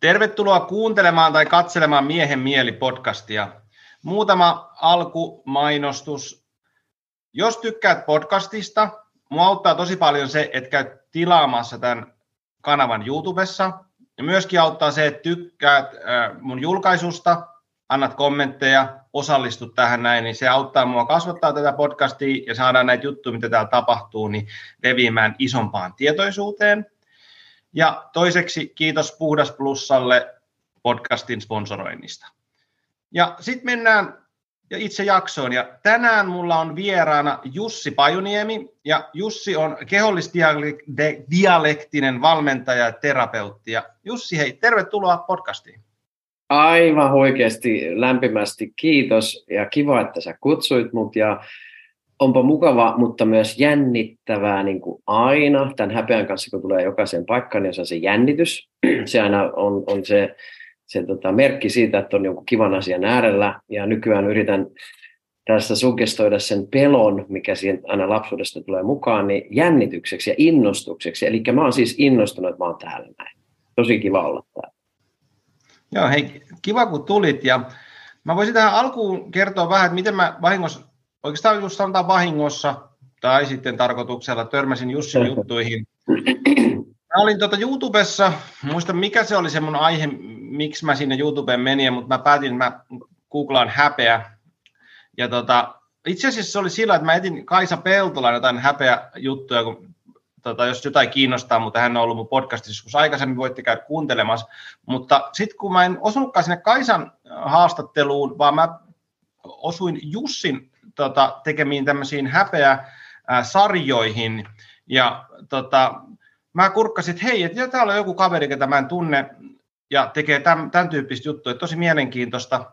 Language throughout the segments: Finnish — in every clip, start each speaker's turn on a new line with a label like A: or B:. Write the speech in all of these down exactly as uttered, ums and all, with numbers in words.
A: Tervetuloa kuuntelemaan tai katselemaan Miehen mieli -podcastia. Muutama alkumainostus. Jos tykkäät podcastista, mua auttaa tosi paljon se, että käyt tilaamassa tämän kanavan YouTubessa. Ja myöskin auttaa se, että tykkäät mun julkaisusta, annat kommentteja, osallistut tähän näin, niin se auttaa mua kasvattaa tätä podcastia ja saadaan näitä juttuja, mitä täällä tapahtuu, niin leviämään isompaan tietoisuuteen. Ja toiseksi kiitos Puhdas Plusalle podcastin sponsoroinnista. Ja sitten mennään itse jaksoon. Ja tänään mulla on vieraana Jussi Pajuniemi. Ja Jussi on kehollisdialektinen valmentaja ja terapeutti. Ja Jussi, hei, tervetuloa podcastiin.
B: Aivan oikeasti lämpimästi kiitos ja kiva, että sä kutsuit mut. Ja onpa mukava, mutta myös jännittävää niin kuin aina. Tämän häpeän kanssa, kun tulee jokaiseen paikkaan, niin se on se jännitys. Se aina on, on se, se tota, merkki siitä, että on jonkun kivan asian äärellä. Ja nykyään yritän tässä suggestoida sen pelon, mikä siihen aina lapsuudesta tulee mukaan, niin jännitykseksi ja innostukseksi. Eli mä oon siis innostunut, että mä oon täällä näin. Tosi kiva olla täällä.
A: Joo, hei, kiva kun tulit. Ja mä voisin tähän alkuun kertoa vähän, että miten mä vahingossa, oikeastaan just sanotaan vahingossa tai sitten tarkoituksella törmäsin Jussin juttuihin. Mä olin tuota YouTubessa, muistan mikä se oli se mun aihe, miksi mä sinne YouTubeen menin, mutta mä päätin, että mä googlaan häpeä. Ja tota, itse asiassa se oli sillä, että mä etin Kaisa Peltolan jotain häpeä juttuja, kun tota, jos jotain kiinnostaa, mutta hän on ollut mun podcastissa joskus aikaisemmin, voitte käydä kuuntelemassa. Mutta sitten kun mä en osunutkaan sinne Kaisan haastatteluun, vaan mä osuin Jussin tota, tekemiin tämmöisiin häpeä-sarjoihin. Ja tota, mä kurkkasin, että hei, että täällä on joku kaveri, ketä mä en tunne, ja tekee tämän, tämän tyyppistä juttua, että tosi mielenkiintoista.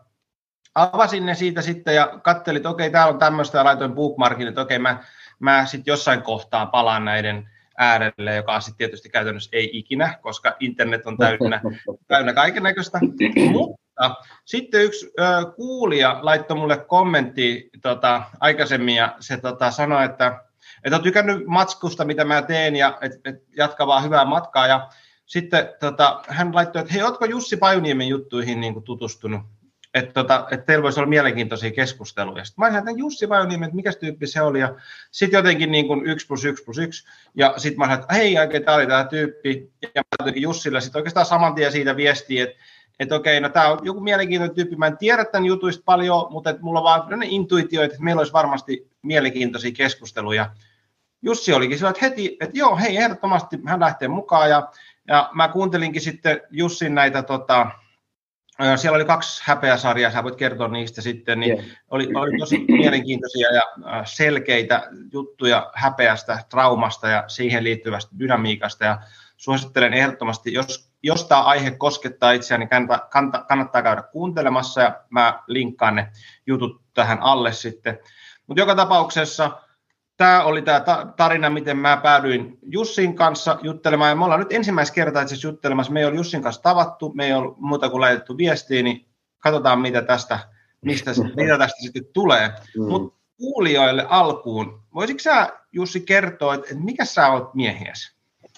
A: Avasin ne siitä sitten ja katselin, että okei, täällä on tämmöistä, ja laitoin bookmarkin, että okei, mä, mä sitten jossain kohtaa palaan näiden äärelle, joka sitten tietysti käytännössä ei ikinä, koska internet on täynnä, täynnä kaikennäköistä. Mutta sitten yksi ö, kuulija laittoi mulle kommentti tota, aikaisemmin, ja se tota, sanoi, että että on tykännyt matskusta, mitä mä teen, ja et, et jatka vaan hyvää matkaa. Ja sitten tota, hän laittoi, että hei, ootko Jussi Pajuniemen juttuihin niin kuin tutustunut? Että tota, et teillä voisi olla mielenkiintoisia keskusteluja. Sitten mä sanoin, että Jussi Pajuniemen, että mikä tyyppi se oli? Ja sitten jotenkin niin kuin yksi plus yksi plus yksi. Ja sitten mä sanoin, että hei, oikein, tämä oli tämä tyyppi. Ja mä jotenkin Jussille sitten oikeastaan saman tien siitä viestiä, että että okei, no tämä on joku mielenkiintoinen tyyppi. Mä en tiedä tämän jutuista paljon, mutta et mulla on vaan sellainen intuitio, että meillä olisi varmasti mielenkiintoisia keskusteluja. Jussi olikin sillä, että heti, että joo, hei, ehdottomasti hän lähtee mukaan, ja, ja mä kuuntelinkin sitten Jussin näitä, tota, siellä oli kaksi häpeäsarjaa, sä voit kertoa niistä sitten, niin yeah. oli, oli tosi mielenkiintoisia ja selkeitä juttuja häpeästä, traumasta ja siihen liittyvästä dynamiikasta, ja suosittelen ehdottomasti, jos, jos tämä aihe koskettaa itseään, niin kannattaa, kannattaa käydä kuuntelemassa, ja mä linkkaan ne jutut tähän alle sitten, mutta joka tapauksessa tämä oli tämä tarina, miten mä päädyin Jussin kanssa juttelemaan, ja me ollaan nyt ensimmäistä kertaa itse asiassa juttelemassa. Me ei ole Jussin kanssa tavattu, me ei ole muuta kuin laitettu viestiä, niin katsotaan, mitä tästä, mistä, mitä tästä sitten tulee. Mm. Mutta kuulijoille alkuun, voisitko sä, Jussi, kertoa, että mikä sä oot miehiäsi?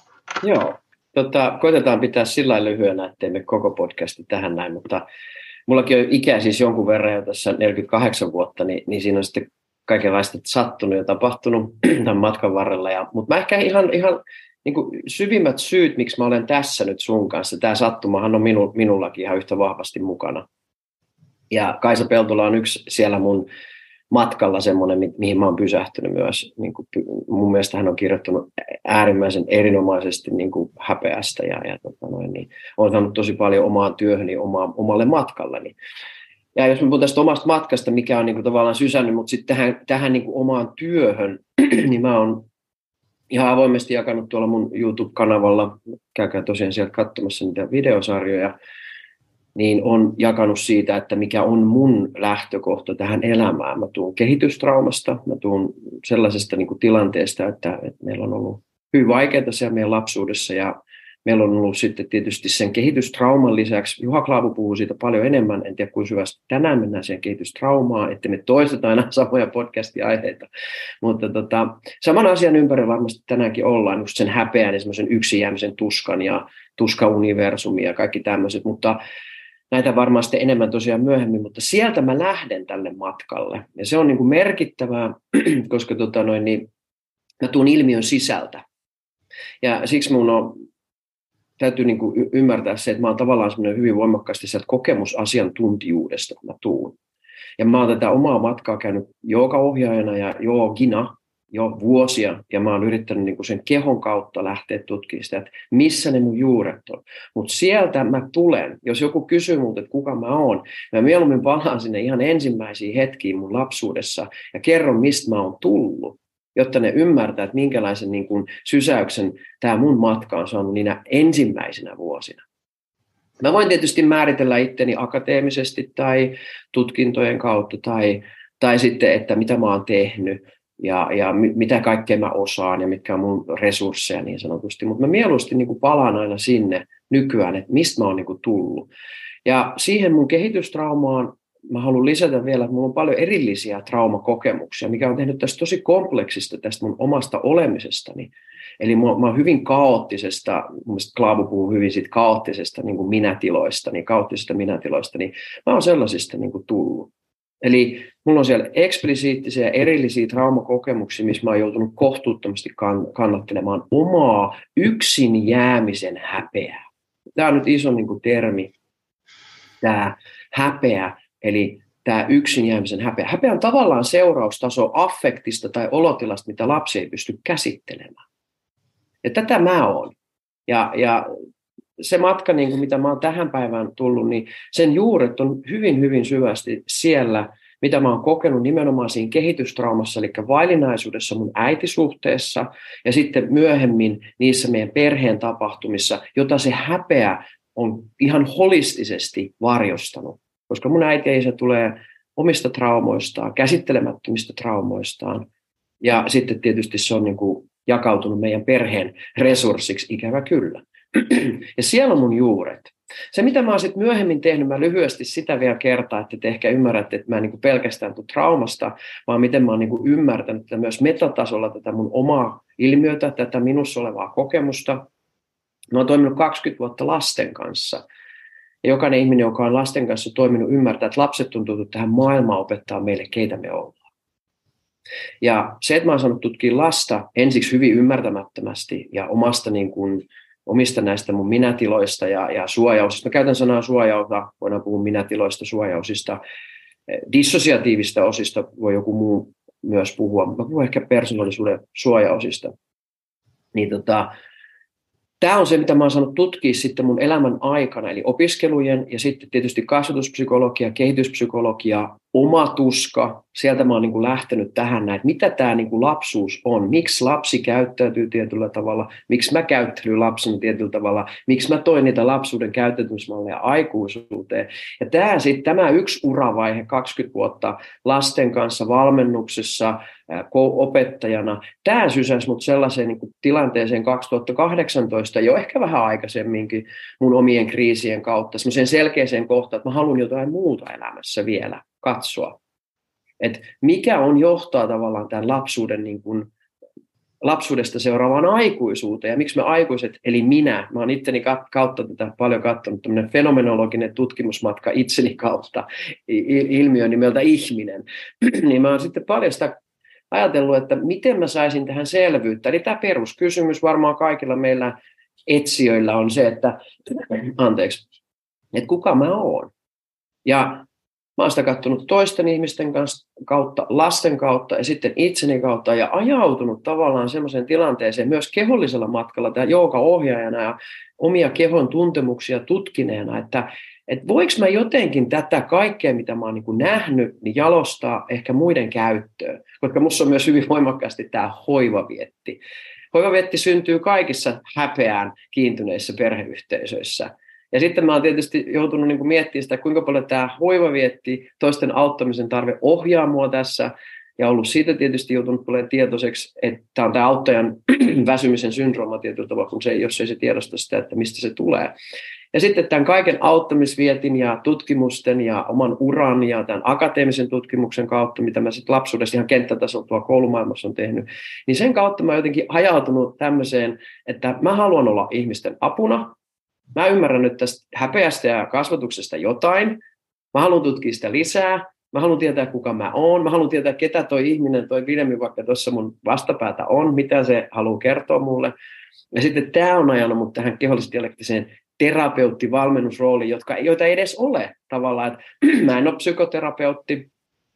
B: Joo, tota, koitetaan pitää sillä lailla lyhyenä, ettei me koko podcasti tähän näin, mutta mullakin on ikää siis jonkun verran jo tässä neljäkymmentäkahdeksan vuotta, niin, niin siinä on sitten kaikenlaista sattunut ja tapahtunut tämän matkan varrella. Ja, mutta mä ehkä ihan, ihan niin kuin syvimmät syyt, miksi mä olen tässä nyt sun kanssa, tämä sattumahan on minu, minullakin ihan yhtä vahvasti mukana. Ja Kaisa Peltola on yksi siellä mun matkalla semmoinen, mi- mihin mä oon pysähtynyt myös. Niin kuin, mun mielestä hän on kirjoittanut äärimmäisen erinomaisesti niin kuin häpeästä ja, ja tota noin, niin olen saanut tosi paljon omaan työhöni, oma, omalle matkalleni. Ja jos me puhutaan tästä omasta matkasta, mikä on niin kuin tavallaan sysännyt, mutta sitten tähän, tähän niin kuin omaan työhön, niin mä oon ihan avoimesti jakanut tuolla mun YouTube-kanavalla, käykää tosiaan sieltä katsomassa niitä videosarjoja, niin on jakanut siitä, että mikä on mun lähtökohta tähän elämään. Mä tuun kehitystraumasta, mä tuun sellaisesta niin kuin tilanteesta, että, että meillä on ollut hyvin vaikeaa siellä meidän lapsuudessa, ja Meillä on ollut sitten tietysti sen kehitystrauman lisäksi, Juha Klaavu puhuu siitä paljon enemmän, en tiedä kuinka syvästi tänään mennään siihen kehitystraumaan, että me toistetaan aina samoja podcast-aiheita, mutta tota, saman asian ympärillä varmasti tänäänkin ollaan, just sen häpeän ja semmoisen yksin jäämisen tuskan ja tuska-universumia ja kaikki tämmöiset, mutta näitä varmaan sitten enemmän tosiaan myöhemmin, mutta sieltä mä lähden tälle matkalle ja se on niin kuin merkittävää, koska tota noin, niin, mä tuun ilmiön sisältä ja siksi mun on täytyy niin kuin ymmärtää se, että mä oon tavallaan semmoinen hyvin voimakkaasti sieltä kokemusasiantuntijuudesta, kun mä tuun. Ja mä oon tätä omaa matkaa käynyt joogaohjaajana ja joogina jo vuosia, ja mä oon yrittänyt niin kuin sen kehon kautta lähteä tutkimaan sitä, että missä ne mun juuret on. Mutta sieltä mä tulen, jos joku kysyy multa, että kuka mä oon, mä mieluummin palaan sinne ihan ensimmäisiin hetkiin mun lapsuudessa ja kerron, mistä mä oon tullut, jotta ne ymmärtää, että minkälaisen niin kuin sysäyksen tämä mun matka on saanut niinä ensimmäisenä vuosina. Mä voin tietysti määritellä itteni akateemisesti tai tutkintojen kautta tai, tai sitten, että mitä mä oon tehnyt ja, ja mitä kaikkea mä osaan ja mitkä on mun resursseja niin sanotusti. Mutta mä mieluusti niin kuin palaan aina sinne nykyään, että mistä mä oon niin kuin tullut. Ja siihen mun kehitystraumaan mä haluan lisätä vielä, että minulla on paljon erillisiä traumakokemuksia, mikä on tehnyt tästä tosi kompleksista tästä mun omasta olemisestani. Eli mä oon hyvin kaoottisesta, mun mielestä Klaavu puhuu hyvin siitä kaoottisesta niin kuin minätiloista, niin kaoottisista minätiloista, niin mä oon sellaisista niin kuin tullut. Eli mulla on siellä eksplisiittisiä erillisiä traumakokemuksia, missä mä oon joutunut kohtuuttomasti kannattelemaan omaa yksin jäämisen häpeää. Tämä on nyt iso niin kuin termi, tämä häpeä. Eli tämä yksin jäämisen häpeä. Häpeä on tavallaan seuraustaso affektista tai olotilasta, mitä lapsi ei pysty käsittelemään. Ja tätä mä oon. Ja, ja se matka, niin kuin mitä mä oon tähän päivään tullut, niin sen juuret on hyvin, hyvin syvästi siellä, mitä mä oon kokenut nimenomaan siinä kehitystraumassa, eli vaillinaisuudessa mun äitisuhteessa, ja sitten myöhemmin niissä meidän perheen tapahtumissa, jota se häpeä on ihan holistisesti varjostanut. Koska mun äiti ja isä tulee omista traumoistaan, käsittelemättömistä traumoistaan. Ja sitten tietysti se on niin kuin jakautunut meidän perheen resurssiksi, ikävä kyllä. Ja siellä on mun juuret. Se, mitä mä oon sitten myöhemmin tehnyt, mä lyhyesti sitä vielä kertaa, että te ehkä ymmärrätte, että mä en niin kuin pelkästään tuu traumasta, vaan miten mä oon niin kuin ymmärtänyt tätä myös metatasolla tätä mun omaa ilmiötä, tätä minussa olevaa kokemusta. Mä oon toiminut kaksikymmentä vuotta lasten kanssa. Ja jokainen ihminen, joka on lasten kanssa toiminut, ymmärtää, että lapset tuntuu tähän maailmaan opettaa meille, keitä me ollaan. Ja se, että mä oon saanut tutkia lasta ensiksi hyvin ymmärtämättömästi ja omasta, niin kuin, omista näistä mun minätiloista ja, ja suojausista. Mä käytän sanaa suojausta, voidaan puhua minätiloista, suojausista. Dissosiatiivista osista voi joku muu myös puhua. Mä puhun ehkä persoonallisuuden suojausista. Niin tota... Tämä on se, mitä mä oon saanut tutkia sitten mun elämän aikana, eli opiskelujen ja sitten tietysti kasvatuspsykologia, kehityspsykologia, oma tuska. Sieltä mä oon niin kuin lähtenyt tähän näin, että mitä tämä niin kuin lapsuus on, miksi lapsi käyttäytyy tietyllä tavalla, miksi mä käyttäydyn lapsena tietyllä tavalla, miksi mä toin niitä lapsuuden käyttäytymismalleja aikuisuuteen. Ja tämä, sitten, tämä yksi uravaihe, kaksikymmentä vuotta lasten kanssa valmennuksessa, opettajana, tämä sysäsi mut sellaiseen niin kuin tilanteeseen kaksituhattakahdeksantoista, jo ehkä vähän aikaisemminkin mun omien kriisien kautta, semmoiseen selkeäseen kohtaan, että mä haluan jotain muuta elämässä vielä katsoa. Että mikä on johtaa tavallaan tämän lapsuuden, niin kuin, lapsuudesta seuraavaan aikuisuuteen, ja miksi me aikuiset, eli minä, mä oon itteni kautta tätä paljon katsonut, tämmöinen fenomenologinen tutkimusmatka itseni kautta, ilmiö nimeltä ihminen, niin mä oon sitten paljon sitä ajatellut, että miten mä saisin tähän selvyyttä. Eli tämä peruskysymys varmaan kaikilla meillä etsijöillä on se, että anteeksi, että kuka mä oon. Ja mä oon sitä katsonut toisten ihmisten kanssa, kautta, lasten kautta ja sitten itseni kautta ja ajautunut tavallaan semmoiseen tilanteeseen myös kehollisella matkalla tämä joogaohjaajana ja omia kehon tuntemuksia tutkineena, että että voiko mä jotenkin tätä kaikkea, mitä mä oon niin kuin nähnyt, niin jalostaa ehkä muiden käyttöön, koska musta on myös hyvin voimakkaasti tämä hoivavietti. Hoivavietti syntyy kaikissa häpeään kiintyneissä perheyhteisöissä. Ja sitten mä oon tietysti joutunut niin kuin miettimään sitä, kuinka paljon tämä hoivavietti, toisten auttamisen tarve ohjaa mua tässä. Ja ollut siitä tietysti joutunut tulemaan tietoiseksi, että tämä on tämä auttajan väsymisen syndrooma tietyllä tavalla, kun se, jos ei se tiedosta sitä, että mistä se tulee. Ja sitten tämän kaiken auttamisvietin ja tutkimusten ja oman uran ja tämän akateemisen tutkimuksen kautta, mitä mä sitten lapsuudessa ihan kenttätasolla tuolla koulumaailmassa on tehnyt, niin sen kautta mä oon jotenkin hajautunut tämmöiseen, että mä haluan olla ihmisten apuna. Mä ymmärrän nyt tästä häpeästä ja kasvatuksesta jotain. Mä haluan tutkia sitä lisää. Mä haluan tietää, kuka mä oon. Mä haluan tietää, ketä toi ihminen, toi Vilhelmi vaikka tuossa mun vastapäätä on, mitä se haluaa kertoa mulle. Ja sitten tämä on ajanut mut tähän kehollisdialektiseen terapeuttivalmennusrooliin, jotka, joita ei edes ole tavallaan. Että mä en ole psykoterapeutti.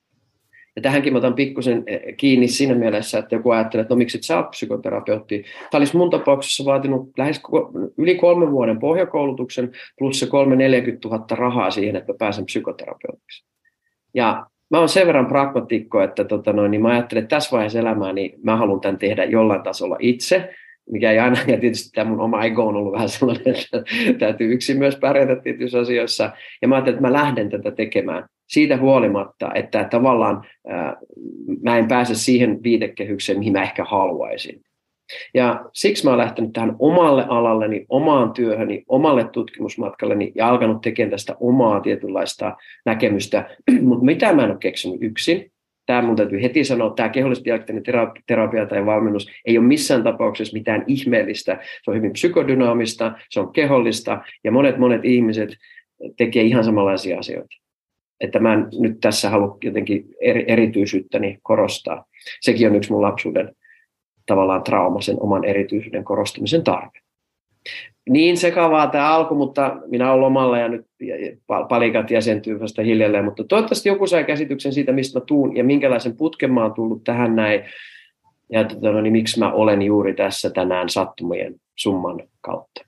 B: Ja tähänkin mä otan pikkusen kiinni siinä mielessä, että joku ajattelee, että no miksi et sä oot psykoterapeutti. Tämä olisi mun tapauksessa vaatinut lähes yli kolmen vuoden pohjakoulutuksen plus se kolme neljäkymmentä tuhatta rahaa siihen, että mä pääsen psykoterapeutiksi. Ja mä oon sen verran pragmatikko, että tota noin, niin mä ajattelen, että tässä vaiheessa elämää niin mä haluan tämän tehdä jollain tasolla itse, mikä ei aina, ja tietysti tämä mun oma ego on ollut vähän sellainen, että täytyy yksin myös pärjätä tietyissä asioissa, ja mä ajattelin, että mä lähden tätä tekemään siitä huolimatta, että tavallaan ää, mä en pääse siihen viitekehykseen, mihin mä ehkä haluaisin. Ja siksi mä oon lähtenyt tähän omalle alalleni, omaan työhöni, omalle tutkimusmatkalleni ja alkanut tekemään tästä omaa tietynlaista näkemystä, mutta mitä mä en ole keksinyt yksin. Tämä mun täytyy heti sanoa, että tämä kehollisdialektinen terapia tai valmennus ei ole missään tapauksessa mitään ihmeellistä. Se on hyvin psykodynaamista, se on kehollista ja monet monet ihmiset tekee ihan samanlaisia asioita. Että mä en nyt tässä halua jotenkin eri, erityisyyttäni korostaa. Sekin on yksi mun lapsuuden tavallaan trauma, sen oman erityisyyden korostamisen tarve. Niin sekavaa tämä alku, mutta minä olen lomalla ja nyt palikat jäsentyy vasta hiljalleen, mutta toivottavasti joku sai käsityksen siitä, mistä mä tuun ja minkälaisen putken mä oon tullut tähän näin ja tota, no, niin miksi mä olen juuri tässä tänään sattumien summan kautta.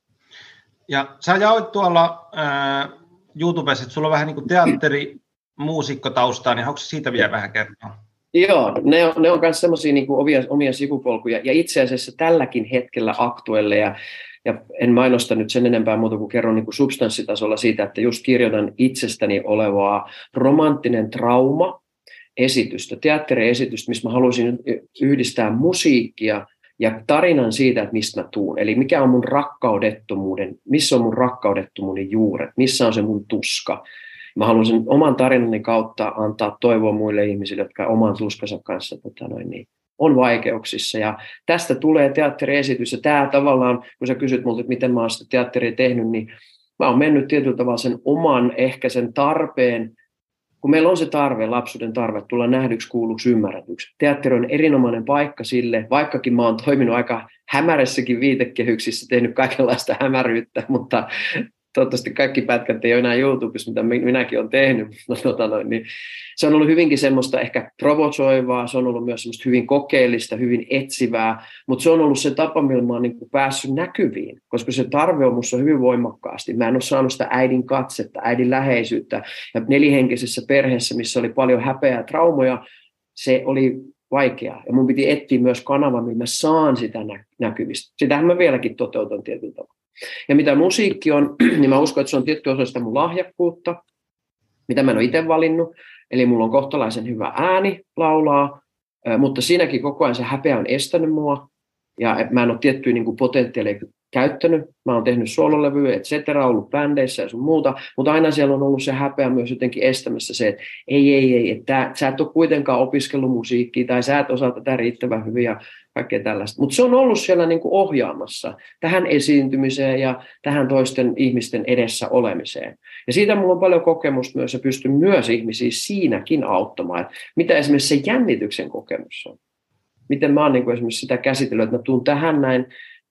A: Ja sä jaoit tuolla äh, YouTubessa, että sulla on vähän niin kuin teatteri-muusikkotaustaa, niin haluatko siitä vielä vähän kertoa?
B: Joo, ne on, ne on myös semmoisia niin kuin omia, omia sivupolkuja ja itse asiassa tälläkin hetkellä aktuelle ja Ja en mainosta nyt sen enempää muuta kuin kerron niin kuin substanssitasolla siitä, että just kirjoitan itsestäni olevaa romanttinen trauma esitystä, teatteriesitystä, missä mä haluaisin yhdistää musiikkia ja tarinan siitä, että mistä mä tuun. Eli mikä on mun rakkaudettomuuden, missä on mun rakkaudettomuuden juuret, missä on se mun tuska. Mä haluan sen oman tarinani kautta antaa toivoa muille ihmisille, jotka oman tuskansa kanssa tota noin, niin, on vaikeuksissa. Ja tästä tulee teatteriesitys. Ja tämä tavallaan, kun sä kysyt multa, että miten mä oon sitä teatteria tehnyt, niin mä oon mennyt tietyllä tavalla sen oman, ehkä sen tarpeen, kun meillä on se tarve, lapsuuden tarve, tulla nähdyksi, kuulluksi, ymmärretyksi. Teatteri on erinomainen paikka sille, vaikkakin mä oon toiminut aika hämärässäkin viitekehyksissä, tehnyt kaikenlaista hämäryyttä, mutta toivottavasti kaikki pätkät ei ole enää YouTubessa, mitä minäkin olen tehnyt. No, tota noin, niin se on ollut hyvinkin semmoista ehkä provosoivaa, se on ollut myös semmoista hyvin kokeellista, hyvin etsivää, mutta se on ollut se tapa, millä mä oon niin kuin päässyt näkyviin, koska se tarve on musta hyvin voimakkaasti. Mä en ole saanut sitä äidin katsetta, äidin läheisyyttä, ja nelihenkisessä perheessä, missä oli paljon häpeää ja traumoja, se oli vaikeaa. Ja mun piti etsiä myös kanava, millä mä saan sitä näkyvistä. Sitähän mä vieläkin toteutan tietyllä tavalla. Ja mitä musiikki on, niin mä uskon, että se on tietty osa sitä mun lahjakkuutta, mitä mä en ole itse valinnut. Eli mulla on kohtalaisen hyvä ääni laulaa, mutta siinäkin koko ajan se häpeä on estänyt mua. Ja mä en ole tiettyjä niin kuin potentiaaleja käyttänyt. Mä oon tehnyt sololevyjä, et cetera, ollut bändeissä ja sun muuta, mutta aina siellä on ollut se häpeä myös jotenkin estämässä se, että ei, ei, ei, että sä et ole kuitenkaan opiskellut musiikkia tai sä et osaa tätä riittävän hyvin ja kaikkea tällaista. Mutta se on ollut siellä niin kuin ohjaamassa tähän esiintymiseen ja tähän toisten ihmisten edessä olemiseen. Ja siitä mulla on paljon kokemusta myös ja pystyn myös ihmisiä siinäkin auttamaan, että mitä esimerkiksi se jännityksen kokemus on. Miten mä oon niin kuin esimerkiksi sitä käsitellyt, että mä tuun tähän näin,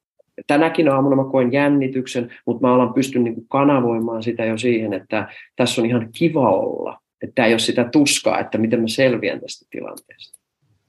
B: tänäkin aamuna mä koen jännityksen, mutta mä alan pystyn niin kuin kanavoimaan sitä jo siihen, että tässä on ihan kiva olla. Että ei ole sitä tuskaa, että miten mä selviän tästä tilanteesta.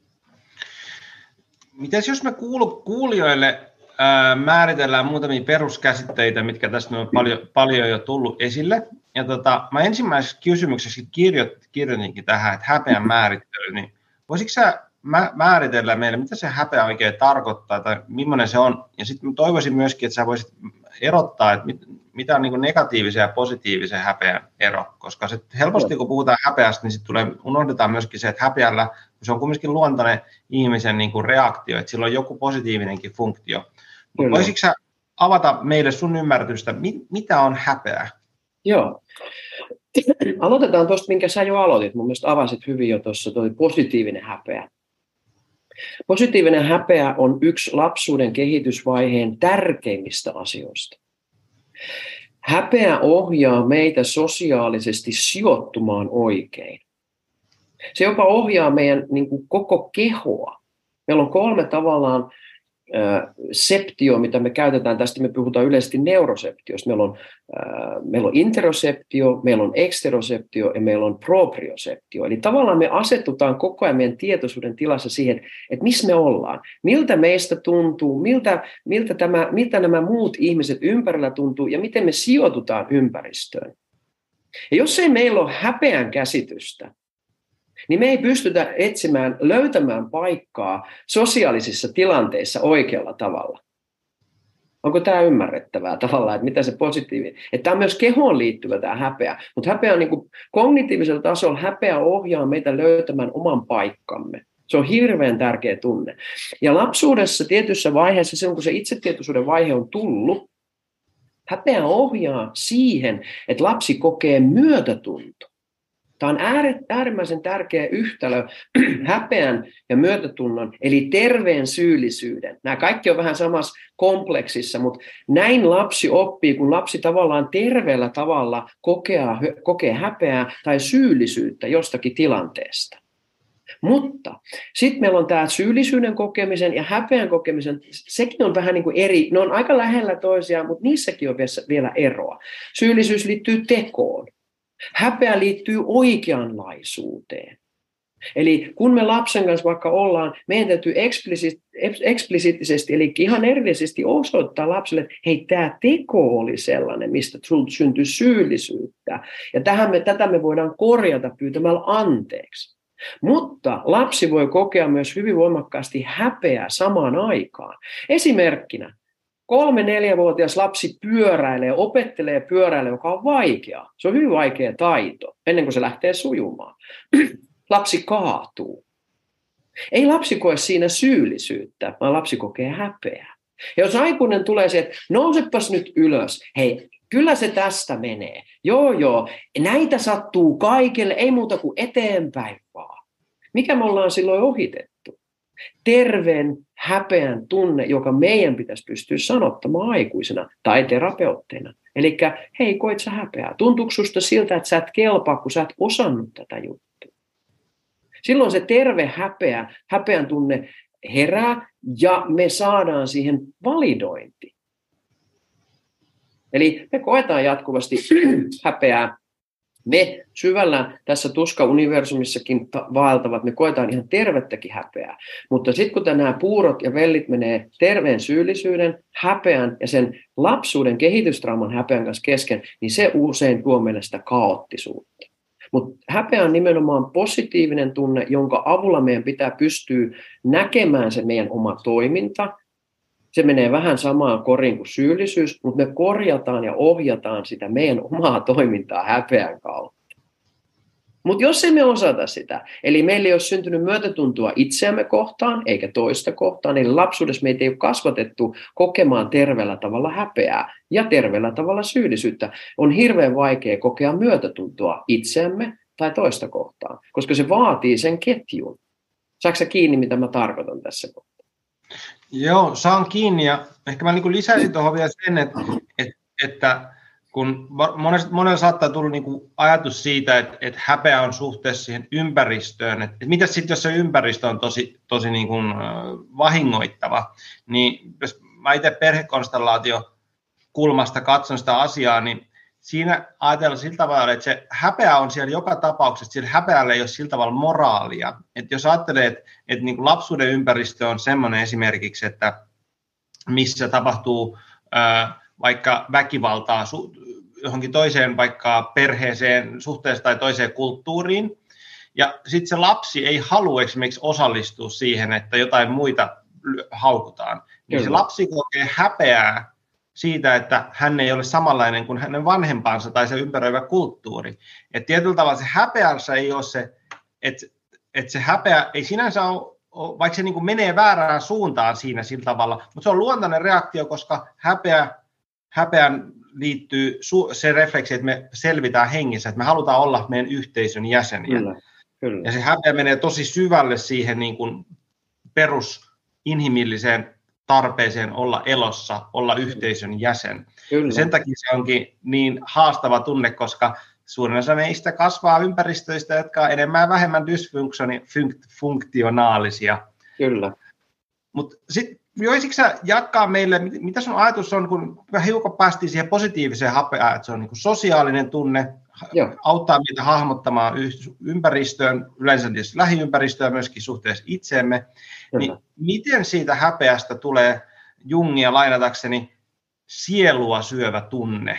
A: Mites jos me kuulijoille ää, määritellään muutamia peruskäsitteitä, mitkä tästä on paljon, paljon jo tullut esille. Ja tota, mä ensimmäisessä kysymyksessä kirjoit, kirjoitinkin tähän, että häpeän määrittely, niin voisitko sä määritellä meille, mitä se häpeä oikein tarkoittaa tai millainen se on. Ja sitten toivoisin myöskin, että sä voisit erottaa, että mit, mitä on niin kuin negatiivisen ja positiivisen häpeän ero, koska se helposti kun puhutaan häpeästä, niin sit tulee, unohdetaan myöskin se, että häpeällä se on kuitenkin luontainen ihmisen niin kuin reaktio, että sillä on joku positiivinenkin funktio. Mutta voisitko sä avata meille sun ymmärrystä, mit, mitä on häpeä?
B: Joo. Aloitetaan tuosta, minkä sä jo aloitit. Mun mielestä avasit hyvin jo tuossa tuo positiivinen häpeä. Positiivinen häpeä on yksi lapsuuden kehitysvaiheen tärkeimmistä asioista. Häpeä ohjaa meitä sosiaalisesti sijoittumaan oikein. Se jopa ohjaa meidän niin kuin koko kehoa. Meillä on kolme tavallaan äh, septio, mitä me käytetään. Tästä me puhutaan yleisesti neuroseptiosta. Meillä on, äh, meillä on interoseptio, meillä on eksteroseptio ja meillä on proprioseptio. Eli tavallaan me asetutaan koko ajan meidän tietoisuuden tilassa siihen, että missä me ollaan, miltä meistä tuntuu, miltä, miltä, tämä, miltä nämä muut ihmiset ympärillä tuntuu ja miten me sijoitutaan ympäristöön. Ja jos ei meillä ole häpeän käsitystä, niin me ei pystytä etsimään, löytämään paikkaa sosiaalisissa tilanteissa oikealla tavalla. Onko tämä ymmärrettävää tavallaan, että mitä se positiivinen? Että tämä on myös kehoon liittyvä tämä häpeä, mutta häpeä on niin kuin kognitiivisella tasolla, häpeä ohjaa meitä löytämään oman paikkamme. Se on hirveän tärkeä tunne. Ja lapsuudessa tietyssä vaiheessa, silloin kun se itsetietoisuuden vaihe on tullut, häpeä ohjaa siihen, että lapsi kokee myötätunto. Tämä on äärimmäisen tärkeä yhtälö häpeän ja myötätunnon, eli terveen syyllisyyden. Nämä kaikki on vähän samassa kompleksissa, mutta näin lapsi oppii, kun lapsi tavallaan terveellä tavalla kokee, kokee häpeää tai syyllisyyttä jostakin tilanteesta. Mutta sitten meillä on tämä syyllisyyden kokemisen ja häpeän kokemisen, sekin on vähän niin kuin eri, ne on aika lähellä toisiaan, mutta niissäkin on vielä eroa. Syyllisyys liittyy tekoon. Häpeä liittyy oikeanlaisuuteen. Eli kun me lapsen kanssa vaikka ollaan, meidän täytyy eksplisiittisesti, eli ihan erillisesti osoittaa lapselle, että hei, tämä teko oli sellainen, mistä syntyi syyllisyyttä. Ja tähän me, tätä me voidaan korjata pyytämällä anteeksi. Mutta lapsi voi kokea myös hyvin voimakkaasti häpeää samaan aikaan. Esimerkkinä. Kolme-neljävuotias lapsi pyöräilee, opettelee pyöräilemään, joka on vaikea. Se on hyvin vaikea taito, ennen kuin se lähtee sujumaan. Lapsi kaatuu. Ei lapsi koe siinä syyllisyyttä, vaan lapsi kokee häpeää. Ja jos aikuinen tulee se, että nousepas nyt ylös, hei, kyllä se tästä menee. Joo, joo, näitä sattuu kaikille, ei muuta kuin eteenpäin vaan. Mikä me ollaan silloin ohitettu? Terveen häpeän tunne, joka meidän pitäisi pystyä sanottamaan aikuisena tai terapeutteina. Eli hei, koit sä häpeää? Tuntuuko susta siltä, että sä et kelpaa, kun sä et osannut tätä juttua? Silloin se terve häpeä, häpeän tunne herää ja me saadaan siihen validointi. Eli me koetaan jatkuvasti häpeää. Me syvällä tässä tuska-universumissakin vaeltavat, me koetaan ihan tervettäkin häpeää. Mutta sitten kun nämä puurot ja vellit menee terveen syyllisyyden, häpeän ja sen lapsuuden kehitystrauman häpeän kanssa kesken, niin se usein tuo meille sitä kaoottisuutta. Mutta häpeä on nimenomaan positiivinen tunne, jonka avulla meidän pitää pystyä näkemään se meidän oma toiminta. Se menee vähän samaan koriin kuin syyllisyys, mutta me korjataan ja ohjataan sitä meidän omaa toimintaa häpeän kautta. Mutta jos emme osata sitä, eli meillä ei ole syntynyt myötätuntoa itseämme kohtaan eikä toista kohtaan, eli lapsuudessa meitä ei ole kasvatettu kokemaan terveellä tavalla häpeää ja terveellä tavalla syyllisyyttä, on hirveän vaikea kokea myötätuntoa itseämme tai toista kohtaan, koska se vaatii sen ketjun. Saatko sä kiinni, mitä mä tarkoitan tässä kohtaa?
A: Joo, saan kiinni ja ehkä mä niin lisäisin tuohon vielä sen, että, että, että kun monella saattaa tulla niin kuin ajatus siitä, että, että häpeä on suhteessa siihen ympäristöön, että, että mitä sitten jos se ympäristö on tosi, tosi niin kuin vahingoittava, niin jos mä itse perhekonstellaatio kulmasta katson sitä asiaa, niin siinä ajatellaan sillä tavalla, että se häpeä on siellä joka tapauksessa, sillä häpeällä ei ole sillä tavalla moraalia. Että jos ajattelee, että, että niin kuin lapsuuden ympäristö on semmoinen esimerkiksi, että missä tapahtuu ää, vaikka väkivaltaa su- johonkin toiseen vaikka perheeseen, suhteessa tai toiseen kulttuuriin, ja sitten se lapsi ei halua esimerkiksi osallistua siihen, että jotain muita haukutaan, niin se lapsi kokee häpeää siitä, että hän ei ole samanlainen kuin hänen vanhempansa tai se ympäröivä kulttuuri. Et tietyllä tavalla se häpeässä ei ole se, että, että se häpeä ei sinänsä ole, vaikka se niin kuin menee väärään suuntaan siinä sillä tavalla, mutta se on luontainen reaktio, koska häpeä, häpeän liittyy se refleksi, että me selvitään hengissä, että me halutaan olla meidän yhteisön jäseniä.
B: Kyllä, kyllä.
A: Ja se häpeä menee tosi syvälle siihen niin kuin perusinhimilliseen tarpeeseen olla elossa, olla yhteisön jäsen. Kyllä. Sen takia se onkin niin haastava tunne, koska suurin osa meistä kasvaa ympäristöistä, jotka ovat enemmän ja vähemmän dysfunktionaalisia.
B: Kyllä.
A: Mutta sitten voisitko sä jatkaa meille, mitä sun ajatus on, kun hiukan päästiin siihen positiiviseen häpeään, että se on niin kuin sosiaalinen tunne, Joo. auttaa meitä hahmottamaan ympäristöön, yleensä tietysti lähiympäristöön myöskin suhteessa itseemme, niin miten siitä häpeästä tulee Jungia lainatakseni sielua syövä tunne?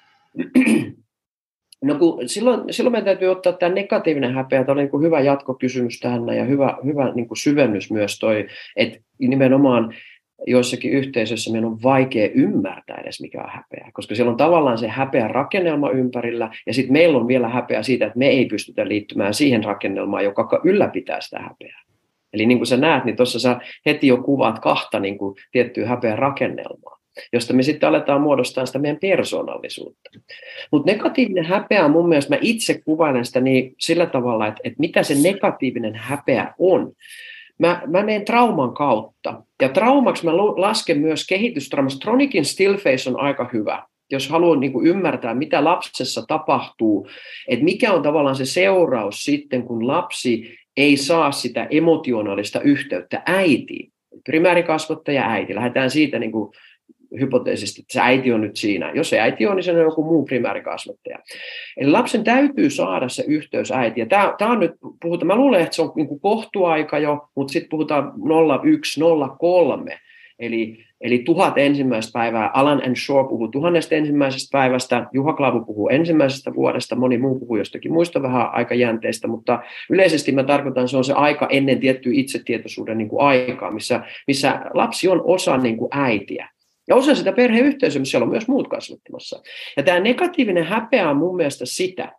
B: No kun silloin, silloin meidän täytyy ottaa tämä negatiivinen häpeä, tämä oli niin kuin hyvä jatkokysymys tähän ja hyvä, hyvä niin kuin syvennys myös toi, että nimenomaan joissakin yhteisöissä meidän on vaikea ymmärtää edes mikä on häpeä, koska siellä on tavallaan se häpeä rakennelma ympärillä ja sitten meillä on vielä häpeä siitä, että me ei pystytä liittymään siihen rakennelmaan, joka ylläpitää sitä häpeää. Eli niin kuin sä näet, niin tuossa sä heti jo kuvaat kahta niin kuin tiettyä häpeän rakennelmaa, josta me sitten aletaan muodostaa sitä meidän persoonallisuutta. Mutta negatiivinen häpeä on mun mielestä, mä itse kuvailen sitä niin sillä tavalla, että, että mitä se negatiivinen häpeä on. Mä, mä menen trauman kautta, ja traumaksi mä lasken myös kehitystraumasta. Tronikin Stillface on aika hyvä, jos haluan niin kuin ymmärtää, mitä lapsessa tapahtuu, että mikä on tavallaan se seuraus sitten, kun lapsi ei saa sitä emotionaalista yhteyttä äitiin. Primäärikasvattaja äiti, lähdetään siitä niin kuin hypoteesisesti, että se äiti on nyt siinä. Jos se äiti on, niin se on joku muu primäärikasvattaja. Eli lapsen täytyy saada se yhteys äitiin. Tämä, tämä on nyt, puhutaan, mä luulen, että se on niin kuin kohtuaika jo, mutta sitten puhutaan nolla yksi nolla kolme. Eli, eli tuhat ensimmäistä päivää. Alan and Shore puhuu tuhannesta ensimmäisestä päivästä. Juha Klaavu puhuu ensimmäisestä vuodesta. Moni muu puhuu jostakin muista vähän aikajänteistä, mutta yleisesti mä tarkoitan, se on se aika ennen tiettyä itsetietoisuuden niin kuin aikaa, missä, missä lapsi on osa niin kuin äitiä. Ja osa sitä perheyhteisöä, missä siellä on myös muut kasvattamassa. Ja tämä negatiivinen häpeä on mun mielestä sitä,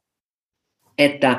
B: että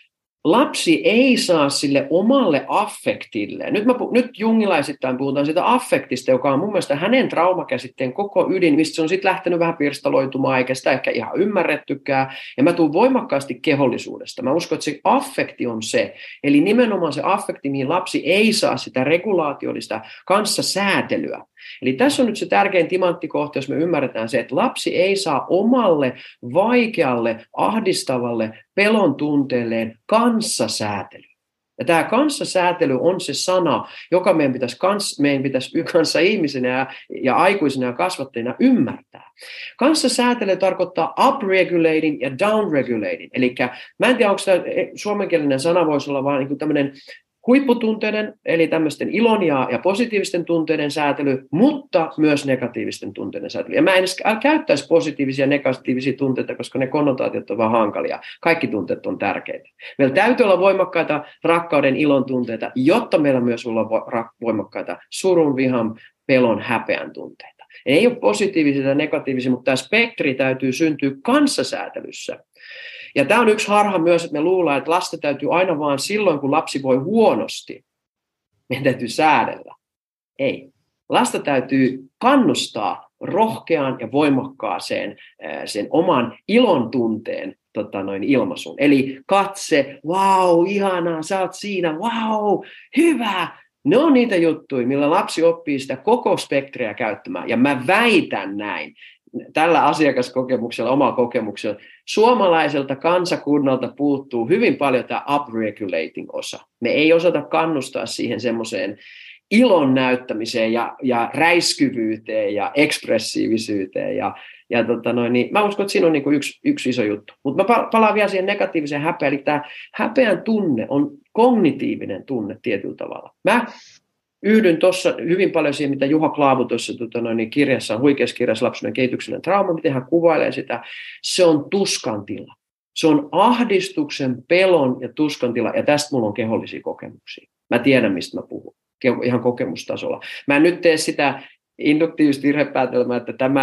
B: lapsi ei saa sille omalle affektille. Nyt, mä, nyt jungilaisittain puhutaan siitä affektista, joka on mun mielestä hänen traumakäsitteen koko ydin, mistä se on sitten lähtenyt vähän pirstaloitumaan, eikä sitä ehkä ihan ymmärrettykään. Ja mä tuun voimakkaasti kehollisuudesta. Mä uskon, että se affekti on se. Eli nimenomaan se affekti, mihin lapsi ei saa sitä regulaatiollista kanssasäätelyä. Eli tässä on nyt se tärkein timanttikohta, jos me ymmärretään se, että lapsi ei saa omalle vaikealle, ahdistavalle pelon tunteelleen kanssasäätelyä. Ja tämä kanssasäätely on se sana, joka meidän pitäisi, kans, meidän pitäisi kanssa ihmisenä ja, ja aikuisena ja kasvattajina ymmärtää. Kanssasäätely tarkoittaa upregulating ja downregulating. Eli mä en tiedä, onko tämä suomenkielinen sana voisi olla vaan niin kuin tämmöinen huipputunteiden, eli tämmöisten ilon ja, ja positiivisten tunteiden säätely, mutta myös negatiivisten tunteiden säätely. Ja mä en edes käyttäisi positiivisia ja negatiivisia tunteita, koska ne konnotaatiot on vaan hankalia. Kaikki tunteet on tärkeitä. Meillä täytyy olla voimakkaita rakkauden, ilon tunteita, jotta meillä myös olla voimakkaita surun, vihan, pelon, häpeän tunteita. Ei ole positiivisia ja negatiivisia, mutta tämä spektri täytyy syntyä kanssasäätelyssä. Ja tämä on yksi harha myös, että me luullaan, että lasta täytyy aina vaan silloin, kun lapsi voi huonosti, meidän täytyy säädellä. Ei. Lasta täytyy kannustaa rohkeaan ja voimakkaaseen sen oman ilon tunteen tota noin, ilmaisuun. Eli katse, vau, ihanaa, sä oot siinä, vau, hyvä. Ne on niitä juttuja, millä lapsi oppii sitä koko spektriä käyttämään. Ja mä väitän näin. Tällä asiakaskokemuksella, omalla kokemuksella, suomalaiselta kansakunnalta puuttuu hyvin paljon tämä upregulating-osa. Me ei osata kannustaa siihen semmoiseen ilon näyttämiseen ja, ja räiskyvyyteen ja ekspressiivisyyteen. Ja, ja tota noin, niin mä uskon, että siinä on niin kuin yksi, yksi iso juttu. Mutta mä palaan vielä siihen negatiiviseen häpeään. Eli tämä häpeän tunne on kognitiivinen tunne tietyllä tavalla. Mä yhdyn tuossa hyvin paljon siihen, mitä Juha Klaavu tuossa tota noin, kirjassa, huikeassa kirjassa Lapsuuden kehityksellinen trauma, miten hän kuvailee sitä. Se on tuskan tila. Se on ahdistuksen, pelon ja tuskan tila, ja tästä mulla on kehollisia kokemuksia. Mä tiedän, mistä mä puhun, ihan kokemustasolla. Mä en nyt tee sitä induktiivista virhepäätelmää, että tämä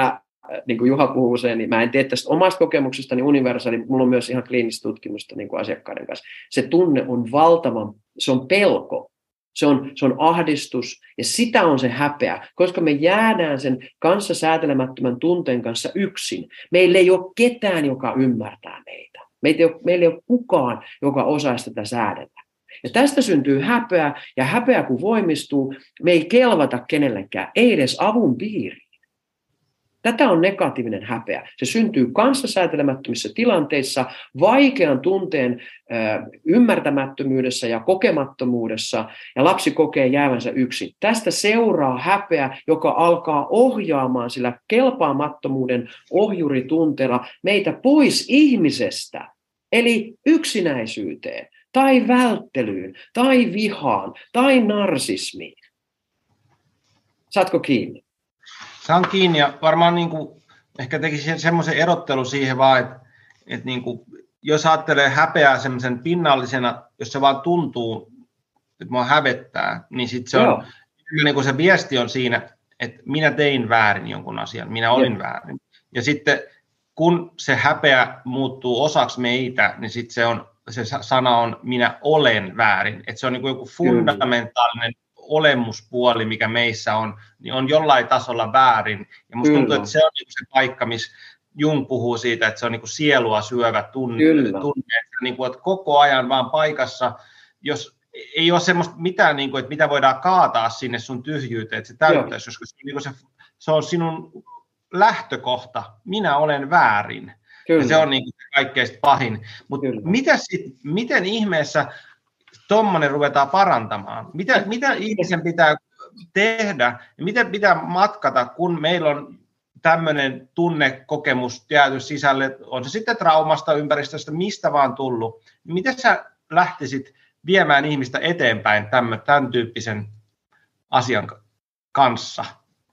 B: niin kuin Juha puhuu usein, niin mä en tee tästä omasta kokemuksestani universaali, mulla on myös ihan kliinistä tutkimusta niin kuin asiakkaiden kanssa. Se tunne on valtavan, se on pelko, se on, se on ahdistus ja sitä on se häpeä, koska me jäädään sen kanssa säätelemättömän tunteen kanssa yksin. Meillä ei ole ketään, joka ymmärtää meitä. Meitä ei ole, meillä ei ole kukaan, joka osaisi tätä säädellä. Ja tästä syntyy häpeä, ja häpeä kun voimistuu, me ei kelvata kenellekään, ei edes avun piiriin. Tätä on negatiivinen häpeä. Se syntyy kanssasäätelemättömissä tilanteissa, vaikean tunteen ö, ymmärtämättömyydessä ja kokemattomuudessa, ja lapsi kokee jäävänsä yksin. Tästä seuraa häpeä, joka alkaa ohjaamaan sillä kelpaamattomuuden ohjuritunteella meitä pois ihmisestä, eli yksinäisyyteen, tai välttelyyn, tai vihaan, tai narsismiin. Saatko kiinni?
A: Saan kiinni ja varmaan niin kuin, ehkä tekisin semmoisen erottelun siihen vaan, että, että niin kuin, jos ajattelee häpeää semmoisen pinnallisena, jos se vaan tuntuu, että mua hävettää, niin sitten se, on, niin kuin se viesti on siinä, että minä tein väärin jonkun asian, minä olin Joo. väärin. Ja sitten kun se häpeä muuttuu osaksi meitä, niin sitten se, on, se sana on minä olen väärin. Että se on niin kuin joku fundamentaalinen olemuspuoli, mikä meissä on, niin on jollain tasolla väärin. Ja musta tuntuu, että se on niin se paikka, missä Jung puhuu siitä, että se on niin kuin sielua syövä tunne, tunne että, niin kuin, että koko ajan vaan paikassa, jos ei ole semmoista mitään, niin kuin, että mitä voidaan kaataa sinne sun tyhjyyteen, että se täyttäisi, koska se, niin kuin se, se on sinun lähtökohta, minä olen väärin. Ja se on niin kuin kaikkein pahin. Mutta miten ihmeessä tuommoinen ruvetaan parantamaan? Mitä, mitä ihmisen pitää tehdä? Miten pitää matkata, kun meillä on tämmöinen tunnekokemus jääty sisälle, on se sitten traumasta, ympäristöstä, mistä vaan tullut. Miten sä lähtisit viemään ihmistä eteenpäin tämän, tämän tyyppisen asian kanssa?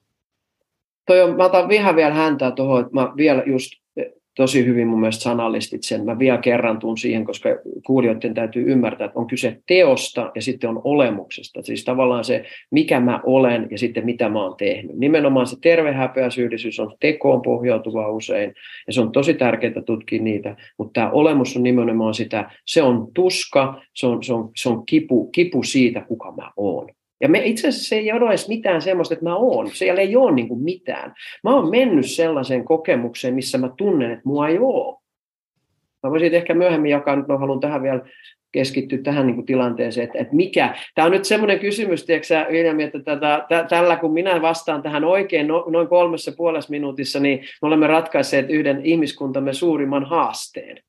B: Toi on, mä otan vähän vielä häntää tuohon, että mä vielä just tosi hyvin mun mielestä sanallistit sen. Mä vielä kerran tuun siihen, koska kuulijoiden täytyy ymmärtää, että on kyse teosta ja sitten on olemuksesta. Siis tavallaan se, mikä mä olen ja sitten mitä mä oon tehnyt. Nimenomaan se terve häpeäsyyllisyys on tekoon pohjautuvaa usein ja se on tosi tärkeää tutkia niitä, mutta tämä olemus on nimenomaan sitä, se on tuska, se on, se on, se on kipu, kipu siitä, kuka mä oon. Ja me, itse asiassa se ei ole edes mitään semmoista, että mä oon. Siellä ei ole niin kuin mitään. Mä oon mennyt sellaiseen kokemukseen, missä mä tunnen, että mua ei ole. Mä voisin ehkä myöhemmin jakaa, nyt mä haluan tähän vielä keskittyä tähän niin kuin tilanteeseen, että, että mikä. Tämä on nyt semmoinen kysymys, tiedätkö Viljami, että tätä, tä, tällä kun minä vastaan tähän oikein no, noin kolmessa puolessa minuutissa, niin me olemme ratkaisseet yhden ihmiskuntamme suurimman haasteen.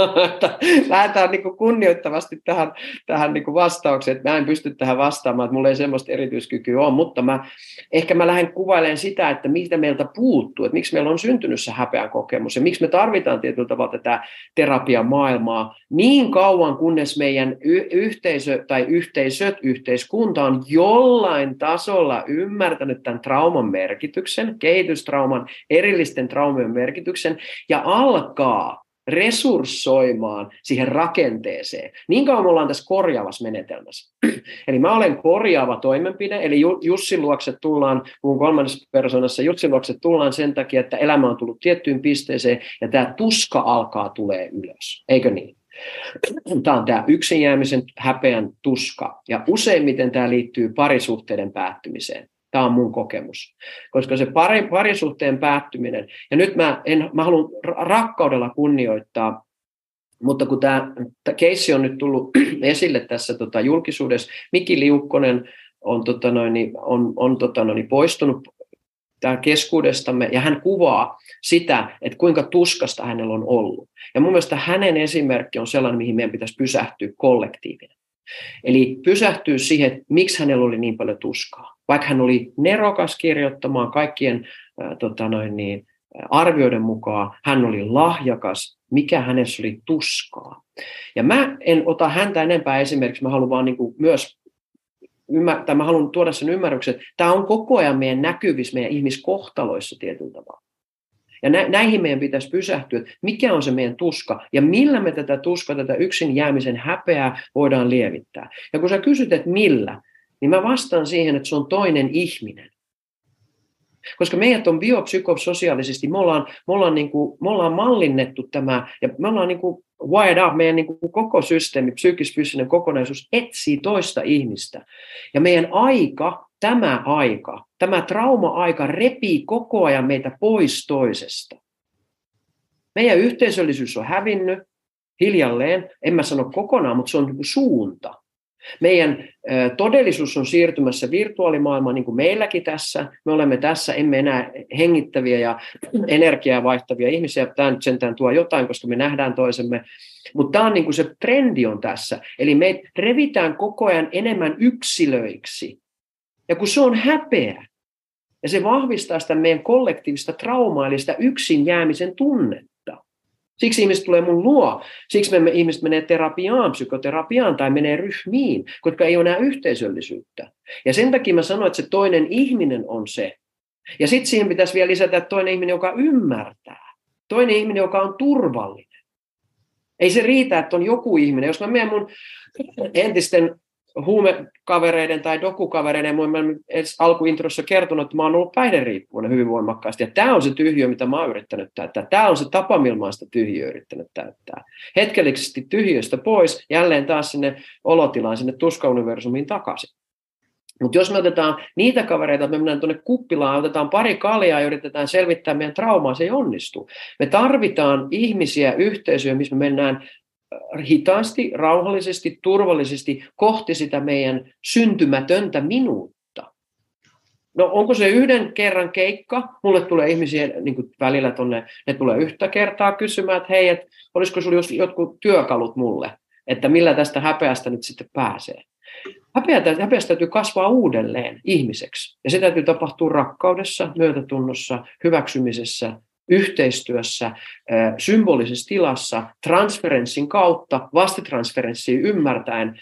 B: Lähdetään niin kuin kunnioittavasti tähän, tähän niin kuin vastaukseen, että mä en pysty tähän vastaamaan, että mulla ei semmoista erityiskykyä ole, mutta mä, ehkä mä lähden kuvailemaan sitä, että mitä meiltä puuttuu, että miksi meillä on syntynyt se häpeän kokemus ja miksi me tarvitaan tietyllä tavalla tätä terapian maailmaa niin kauan, kunnes meidän y- yhteisö tai yhteisöt, yhteiskunta on jollain tasolla ymmärtänyt tämän trauman merkityksen, kehitystrauman, erillisten traumien merkityksen ja alkaa resurssoimaan siihen rakenteeseen. Niin kauan me ollaan tässä korjaavassa menetelmässä. Eli mä olen korjaava toimenpide, eli Jussin luokse tullaan, puhun kolmannessa persoonassa, Jussin luokse tullaan sen takia, että elämä on tullut tiettyyn pisteeseen ja tämä tuska alkaa tulee ylös. Eikö niin? Tämä on tämä yksin jäämisen häpeän tuska ja useimmiten tämä liittyy parisuhteiden päättymiseen. Tämä on mun kokemus, koska se pari, parisuhteen päättyminen, ja nyt mä, en, mä haluan rakkaudella kunnioittaa, mutta kun tämä, tämä keissi on nyt tullut esille tässä tota, julkisuudessa, Miki Liukkonen on, tota noin, on, on tota noin, poistunut keskuudestamme, ja hän kuvaa sitä, että kuinka tuskasta hänellä on ollut. Ja mun mielestä hänen esimerkki on sellainen, mihin meidän pitäisi pysähtyä kollektiivinen. Eli pysähtyä siihen, että miksi hänellä oli niin paljon tuskaa. Vaikka hän oli nerokas kirjoittamaan kaikkien ää, tota noin niin, arvioiden mukaan, hän oli lahjakas, mikä hänessä oli tuskaa. Ja mä en ota häntä enempää esimerkiksi, mä haluan vaan niin kuin myös ymmärtää, mä haluan tuoda sen ymmärryksen, että tämä on koko ajan meidän näkyvissä meidän ihmiskohtaloissa tietyllä tavalla. Ja nä- näihin meidän pitäisi pysähtyä, että mikä on se meidän tuska ja millä me tätä tuskaa, tätä yksin jäämisen häpeää voidaan lievittää. Ja kun sä kysyt, että millä, niin mä vastaan siihen, että se on toinen ihminen. Koska meidät on biopsykososiaalisesti, me ollaan, me ollaan, niin kuin, me ollaan mallinnettu tämä, ja me ollaan niin kuin wired up, meidän niin kuin koko systeemi, psyykkis-fyysinen kokonaisuus etsii toista ihmistä. Ja meidän aika, tämä aika, tämä trauma-aika repii koko ajan meitä pois toisesta. Meidän yhteisöllisyys on hävinnyt hiljalleen, en mä sano kokonaan, mutta se on niin kuin suunta. Meidän ö, todellisuus on siirtymässä virtuaalimaailmaan, niin kuin meilläkin tässä. Me olemme tässä, emme enää hengittäviä ja energiaa vaihtavia ihmisiä. Tämä nyt sentään tuo jotain, koska me nähdään toisemme. Mutta tämä on niin kuin se trendi on tässä. Eli me revitään koko ajan enemmän yksilöiksi. Ja kun se on häpeä, ja se vahvistaa sitä meidän kollektiivista traumaa, eli sitä yksin jäämisen tunnetta. Siksi ihmiset tulee mun luo. Siksi me ihmiset menee terapiaan, psykoterapiaan tai menee ryhmiin, koska ei ole enää yhteisöllisyyttä. Ja sen takia mä sanoin, että se toinen ihminen on se. Ja sitten siihen pitäisi vielä lisätä toinen ihminen, joka ymmärtää. Toinen ihminen, joka on turvallinen. Ei se riitä, että on joku ihminen. Jos mä menen mun entisten huumekavereiden tai dokukavereiden, mä olen alkuintrossa kertonut, että mä oon ollut päihderiippuvainen hyvin voimakkaasti. Ja tämä on se tyhjiö, mitä mä oon yrittänyt täyttää. Tämä on se tapa, millä mä oon sitä tyhjiöä yrittänyt täyttää. Hetkellisesti tyhjiöstä pois, jälleen taas sinne olotilaan, sinne tuskauniversumiin takaisin. Mutta jos me otetaan niitä kavereita, että me mennään tuonne kuppilaan, otetaan pari kaljaa ja yritetään selvittää meidän traumaa, se ei onnistu. Me tarvitaan ihmisiä, yhteisöjä, missä me mennään hitaasti, rauhallisesti, turvallisesti kohti sitä meidän syntymätöntä minuutta. No onko se yhden kerran keikka? Mulle tulee ihmisiä niin kuin välillä tonne, ne tulee yhtä kertaa kysymään, että hei, et, olisiko sinulla jotkut työkalut mulle, että millä tästä häpeästä nyt sitten pääsee. Häpeästä, häpeästä täytyy kasvaa uudelleen ihmiseksi. Ja se täytyy tapahtua rakkaudessa, myötätunnossa, hyväksymisessä, yhteistyössä, symbolisessa tilassa, transferenssin kautta, vastitransferenssiin ymmärtäen,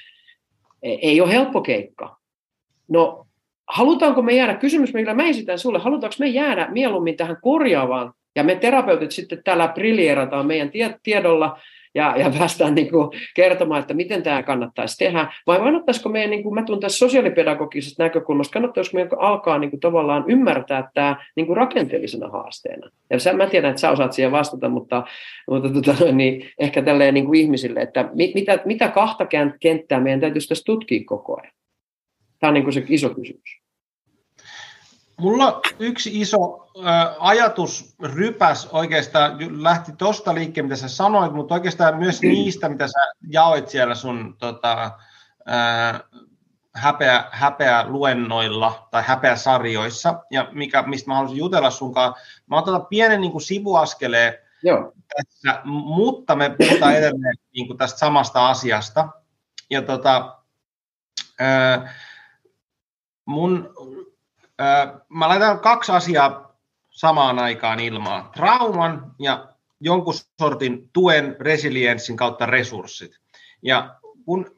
B: ei ole helppo keikka. No, halutaanko me jäädä, kysymys, millä mä esitän sulle, halutaanko me jäädä mieluummin tähän korjaavaan, ja me terapeutit sitten täällä briljeerataan meidän tiedolla, ja, ja päästään niin kuin kertomaan, että miten tämä kannattaisi tehdä, vai kannattaisiko meidän, niin kuin mä tulen tässä sosiaalipedagogisesta näkökulmasta, kannattaisiko meidän alkaa niin kuin tavallaan ymmärtää tämä niin kuin rakenteellisena haasteena. Ja sä, mä tiedän, että sä osaat siihen vastata, mutta, mutta tota, niin ehkä tälleen niin kuin ihmisille, että mit, mitä, mitä kahta kenttää meidän täytyisi tässä tutkia koko ajan. Tämä on niin kuin se iso kysymys.
A: Mulla yksi iso ä, ajatusrypäs oikeastaan lähti tuosta liikkeen, mitä sä sanoit, mutta oikeastaan myös niistä, mitä sä jaoit siellä sun tota, ä, häpeä, häpeä luennoilla tai häpeäsarjoissa, ja mikä, mistä mä haluaisin jutella sunkaan. Mä otan pienen niin kuin sivuaskeleen Joo. tässä, mutta me puhutaan edelleen niin kuin tästä samasta asiasta. Ja tota, ä, mun... Mä laitan kaksi asiaa samaan aikaan ilmaan. Trauman ja jonkun sortin tuen, resilienssin kautta resurssit. Ja kun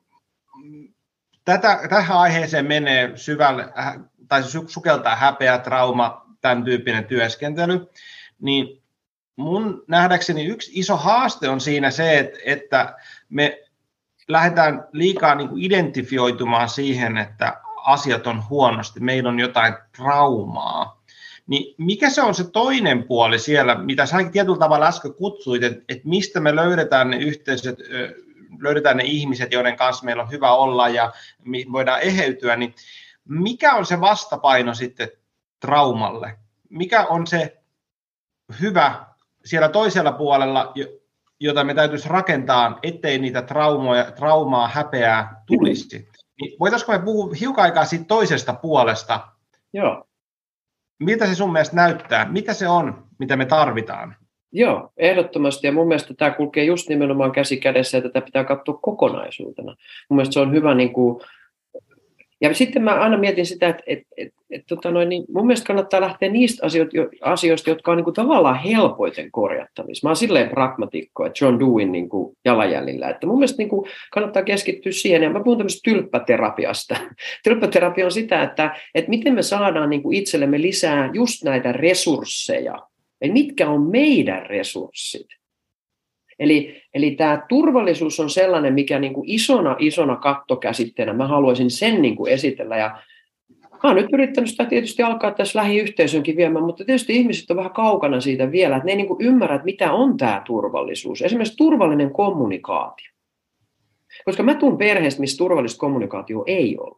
A: tätä, tähän aiheeseen menee syvälle, tai sukeltaa häpeä, trauma, tämän tyyppinen työskentely, niin mun nähdäkseni yksi iso haaste on siinä se, että me lähdetään liikaa niin kuin identifioitumaan siihen, että asiat on huonosti, meillä on jotain traumaa, niin mikä se on se toinen puoli siellä, mitä sä tietyllä tavalla äsken kutsuit, että, että mistä me löydetään ne yhteisöt, löydetään ne ihmiset, joiden kanssa meillä on hyvä olla ja voidaan eheytyä, niin mikä on se vastapaino sitten traumalle? Mikä on se hyvä siellä toisella puolella, jota me täytyisi rakentaa, ettei niitä traumoja, traumaa, häpeää tulisi? Niin voitaisiko me puhua hiukan aikaa siitä toisesta puolesta?
B: Joo.
A: Miltä se sun mielestä näyttää? Mitä se on, mitä me tarvitaan?
B: Joo, ehdottomasti. Ja mun mielestä tämä kulkee just nimenomaan käsi kädessä, ja tätä pitää katsoa kokonaisuutena. Mun mielestä se on hyvä niin kuin... Ja sitten mä aina mietin sitä, että et, et, et, tota noin, niin mun mielestä kannattaa lähteä niistä asioista, jotka on niin kuin tavallaan helpoiten korjattavissa. Mä oon silleen pragmatikko, että John Dewin niin kuin jalanjäljillä. Että mun mielestä niin kuin kannattaa keskittyä siihen, ja mä puhun tämmöisestä tylppäterapiasta. Tylppäterapia on sitä, että, että miten me saadaan niin kuin itsellemme lisää just näitä resursseja. Eli mitkä on meidän resurssit? Eli, eli tämä turvallisuus on sellainen, mikä niin kuin isona, isona kattokäsitteenä, mä haluaisin sen niin kuin esitellä. Ja Mä oon nyt yrittänyt sitä tietysti alkaa tässä lähiyhteisönkin viemään, mutta tietysti ihmiset on vähän kaukana siitä vielä, että ne ei niin kuin ymmärrä, että mitä on tämä turvallisuus. Esimerkiksi turvallinen kommunikaatio. Koska mä tuun perheestä, missä turvallista kommunikaatio ei ole.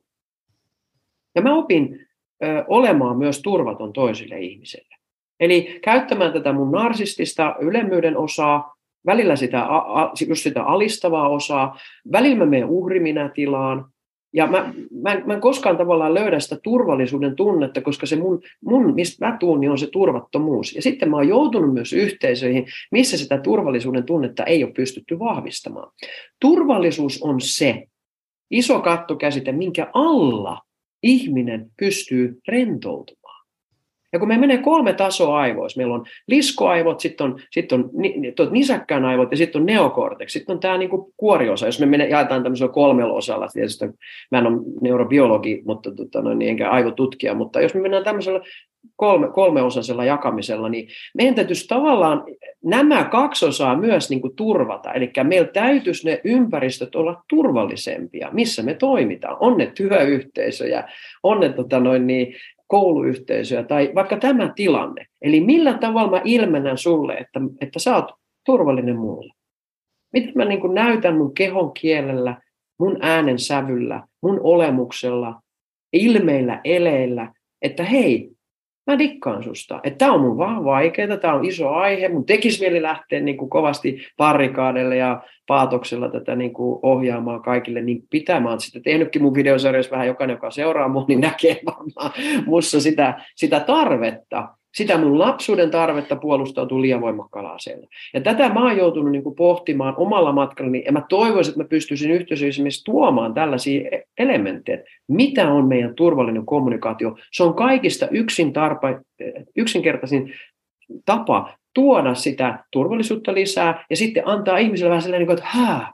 B: Ja mä opin ö, olemaan myös turvaton toisille ihmisille. Eli käyttämään tätä mun narsistista ylemmyyden osaa, välillä sitä, a, just sitä alistavaa osaa, välillä mä menen uhriminä-tilaan. Ja mä, mä, en, mä en koskaan tavallaan löydä sitä turvallisuuden tunnetta, koska se mun, mun mistä mä tuun, niin on se turvattomuus. Ja sitten mä oon joutunut myös yhteisöihin, missä sitä turvallisuuden tunnetta ei ole pystytty vahvistamaan. Turvallisuus on se iso kattokäsite, minkä alla ihminen pystyy rentoutumaan. Ja kun me menee kolme tasoa aivoissa, meillä on liskoaivot, sitten on, sit on nisäkkään aivot ja sitten on neokorteksi. Sitten on tämä niinku kuoriosa, jos me mene, jaetaan tämmöisellä kolmella osalla. Tietysti mä en ole neurobiologi, mutta tota, no, niin, enkä aivotutkija, mutta jos me mennään tämmöisellä kolme, kolmeosaisella jakamisella, niin meidän täytyisi tavallaan nämä kaksi osaa myös niinku turvata. Eli meillä täytyisi ne ympäristöt olla turvallisempia, missä me toimitaan. On ne työyhteisöjä, on ne tota, noin niin, kouluyhteisöä tai vaikka tämä tilanne. Eli millä tavalla mä ilmennän sulle, että, että sä oot turvallinen mulle. Miten mä niin kuin näytän mun kehon kielellä, mun äänen sävyllä, mun olemuksella, ilmeillä, eleillä, että hei, mä dikkaan susta. Että tää on mun vaan vaikeeta, tää on iso aihe, mun tekisi mieli lähteä niin kuin kovasti barrikaadelle ja paatoksella tätä niin kuin ohjaamaan kaikille niin pitää. Mä oon sitten tehnytkin mun videosarjoissa vähän jokainen, joka seuraa mun, niin näkee varmaan mussa sitä, sitä tarvetta, sitä mun lapsuuden tarvetta puolustautua liian voimakkaalla aseella. Ja tätä mä oon joutunut niin kuin pohtimaan omalla matkallani, ja mä toivoisin, että mä pystyisin yhteisöissä tuomaan tällaisia elementtejä. Mitä on meidän turvallinen kommunikaatio? Se on kaikista yksin tarpa, yksinkertaisin tapa tuoda sitä turvallisuutta lisää ja sitten antaa ihmisille vähän sellainen, että hää,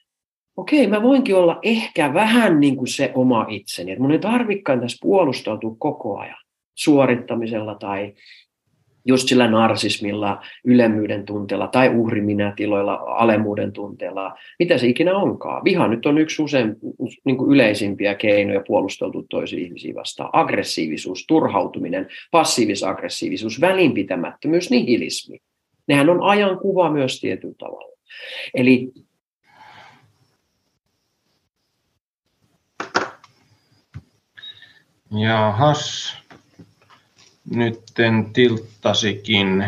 B: okei, mä voinkin olla ehkä vähän niin kuin se oma itseni. Että mun ei tarvitsekaan tässä puolustautua koko ajan suorittamisella tai just sillä narsismilla, ylemmyyden tunteella tai uhriminätiloilla, alemmuuden tunteella, mitä se ikinä onkaan. Viha nyt on yksi usein niin kuin yleisimpiä keinoja puolustautua toisiin ihmisiin vastaan. Aggressiivisuus, turhautuminen, passiivis-aggressiivisuus, välinpitämättömyys, nihilismi. Nehän on ajankuva myös tietyllä tavalla. Eli
A: Jahas. Nytten tilttasikin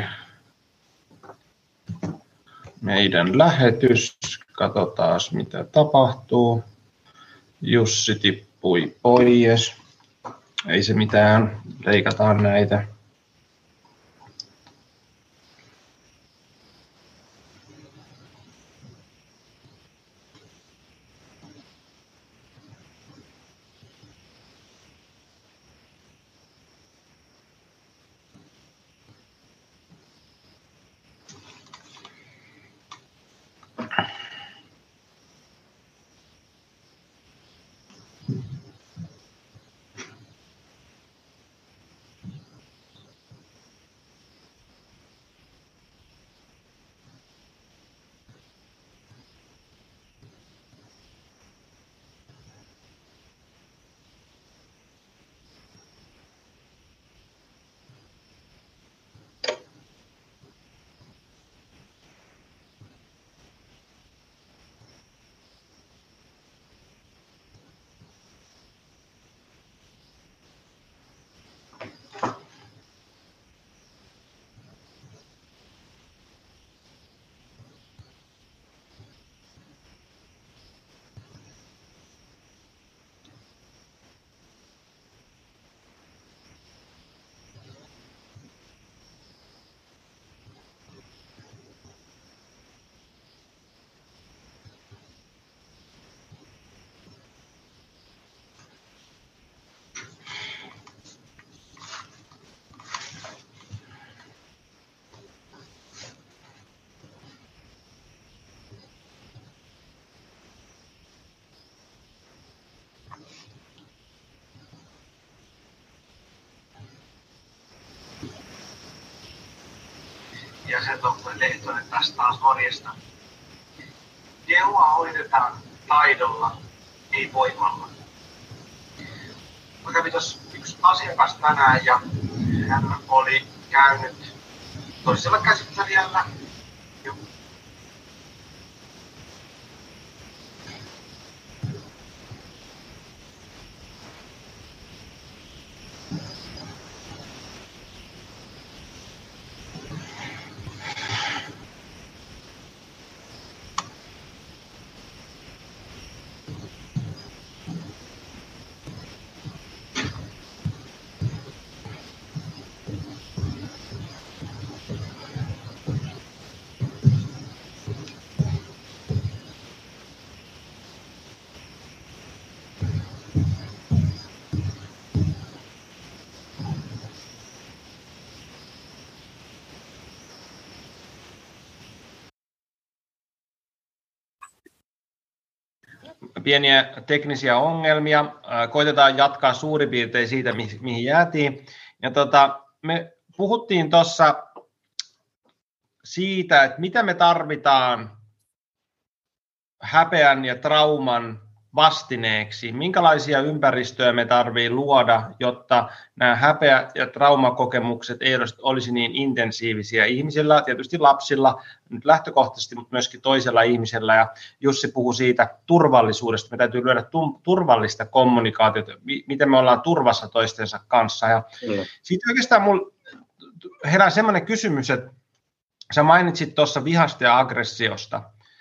A: meidän lähetys. Katsotaan, mitä tapahtuu. Jussi tippui pois. Ei se mitään. Leikataan näitä.
C: Ja se Toppari Lehtonen tästä taas morjesta. Kehoa hoidetaan taidolla, ei voimalla. Mä kävin tuossa yksi asiakas tänään ja hän oli käynyt toisella käsittelijällä.
A: Pieniä teknisiä ongelmia. Koitetaan jatkaa suurin piirtein siitä, mihin jäätiin. Ja tota, me puhuttiin tuossa siitä, että mitä me tarvitaan häpeän ja trauman vastineeksi. Minkälaisia ympäristöjä me tarvitsee luoda, jotta nämä häpeä- ja traumakokemukset ei olisi niin intensiivisiä ihmisillä, tietysti lapsilla, nyt lähtökohtaisesti, mutta myöskin toisella ihmisellä. Ja Jussi puhui siitä turvallisuudesta. Me täytyy lyödä turvallista kommunikaatiota, miten me ollaan turvassa toistensa kanssa. Ja siitä oikeastaan minulla herää sellainen kysymys, että sä mainitsit tuossa vihasta ja aggressiosta.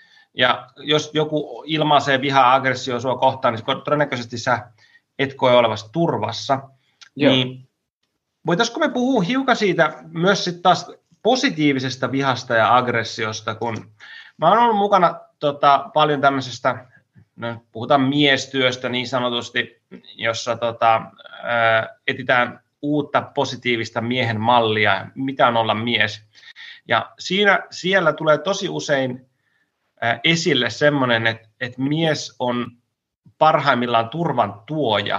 A: Ja jos joku ilmaisee vihaa aggressioa sua kohtaan, niin todennäköisesti sä et koe olevasi turvassa.
B: Joo.
A: Niin voitaisiko me puhua hiukan siitä myös sit taas positiivisesta vihasta ja aggressiosta, kun mä oon ollut mukana tota, paljon tämmöisestä, no, puhutaan miestyöstä niin sanotusti, jossa tota, ää, etsitään uutta positiivista miehen mallia, mitä on olla mies. Ja siinä, siellä tulee tosi usein esille semmoinen, että, että mies on parhaimmillaan turvan tuoja,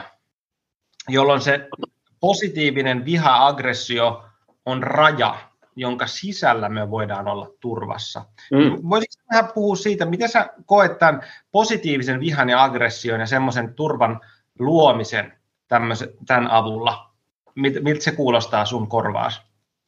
A: jolloin se positiivinen viha-aggressio on raja, jonka sisällä me voidaan olla turvassa. Mm. Voisitko vähän puhua siitä, miten sä koet tämän positiivisen vihan ja aggression ja semmoisen turvan luomisen tämän avulla? Miltä se kuulostaa sun korvaasi?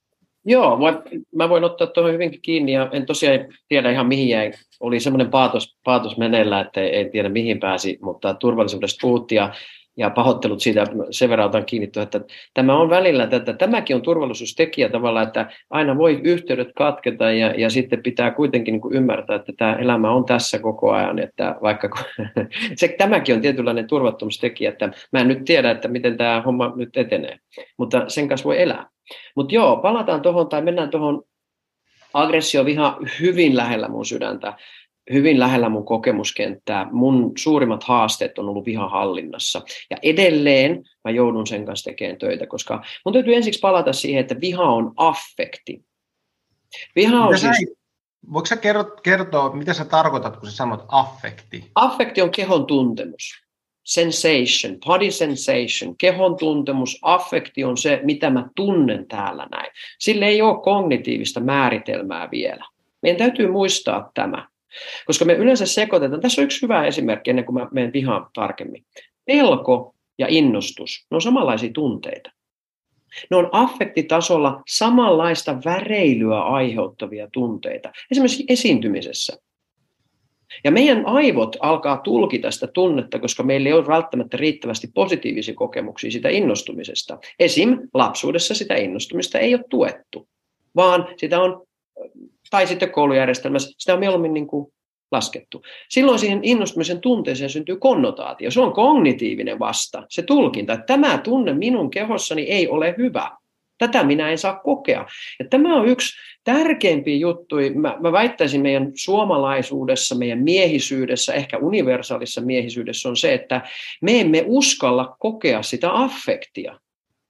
B: Joo, mä, mä voin ottaa tuohon hyvinkin kiinni ja en tosiaan tiedä ihan mihin jäi. Oli semmoinen paatos, paatos meneillä, että ei, ei tiedä mihin pääsi, mutta turvallisuudesta puhuttiin ja, ja pahoittelut siitä sen verran otan kiinni, että tämä on välillä, että tämäkin on turvallisuustekijä tavallaan, että aina voi yhteydet katketa ja, ja sitten pitää kuitenkin niin kuin ymmärtää, että tämä elämä on tässä koko ajan, että vaikka se, tämäkin on tietynlainen turvattomuustekijä, että mä en nyt tiedä, että miten tämä homma nyt etenee, mutta sen kanssa voi elää. Mutta joo, palataan tuohon tai mennään tuohon aggressio, viha hyvin lähellä mun sydäntä, hyvin lähellä mun kokemuskenttää. Mun suurimmat haasteet on ollut vihahallinnassa. Ja edelleen mä joudun sen kanssa tekemään töitä, koska mun täytyy ensiksi palata siihen, että viha on affekti. Viha on siis...
A: Sä, voitko sä kertoa, mitä sä tarkoitat, kun sä sanot affekti?
B: Affekti on kehon tuntemus. Sensation, body sensation, kehon tuntemus, affekti on se, mitä mä tunnen täällä näin. Sillä ei ole kognitiivista määritelmää vielä. Meidän täytyy muistaa tämä, koska me yleensä sekoitetaan. Tässä on yksi hyvä esimerkki ennen kuin mä menen vihaan tarkemmin. Pelko ja innostus, ne on samanlaisia tunteita. Ne on affektitasolla samanlaista väreilyä aiheuttavia tunteita, esimerkiksi esiintymisessä. Ja meidän aivot alkaa tulkita sitä tunnetta, koska meillä ei ole välttämättä riittävästi positiivisia kokemuksia sitä innostumisesta. Esim. Lapsuudessa sitä innostumista ei ole tuettu, vaan sitä on, tai sitten koulujärjestelmässä, sitä on mieluummin niin kuin laskettu. Silloin siihen innostumisen tunteeseen syntyy konnotaatio. Se on kognitiivinen vasta, se tulkinta, että tämä tunne minun kehossani ei ole hyvä. Tätä minä en saa kokea. Ja tämä on yksi tärkeimpiä juttuja. Mä, mä väittäisin meidän suomalaisuudessa, meidän miehisyydessä, ehkä universaalissa miehisyydessä on se, että me emme uskalla kokea sitä affektia.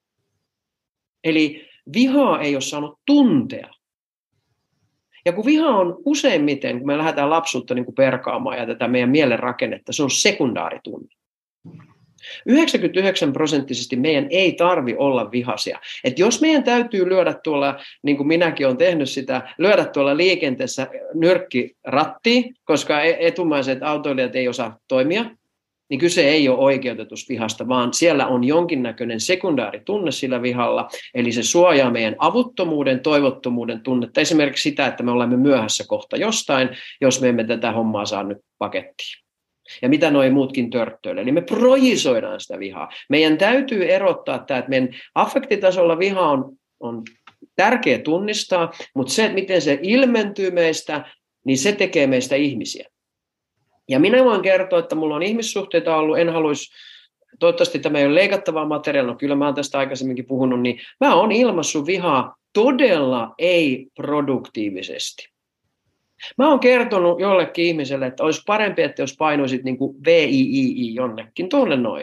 B: Eli vihaa ei ole saanut tuntea. Ja kun viha on useimmiten, kun me lähdetään lapsuutta niin kuin perkaamaan ja tätä meidän mielen rakennetta, se on sekundaaritunne. yhdeksänkymmentäyhdeksän prosenttisesti meidän ei tarvi olla vihaisia. Et jos meidän täytyy lyödä tuolla, niin kuin minäkin olen tehnyt sitä, lyödä tuolla liikenteessä nyrkki rattiin, koska etumaiset autoilijat ei osaa toimia, niin kyse ei ole oikeutetusta vihasta, vaan siellä on jonkinnäköinen sekundääritunne sillä vihalla, eli se suojaa meidän avuttomuuden, toivottomuuden tunnetta, esimerkiksi sitä, että me olemme myöhässä kohta jostain, jos me emme tätä hommaa saa nyt pakettiin. Ja mitä noi muutkin törttöilee, niin me projisoidaan sitä vihaa. Meidän täytyy erottaa tämä, että meidän affektitasolla viha on, on tärkeä tunnistaa, mutta se, että miten se ilmentyy meistä, niin se tekee meistä ihmisiä. Ja minä voin kertoa, että mulla on ihmissuhteita ollut, en haluaisi, toivottavasti tämä ei ole leikattavaa materiaalia, no kyllä mä oon tästä aikaisemminkin puhunut, niin mä oon ilmaissut vihaa todella ei-produktiivisesti. Mä oon kertonut jollekin ihmiselle, että olisi parempi, että jos painuisit niin kuin V I I I jonnekin, tuonne noin.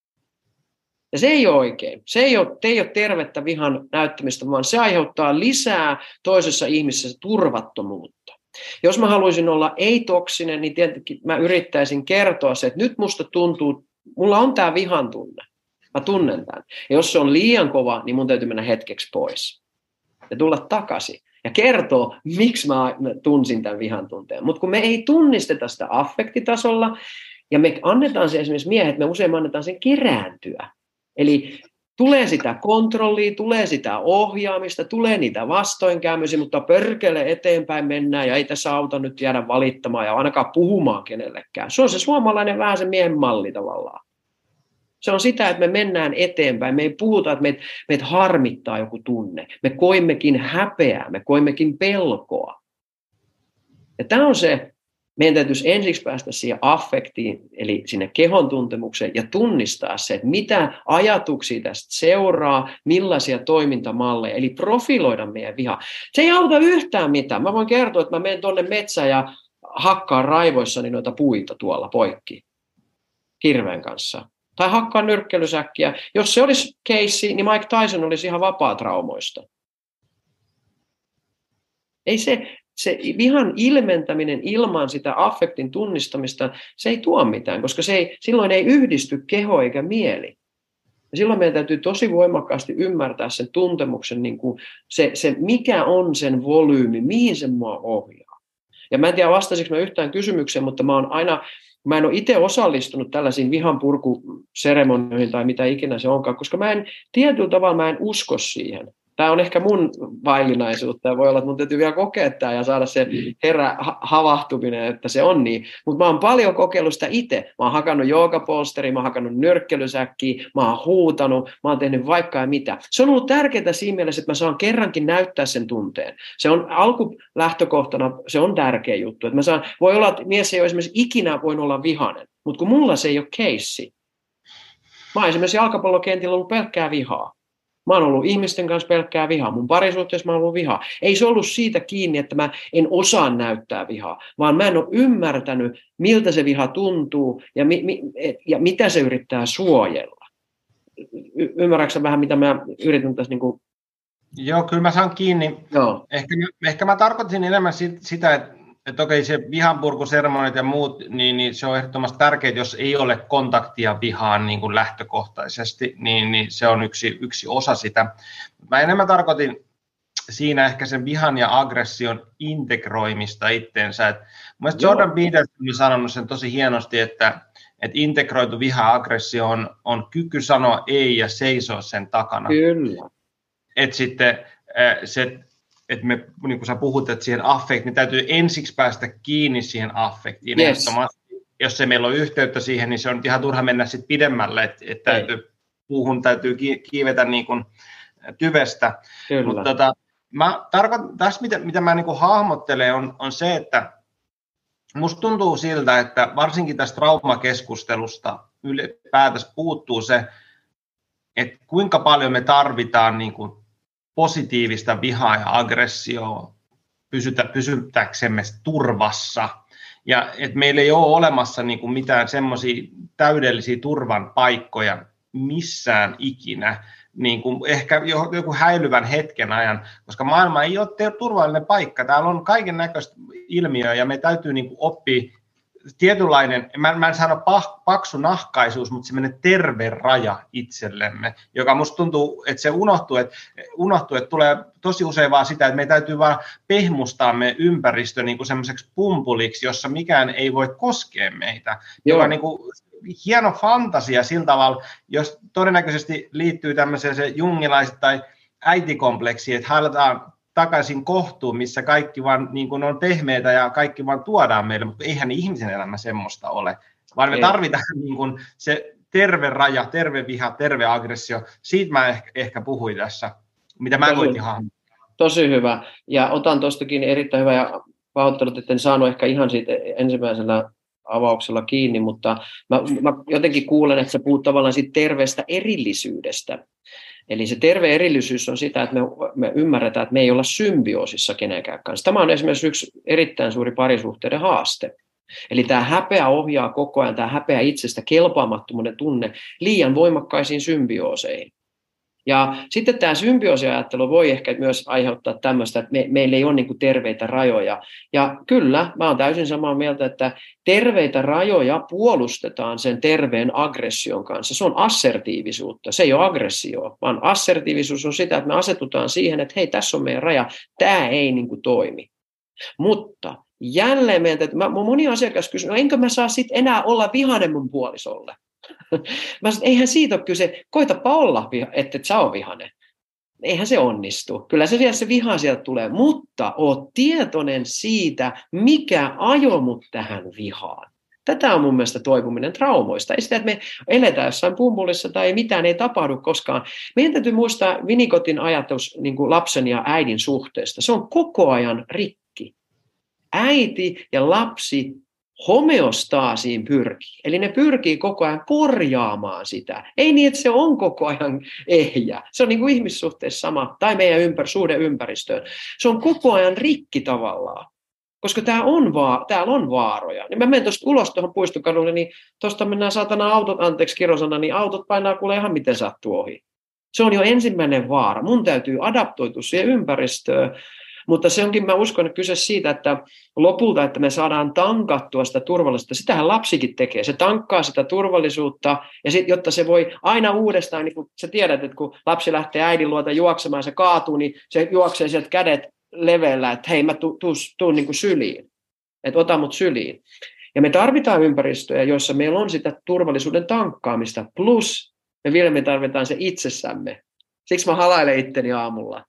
B: Ja se ei ole oikein. Se ei ole, ei ole tervettä vihan näyttämistä, vaan se aiheuttaa lisää toisessa ihmisessä turvattomuutta. Jos mä haluaisin olla ei-toksinen, niin tietenkin mä yrittäisin kertoa se, että nyt musta tuntuu, mulla on tää vihan tunne. Mä tunnen tämän. Ja jos se on liian kova, niin mun täytyy mennä hetkeksi pois. Ja tulla takaisin. Ja kertoo, miksi mä tunsin tämän vihan tunteen. Mutta kun me ei tunnisteta sitä affektitasolla, ja me annetaan se esimerkiksi miehet, me usein annetaan sen kerääntyä. Eli tulee sitä kontrollia, tulee sitä ohjaamista, tulee niitä vastoinkäymisiä, mutta pörkele eteenpäin mennään ja ei tässä auta nyt jäädä valittamaan ja ainakaan puhumaan kenellekään. Se on se suomalainen vähän se miehen malli tavallaan. Se on sitä, että me mennään eteenpäin. Me ei puhuta, että meitä meitä harmittaa joku tunne. Me koimmekin häpeää, me koimmekin pelkoa. Ja tämä on se, meidän täytyisi ensiksi päästä siihen affektiin, eli sinne kehon tuntemukseen, ja tunnistaa se, että mitä ajatuksia tästä seuraa, millaisia toimintamalleja, eli profiloida meidän vihaa. Se ei auta yhtään mitään. Mä voin kertoa, että mä menen tuonne metsään ja hakkaan raivoissani noita puita tuolla poikki kirveen kanssa. Tai hakkaa nyrkkeilysäkkiä. Jos se olisi keissi, niin Mike Tyson olisi ihan vapaa traumoista. Ei se, se vihan ilmentäminen ilman sitä affektin tunnistamista, se ei tuo mitään, koska se ei, silloin ei yhdisty keho eikä mieli. Ja silloin meidän täytyy tosi voimakkaasti ymmärtää sen tuntemuksen, niin kuin se, se, mikä on sen volyymi, mihin se mua ohjaa. Ja mä en tiedä vastasinko mä yhtään kysymykseen, mutta mä oon aina... Mä en ole itse osallistunut tällaisiin vihanpurkuseremonioihin tai mitä ikinä se onkaan, koska mä en tietyllä tavalla mä en usko siihen. Tämä on ehkä mun vaillinaisuutta ja voi olla, että mun täytyy vielä kokea tämä ja saada se herä havahtuminen, että se on niin. Mutta mä oon paljon kokeillut sitä itse. Mä oon hakannut joogapolsteria, mä oon hakannut nyrkkeilysäkkiä, mä oon huutanut, mä oon tehnyt vaikka ja mitä. Se on ollut tärkeää siinä mielessä, että mä saan kerrankin näyttää sen tunteen. Se on alkulähtökohtana, se on tärkeä juttu. Että mä saan, voi olla, että mies ei ole esimerkiksi ikinä voinut olla vihainen, mutta kun mulla se ei ole keissi. Mä oon esimerkiksi jalkapallokentillä ollut pelkkää vihaa. Mä oon ollut ihmisten kanssa pelkkää vihaa. Mun parisuhteessa mä oon ollut vihaa. Ei se ollut siitä kiinni, että mä en osaa näyttää vihaa, vaan mä en ole ymmärtänyt, miltä se viha tuntuu ja, mi- mi- ja mitä se yrittää suojella. Y- ymmärrätkö vähän, mitä mä yritän tässä niin kuin...
A: Joo, kyllä mä saan kiinni.
B: Joo.
A: Ehkä, ehkä mä tarkoitin enemmän sitä, että että okei, se vihanpurkuseremonit ja muut, niin, niin se on ehdottomasti tärkeää, jos ei ole kontaktia vihaan niin kuin lähtökohtaisesti, niin, niin se on yksi, yksi osa sitä. Mä enemmän tarkoitin siinä ehkä sen vihan ja aggression integroimista itteensä. Et mielestäni Jordan Peterson on sanonut sen tosi hienosti, että, että integroitu viha ja aggressio on, on kyky sanoa ei ja seisoa sen takana.
B: Kyllä.
A: Että sitten se... että me, niin kuin sä puhut, että siihen affektiin, niin täytyy ensiksi päästä kiinni siihen affektiin.
B: Yes.
A: Jos ei meillä ole yhteyttä siihen, niin se on ihan turha mennä sitten pidemmälle, että, että täytyy, puuhun täytyy kiivetä niin kuin tyvestä. Mutta tota, mä tarkoitan, tässä mitä, mitä mä niin kuin hahmottelen on, on se, että musta tuntuu siltä, että varsinkin tästä traumakeskustelusta ylipäätänsä puuttuu se, että kuinka paljon me tarvitaan niin kuin positiivista vihaa ja aggressioa pysytä, pysytäksemme turvassa. Ja että meillä ei ole olemassa niin kuin mitään semmoisia täydellisiä turvan paikkoja missään ikinä, niin kuin ehkä joku häilyvän hetken ajan, koska maailma ei ole turvallinen paikka. Täällä on kaiken näköistä ilmiöä ja me täytyy niin kuin oppia tietynlainen, mä, mä en sano pah, paksu nahkaisuus, mutta semmoinen terve raja itsellemme, joka musta tuntuu, että se unohtuu, että, unohtuu, että tulee tosi usein vaan sitä, että me täytyy vaan pehmustaa meidän ympäristö niin kuin semmoiseksi pumpuliksi, jossa mikään ei voi koskea meitä, joka niin kuin hieno fantasia sillä tavalla, jos todennäköisesti liittyy tämmöiseen se jungilaiset tai äitikompleksiin, että halutaan takaisin kohtuun, missä kaikki vaan niin kuin on pehmeitä ja kaikki vaan tuodaan meille, mutta eihän ihmisen elämä semmoista ole, vaan me Ei. tarvitaan niin kuin se terve raja, terve viha, terve aggressio. Siitä mä ehkä, ehkä puhuin tässä, mitä mä koitin hahmottaa.
B: Tosi hyvä. Ja otan tuostakin erittäin hyvä, ja pahoittelut, että en saanut ehkä ihan siitä ensimmäisellä avauksella kiinni, mutta mä, mä jotenkin kuulen, että sä puhut tavallaan siitä terveestä erillisyydestä. Eli se terve erillisyys on sitä, että me, me ymmärretään, että me ei olla symbioosissa kenenkään kanssa. Tämä on esimerkiksi yksi erittäin suuri parisuhteiden haaste. Eli tämä häpeä ohjaa koko ajan, tämä häpeä itsestä kelpaamattomuuden tunne liian voimakkaisiin symbiooseihin. Ja sitten tämä symbioosiajattelu voi ehkä myös aiheuttaa tämmöistä, että me, meillä ei ole niin kuin terveitä rajoja. Ja kyllä, mä olen täysin samaa mieltä, että terveitä rajoja puolustetaan sen terveen aggression kanssa. Se on assertiivisuutta, se ei ole aggressio, vaan assertiivisuus on sitä, että me asetutaan siihen, että hei, tässä on meidän raja, tämä ei niin kuin toimi. Mutta jälleen meiltä, että mä, moni asiakas kysyy, no enkö mä saa sitten enää olla vihainen mun puolisolle? Mä sanoin, eihän siitä ole kyse, koitapa olla, että et sä ole vihainen. Eihän se onnistu. Kyllä se, se viha sieltä tulee, mutta oot tietoinen siitä, mikä ajoi mut tähän vihaan. Tätä on mun mielestä toipuminen traumoista. Ei sitä, että me eletään jossain pumpulissa tai mitään ei tapahdu koskaan. Meidän täytyy muistaa Winnicottin ajatus niin kuin lapsen ja äidin suhteesta. Se on koko ajan rikki. Äiti ja lapsi homeostaasiin pyrkii. Eli ne pyrkii koko ajan korjaamaan sitä. Ei niin, että se on koko ajan ehjä. Se on niin kuin ihmissuhteessa sama, tai meidän ympär, suhde ympäristöön. Se on koko ajan rikki tavallaan. Koska tää on va- täällä on vaaroja. Niin mä menen tuosta ulos tuohon puistokadulle, niin tuosta mennään saatana autot, anteeksi kirosana, niin autot painaa kuule ihan miten sattuu ohi. Se on jo ensimmäinen vaara. Mun täytyy adaptoitua siihen ympäristöön. Mutta se onkin, mä uskon, että kyse siitä, että lopulta, että me saadaan tankattua sitä turvallisuutta. Sitähän lapsikin tekee. Se tankkaa sitä turvallisuutta, ja sit, jotta se voi aina uudestaan, niin kuin sä tiedät, että kun lapsi lähtee äidin luota juoksemaan ja se kaatuu, niin se juoksee sieltä kädet leveällä, että hei, mä tuun tu, tu, niin kuin syliin. Että ota mut syliin. Ja me tarvitaan ympäristöjä, joissa meillä on sitä turvallisuuden tankkaamista, plus me vielä me tarvitaan se itsessämme. Siksi mä halailen itteni aamulla.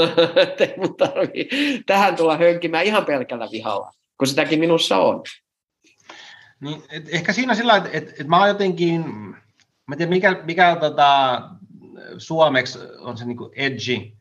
B: Ei mun tarvii tähän tulla hönkimään ihan pelkällä vihalla, kun sitäkin minussa on.
A: Niin, et ehkä siinä sillä että et, et mä oon jotenkin, mä en tiedä mikä, mikä tota, suomeksi on se niinku edgy,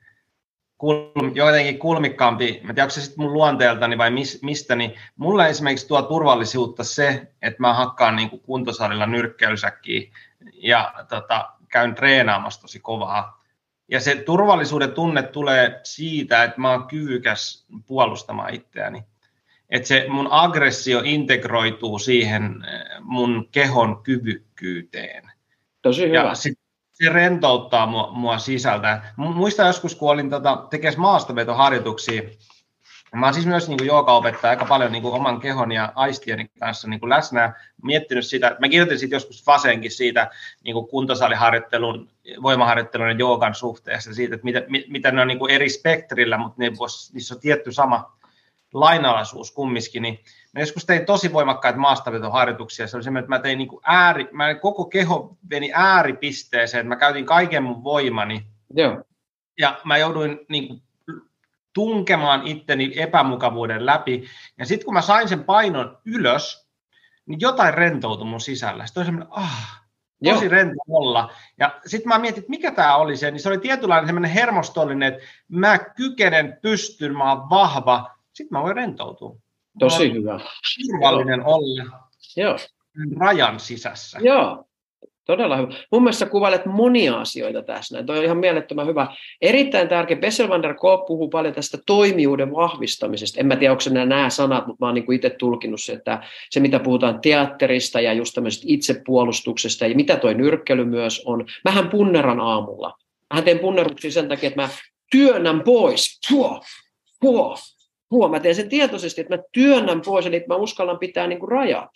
A: kulm, jotenkin kulmikkaampi, mä en tiedä onko se sitten mun luonteeltani vai mis, mistä, niin mulle esimerkiksi tuo turvallisuutta se, että mä hakkaan niinku kuntosalilla nyrkkeilysäkkiä ja tota, käyn treenaamassa tosi kovaa. Ja se turvallisuuden tunne tulee siitä, että mä oon kyvykäs puolustamaan itseäni. Että se mun aggressio integroituu siihen mun kehon kyvykkyyteen.
B: Tosi hyvä.
A: Ja se, se rentouttaa mua, mua sisältä. Muistan joskus, kun olin tota, tekemässä maastavetoharjoituksia. Mä oon siis myös niin kuin joogaopettaja aika paljon niin kuin oman kehon ja aistieni kanssa niin kuin läsnä. Miettinyt sitä, mä kirjoitin siitä joskus Faseenkin siitä niin kuin kuntosaliharjoittelun, voimaharjoittelun ja joogan suhteesta, siitä, että mitä, mitä ne on niin kuin eri spektrillä, mutta ne vois, niissä on tietty sama lainalaisuus kumminkin. Niin mä joskus tein tosi voimakkaita maastavetoharjoituksia. Se oli semmoinen, että mä tein niin kuin ääri, mä koko keho meni ääripisteeseen, että mä käytin kaiken mun voimani.
B: Joo.
A: Ja mä jouduin niin kuin tunkemaan itteni epämukavuuden läpi. Ja sitten kun mä sain sen painon ylös, niin jotain rentoutui mun sisällä. Sitten oli semmoinen, ah, tosi Joo. rento olla. Ja sitten mä mietin, että mikä tämä oli se, niin se oli tietynlainen semmoinen hermostollinen, että mä kykenen, pystyn, mä oon vahva. Sitten mä voin rentoutua.
B: Tosi mä hyvä.
A: Turvallinen olla
B: Joo.
A: rajan sisässä.
B: Joo. Todella hyvä. Mun mielestä kuvailet monia asioita tässä. Tuo on ihan mielettömän hyvä. Erittäin tärkeä. Bessel van der Kolk puhuu paljon tästä toimijuuden vahvistamisesta. En mä tiedä, onko se nämä sanat, mutta mä oon niin itse tulkinnut se, että se mitä puhutaan teatterista ja just tämmöisestä itsepuolustuksesta ja mitä toi nyrkkeily myös on. Mähän punneran aamulla. Mähän teen punneruksia sen takia, että mä työnnän pois. Puo, puo, puo. Mä teen sen tietoisesti, että mä työnnän pois, eli että mä uskallan pitää niin kuin rajat.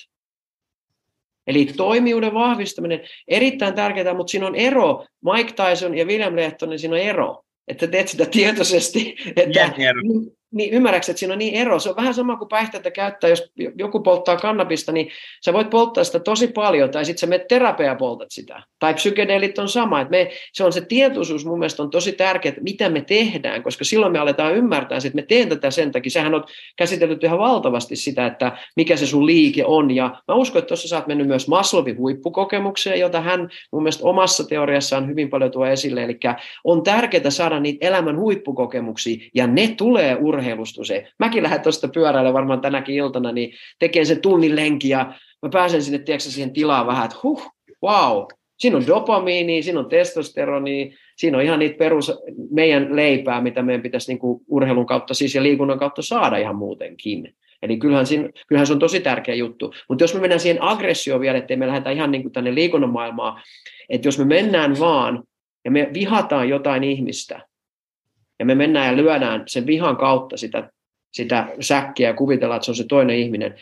B: Eli toimijuuden vahvistaminen, erittäin tärkeää, mutta siinä on ero. Mike Tyson ja William Lehtonen, siinä on ero. Että teet sitä tietoisesti. Että, niin ymmärrätkö, että siinä on niin ero. Se on vähän sama kuin päihteitä käyttää, jos joku polttaa kannabista, niin sä voit polttaa sitä tosi paljon, tai sitten sä menet terapia ja poltat sitä. Tai psykedeelit on sama. Että me, se on se tietoisuus mun mielestä on tosi tärkeää, että mitä me tehdään, koska silloin me aletaan ymmärtää, että me teen tätä sen takia. Sähän on käsitellyt ihan valtavasti sitä, että mikä se sun liike on. Ja mä uskon, että tuossa sä oot mennyt myös Maslowin huippukokemukseen, jota hän mun mielestä omassa teoriassaan hyvin paljon tuo esille. Eli on tärkeää saada niitä elämän huippukokemuksia, ja ne tulee urheilusta se. Mäkin lähden tuosta pyöräillä varmaan tänäkin iltana, niin tekee sen tunnin lenki, ja mä pääsen sinne, tiedätkö, siihen tilaan vähän, että huh, wow, siinä on dopamiinia, siinä on testosteronia, siinä on ihan niitä perus meidän leipää, mitä meidän pitäisi niin kuin urheilun kautta siis ja liikunnan kautta saada ihan muutenkin. Eli kyllähän, siinä, kyllähän se on tosi tärkeä juttu. Mutta jos me mennään siihen aggressioon vielä, ettei me lähdetä ihan niin kuin tänne liikunnan maailmaan, että jos me mennään vaan ja me vihataan jotain ihmistä, ja me mennään ja lyödään sen vihan kautta sitä, sitä säkkiä ja kuvitellaan, että se on se toinen ihminen.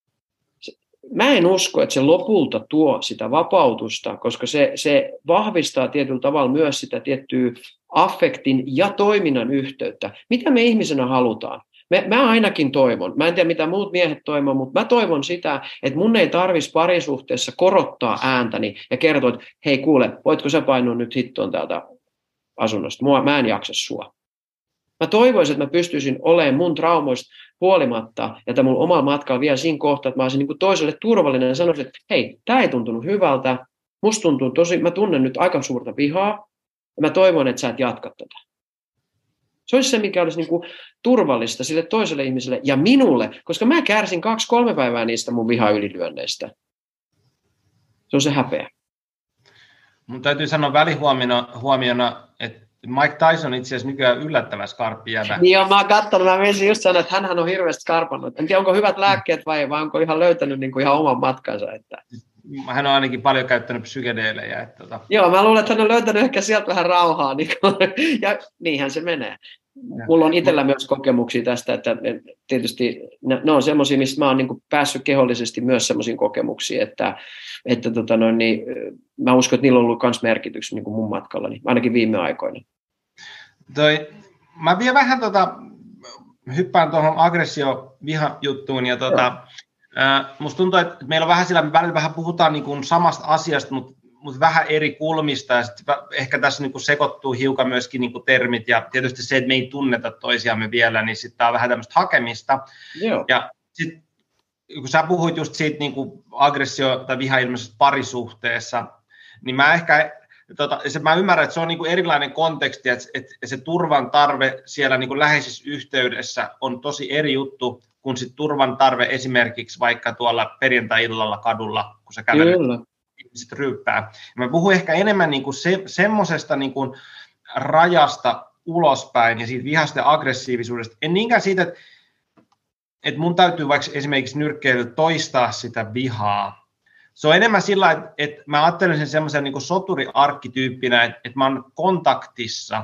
B: Mä en usko, että se lopulta tuo sitä vapautusta, koska se, se vahvistaa tietyllä tavalla myös sitä tiettyä affektin ja toiminnan yhteyttä. Mitä me ihmisenä halutaan? Me, mä ainakin toivon, mä en tiedä mitä muut miehet toivon, mutta mä toivon sitä, että mun ei tarvitsisi parisuhteessa korottaa ääntäni ja kertoa, että hei kuule, voitko sä painua nyt hittoon täältä asunnosta? Mua, mä en jaksa sua. Mä toivoisin, että mä pystyisin olemaan mun traumoista huolimatta ja tämän mun omalla matkalla vielä siinä kohtaa, että mä olisin niin kuin toiselle turvallinen ja sanoisin, että hei, tää ei tuntunut hyvältä, musta tuntuu tosi, mä tunnen nyt aika suurta vihaa ja mä toivon, että sä et jatka tätä. Se olisi se, mikä olisi niin kuin turvallista sille toiselle ihmiselle ja minulle, koska mä kärsin kaksi, kolme päivää niistä mun vihaylilyönneistä. Se on se häpeä.
A: Mun täytyy sanoa välihuomiona, huomiona, että Mike Tyson itse asiassa nykyään yllättävän skarppi jäbä.
B: Niin on, mä oon katsonut, mä menisin just sanoa, että hänhän on hirveästi skarpannut. En tiedä, onko hyvät lääkkeet vai, vai onko ihan löytänyt niin kuin ihan oman matkansa. Että...
A: Hän on ainakin paljon käyttänyt psykedeelejä. Että tota... Joo,
B: mä luulen, että hän on löytänyt ehkä sieltä vähän rauhaa. Niin kuin, ja niinhän se menee. Ja. Mulla on itsellä myös kokemuksia tästä, että tietysti ne, ne on semmoisia, mistä mä oon niin kuin päässyt kehollisesti myös semmoisiin kokemuksiin, että, että tota noin, niin, mä uskon, että niillä on ollut myös merkityksiä niin kuin mun matkallani, ainakin viime aikoina.
A: Toi, mä vielä vähän tota, hyppään tuohon aggressio-viha-juttuun, ja tota, äh, musta tuntuu, että meillä on vähän sillä, me välillä vähän puhutaan niin kuin samasta asiasta, mutta mutta vähän eri kulmista, ja sitten ehkä tässä niin kuin sekoittuu hiukan myöskin niin kuin termit, ja tietysti se, että me ei tunneta toisiamme vielä, niin sitten tämä on vähän tämmöistä hakemista.
B: Joo.
A: Ja sitten kun sä puhuit just siitä niin kuin aggressio- tai vihailmiöstä parisuhteessa, niin mä ehkä, tota, se, mä ymmärrän, että se on niin kuin erilainen konteksti, että, että se turvan tarve siellä niin kuin läheisessä yhteydessä on tosi eri juttu, kuin sit turvan tarve esimerkiksi vaikka tuolla perjantai-illalla kadulla, kun sä kävelet. Kyllä. Ihmiset ryyppää. Mä puhun ehkä enemmän niin kuin se, semmoisesta niin kuin rajasta ulospäin ja siitä vihasta ja aggressiivisuudesta. En niinkään siitä, että, että mun täytyy vaikka esimerkiksi nyrkkeilyllä toistaa sitä vihaa. Se on enemmän sillä, että, että mä ajattelen sen semmoisen niin kuin soturi-arkkityyppinä, että, että mä oon kontaktissa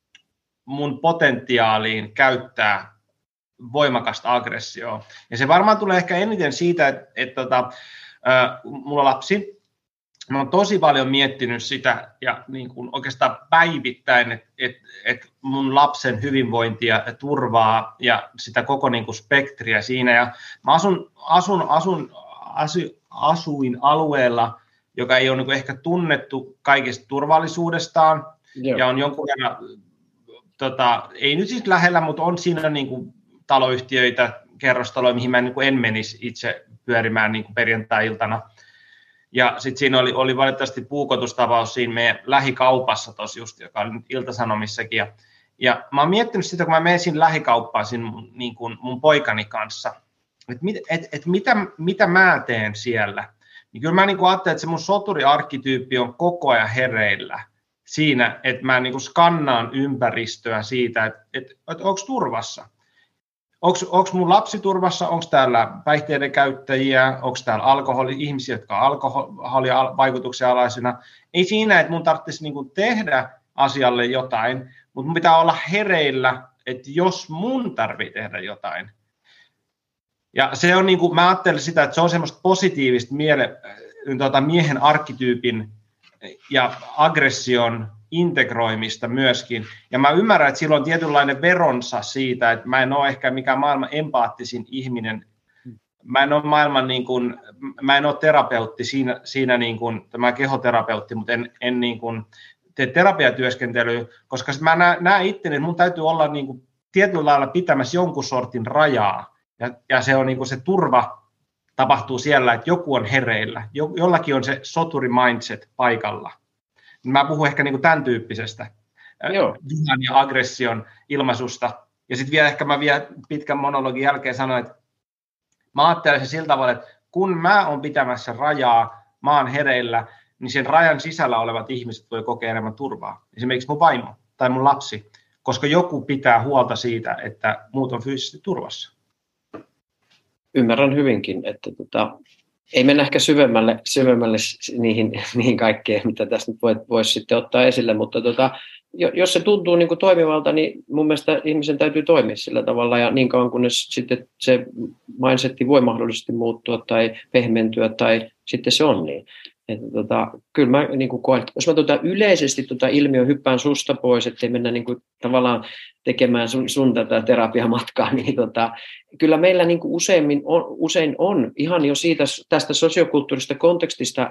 A: mun potentiaaliin käyttää voimakasta aggressioa. Ja se varmaan tulee ehkä eniten siitä, että, että, että äh, mulla on lapsi. Mä oon tosi paljon miettinyt sitä ja niin kuin oikeastaan päivittäin, että et, et mun lapsen hyvinvointia ja turvaa ja sitä koko niin kuin spektriä siinä. Ja mä asun, asun, asun asu, asuin alueella, joka ei ole niin kuin ehkä tunnettu kaikesta turvallisuudestaan. Joo. Ja on jonkun verran, tota, ei nyt siis lähellä, mutta on siinä niin kuin taloyhtiöitä, kerrostaloja, mihin mä niin kuin en menisi itse pyörimään niin kuin perjantai-iltana. Ja sitten siinä oli, oli valitettavasti puukotustapaus siinä meidän lähikaupassa tuossa just, joka oli nyt Ilta-Sanomissakin. Ja, ja mä oon miettinyt sitä, kun mä menen siinä lähikauppaan siinä mun, niin kuin mun poikani kanssa, että mit, et, et mitä, mitä mä teen siellä. Niin kyllä mä niin kuin ajattelen, että se mun soturi-arkkityyppi on koko ajan hereillä siinä, että mä niin kuin skannaan ympäristöä siitä, että, että, että onko turvassa. Onko mun lapsi turvassa, onko täällä päihteiden käyttäjiä, onko täällä alkoholi, ihmisiä, jotka on alkoholia vaikutuksen alaisena. Ei siinä, että mun tarvitsisi niinku tehdä asialle jotain, mutta mun pitää olla hereillä, että jos mun tarvitsee tehdä jotain. Ja se on, niinku, mä ajattelen sitä, että se on semmoista positiivista miele, tuota, miehen arkkityypin ja aggression integroimista myöskin. Ja mä ymmärrän, että sillä on tietynlainen veronsa siitä, että mä en ole ehkä mikään maailman empaattisin ihminen. Mä en ole maailman, niin kuin, mä en ole terapeutti siinä, siinä niin kuin, tämä kehoterapeutti, mutta en, en niin kuin tee terapiatyöskentelyä, koska mä näen, näen itteni, että mun täytyy olla niin kuin tietyllä lailla pitämässä jonkun sortin rajaa. Ja, ja se on niin kuin se turva tapahtuu siellä, että joku on hereillä, jo, jollakin on se soturi mindset paikalla. Mä puhun ehkä niin kuin tämän tyyppisestä vihan ja aggression ilmaisusta. Ja sitten vielä ehkä mä vielä pitkän monologin jälkeen sanoin, että mä ajattelisin sillä tavalla, että kun mä oon pitämässä rajaa, mä oon hereillä, niin sen rajan sisällä olevat ihmiset voi kokea enemmän turvaa. Esimerkiksi mun vaimo tai mun lapsi, koska joku pitää huolta siitä, että muut on fyysisesti turvassa.
B: Ymmärrän hyvinkin, että tota, ei mennä ehkä syvemmälle, syvemmälle niihin, niihin kaikkeen, mitä tässä nyt voisi vois sitten ottaa esille, mutta tota, jos se tuntuu niin kuin toimivalta, niin mun mielestä ihmisen täytyy toimia sillä tavalla, ja niin kauan kunnes sitten se mindsetti voi mahdollisesti muuttua tai pehmentyä, tai sitten se on niin. Että tota, kyllä mä niin kuin koen, jos mä tota yleisesti tota ilmiö hyppään susta pois, ettei mennä niin kuin tavallaan tekemään sun, sun tätä terapiamatkaa, niin tota, kyllä meillä niin kuin useimmin on, usein on ihan jo siitä, tästä sosiokulttuurista kontekstista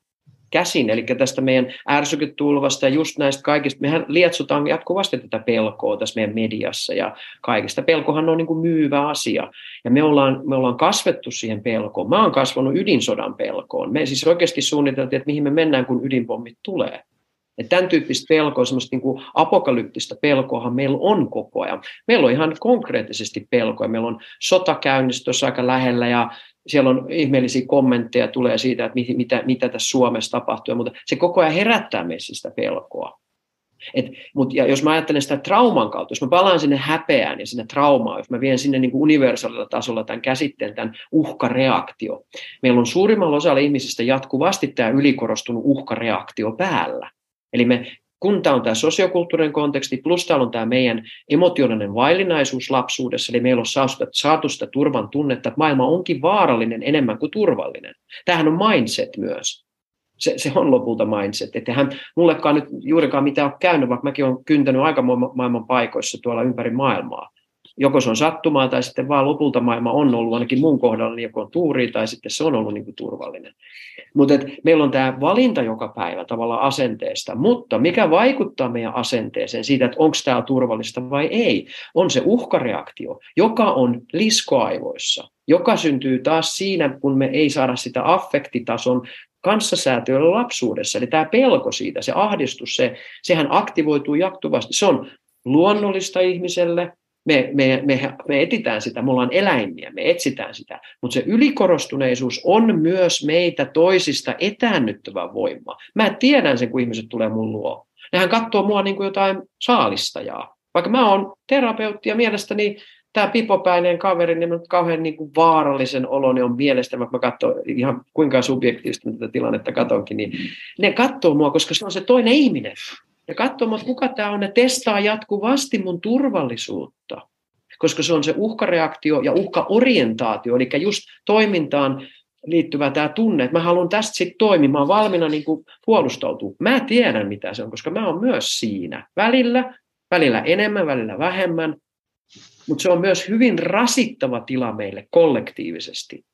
B: käsin, eli tästä meidän ärsyketulvasta ja just näistä kaikista, mehän lietsotaan jatkuvasti tätä pelkoa tässä meidän mediassa ja kaikista. Pelkohan on niin kuin myyvä asia ja me ollaan, me ollaan kasvettu siihen pelkoon. Mä oon kasvanut ydinsodan pelkoon. Me siis oikeasti suunniteltiin, että mihin me mennään, kun ydinpommit tulee. Ja tämän tyyppistä pelkoa, semmoista niin kuin apokalyptista pelkoahan meillä on koko ajan. Meillä on ihan konkreettisesti pelkoa. Meillä on sota käynnissä tuossa aika lähellä ja siellä on ihmeellisiä kommentteja tulee siitä, että mitä, mitä tässä Suomessa tapahtuu, mutta se koko ajan herättää meissä sitä pelkoa. Et, mut, ja jos mä ajattelen sitä trauman kautta, jos mä palaan sinne häpeään ja sinne traumaan, jos mä vien sinne niin kuin universaalilla tasolla tämän käsitteen, tämän uhkareaktio. Meillä on suurimmalla osalla ihmisistä jatkuvasti tämä ylikorostunut uhkareaktio päällä. Eli me kun tämä on tämä sosiokulttuurinen konteksti, plus täällä on tämä meidän emotionaalinen vaillinaisuus lapsuudessa, eli meillä on saatu sitä turvan tunnetta, että maailma onkin vaarallinen enemmän kuin turvallinen. Tämähän on mindset myös. Se, se on lopulta mindset. Että eihän mullekaan nyt juurikaan mitään ole käynyt, vaikka mäkin olen kyntänyt aika maailman paikoissa tuolla ympäri maailmaa. Joko se on sattumaa tai sitten vaan lopulta maailma on ollut ainakin mun kohdalla, niin joko on tuuri tai sitten se on ollut niin kuin turvallinen. Mutta meillä on tämä valinta joka päivä tavallaan asenteesta, mutta mikä vaikuttaa meidän asenteeseen siitä, että onko tämä turvallista vai ei, on se uhkareaktio, joka on liskoaivoissa, joka syntyy taas siinä, kun me ei saada sitä affektitason kanssasäätöillä lapsuudessa. Eli tämä pelko siitä, se ahdistus, se, sehän aktivoituu jatkuvasti. Se on luonnollista ihmiselle. Me, me, me, me etsitään sitä, me ollaan eläimiä, me etsitään sitä, mutta se ylikorostuneisuus on myös meitä toisista etäännyttävä voima. Mä tiedän sen, kun ihmiset tulee mun luo. Nehän katsoo mua niin kuin jotain saalistajaa. Vaikka mä oon terapeutti ja mielestäni tämä pipopäinen kaveri, niin kauhean niin kuin vaarallisen oloni on mielestäni, vaikka mä katson ihan kuinka subjektiivisesti tätä tilannetta katonkin, niin ne katsoo mua, koska se on se toinen ihminen. Ja katsoo, että kuka tämä on, ne testaa jatkuvasti mun turvallisuutta, koska se on se uhkareaktio ja uhkaorientaatio, eli just toimintaan liittyvä tämä tunne, että mä haluan tästä sitten toimimaan valmiina niin kuin puolustautua. Mä tiedän, mitä se on, koska mä oon myös siinä välillä, välillä enemmän, välillä vähemmän, mutta se on myös hyvin rasittava tila meille kollektiivisesti,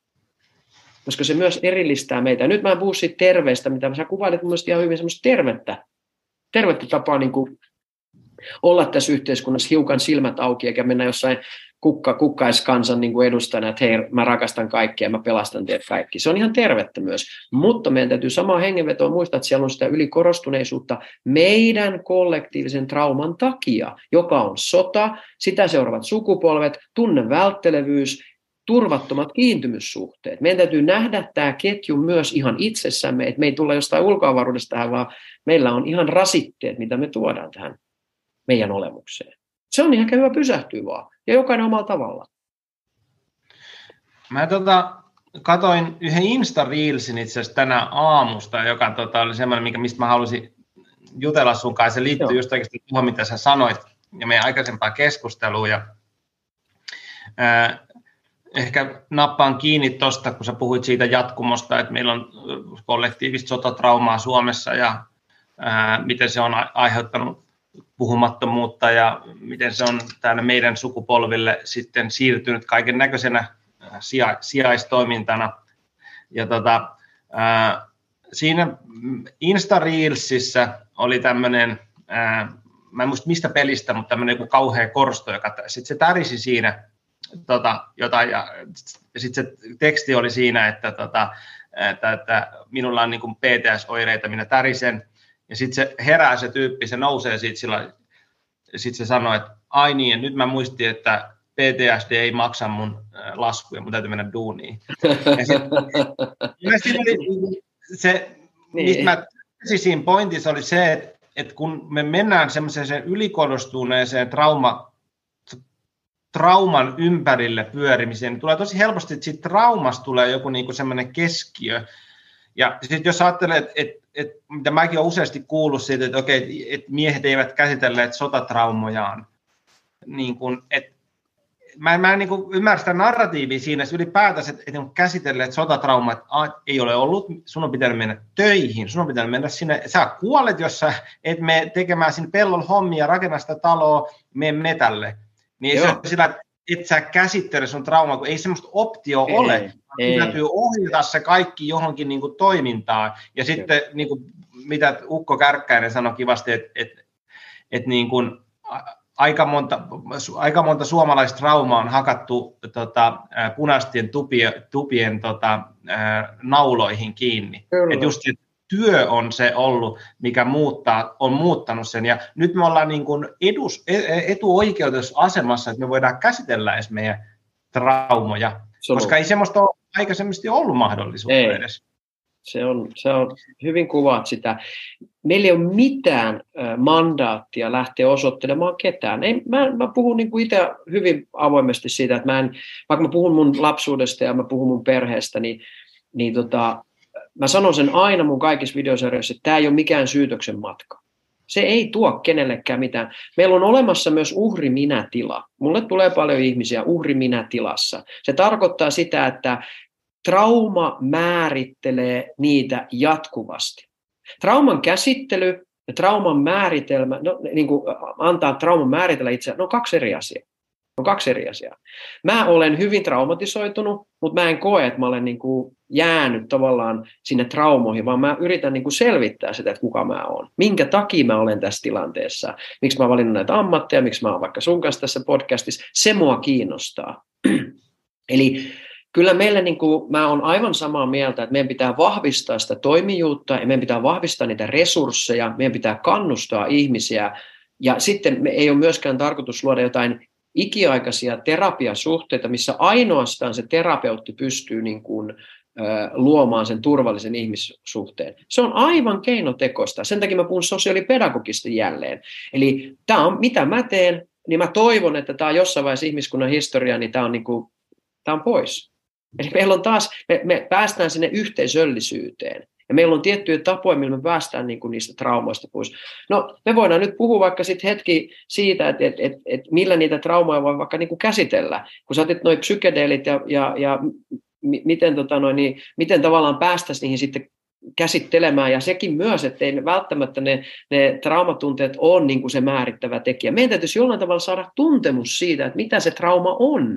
B: koska se myös erillistää meitä. Ja nyt mä en puhu siitä terveestä, mitä sä kuvailit mun mielestä ihan hyvin semmoista tervettä, tervettä tapaa niin kuin olla tässä yhteiskunnassa hiukan silmät auki, eikä mennä jossain kukka, kukkaiskansan niin kuin edustajana, että hei, mä rakastan kaikkia ja mä pelastan teidät kaikki. Se on ihan tervettä myös, mutta meidän täytyy samaa hengenvetoa muistaa, että siellä on sitä ylikorostuneisuutta meidän kollektiivisen trauman takia, joka on sota, sitä seuraavat sukupolvet, tunne välttelevyys, turvattomat kiintymyssuhteet. Meidän täytyy nähdä tämä ketju myös ihan itsessämme, että me ei tulla jostain ulkoavaruudesta tähän, vaan meillä on ihan rasitteet, mitä me tuodaan tähän meidän olemukseen. Se on ihan hyvä pysähtyä vaan, ja jokainen omalla tavalla.
A: Mä tota, katoin yhden Insta-reelsin itse asiassa tänä aamusta, joka tota, oli semmoinen, mistä mä halusin jutella sun kanssa. Se liittyy Joo. just oikeasti tuohon, mitä sä sanoit, ja meidän aikaisempaan keskusteluun. Ja, ää, ehkä nappaan kiinni tuosta, kun sä puhuit siitä jatkumosta, että meillä on kollektiivista sotatraumaa Suomessa, ja ää, miten se on aiheuttanut puhumattomuutta ja miten se on täällä meidän sukupolville sitten siirtynyt kaiken näköisenä sija, sijaistoimintana. Ja tota, ää, siinä Insta-Reelsissä oli tämmöinen, ää, mä en muista mistä pelistä, mutta tämmöinen joku kauhea korsto, joka sitten se tärisi siinä tota, jotain, ja, ja sitten se teksti oli siinä, että, tota, että, että minulla on niin kuin P T S-oireita, minä tärisen, ja sitten se herää se tyyppi, se nousee siitä sillä, sitten se sanoi, että ai niin, nyt mä muistin, että P T S D ei maksa mun laskuja, mun täytyy mennä duuniin. Ja sit, oli se, niin. Mistä mä siinä pointissa oli se, että, että kun me mennään semmoiseen ylikorostuneeseen trauma, trauman ympärille pyörimiseen, niin tulee tosi helposti, että siitä traumasta tulee joku niin kuin semmoinen keskiö. Ja sitten jos ajattelee, että, että, että mitä mäkin olen useasti kuullut siitä, että, okei, että miehet eivät käsitelleet sotatraumojaan, niin kuin, että mä en, mä en niin kuin ymmärrä sitä narratiivia siinä ylipäätänsä, että, että käsitelleet sotatraumaa, että ei ole ollut, sun on pitänyt mennä töihin, sun on pitänyt mennä sinne, sä kuolet, jos sä et mene tekemään sinne pellolla hommia, rakenna sitä taloa, mene metälle. Niin ei se ole sillä, että sä käsittele sun traumaa, kun ei semmoista optio ei, ole. Ei. Täytyy ohjata se kaikki johonkin niin kuin toimintaan. Ja sitten, niin kuin, mitä Ukko Kärkkäinen sanoi kivasti, että, että, että niin kuin, aika, monta, aika monta suomalaista traumaa on hakattu tota, punaisten tupien, tupien tota, nauloihin kiinni. Että just työ on se ollut, mikä muuttaa, on muuttanut sen. Ja nyt me ollaan niin kuin edus, etuoikeutussa asemassa, että me voidaan käsitellä edes meidän traumoja, Sano. koska ei semmoista ole aikaisemmasti ollut mahdollisuutta ei. edes.
B: Se on, se on hyvin kuvaat sitä. Meillä ei ole mitään mandaattia lähteä osoittelemaan ketään. Ei, mä, mä puhun niin kuin itse hyvin avoimesti siitä, että mä en, vaikka mä puhun mun lapsuudesta ja mä puhun mun perheestä, niin, niin tota, mä sanon sen aina mun kaikissa videosarjoissa, että tämä ei ole mikään syytöksen matka. Se ei tuo kenellekään mitään. Meillä on olemassa myös uhri-minä-tila. Mulle tulee paljon ihmisiä uhri-minä-tilassa. Se tarkoittaa sitä, että trauma määrittelee niitä jatkuvasti. Trauman käsittely ja trauman määritelmä, no, niin kuin antaa trauman määritellä itseään, ne on kaksi eri asiaa. On kaksi eri asiaa. Mä olen hyvin traumatisoitunut, mutta mä en koe, että mä olen niin kuin jäänyt tavallaan sinne traumoihin, vaan mä yritän niin kuin selvittää sitä, että kuka mä oon. Minkä takia mä olen tässä tilanteessa. Miksi mä oon valinnut näitä ammatteja, miksi mä oon vaikka sun kanssa tässä podcastissa. Se mua kiinnostaa. Eli kyllä meille, niin kuin, mä oon aivan samaa mieltä, että meidän pitää vahvistaa sitä toimijuutta ja meidän pitää vahvistaa niitä resursseja, meidän pitää kannustaa ihmisiä ja sitten me ei ole myöskään tarkoitus luoda jotain ikiaikaisia terapiasuhteita, missä ainoastaan se terapeutti pystyy niin kuin, ö, luomaan sen turvallisen ihmissuhteen. Se on aivan keinotekoista. Sen takia mä puhun sosiaalipedagogista jälleen. Eli tämä on, mitä mä teen, niin mä toivon, että tämä on jossain vaiheessa ihmiskunnan historiaa, niin tämä on, niin kuin, tämä on pois. Eli meillä on taas, me, me päästään sinne yhteisöllisyyteen. Ja meillä on tiettyjä tapoja, millä me päästään niin kuin niistä traumoista pois. No, me voidaan nyt puhua vaikka sitten hetki siitä, että et, et, et millä niitä traumoja voi vaikka niin kuin käsitellä. Kun sä otit noi psykedeelit ja, ja, ja m- miten, tota noin, niin, miten tavallaan päästäisiin niihin sitten käsittelemään. Ja sekin myös, että ei välttämättä ne, ne traumatunteet ole niin kuin se määrittävä tekijä. Meidän täytyisi jollain tavalla saada tuntemus siitä, että mitä se trauma on.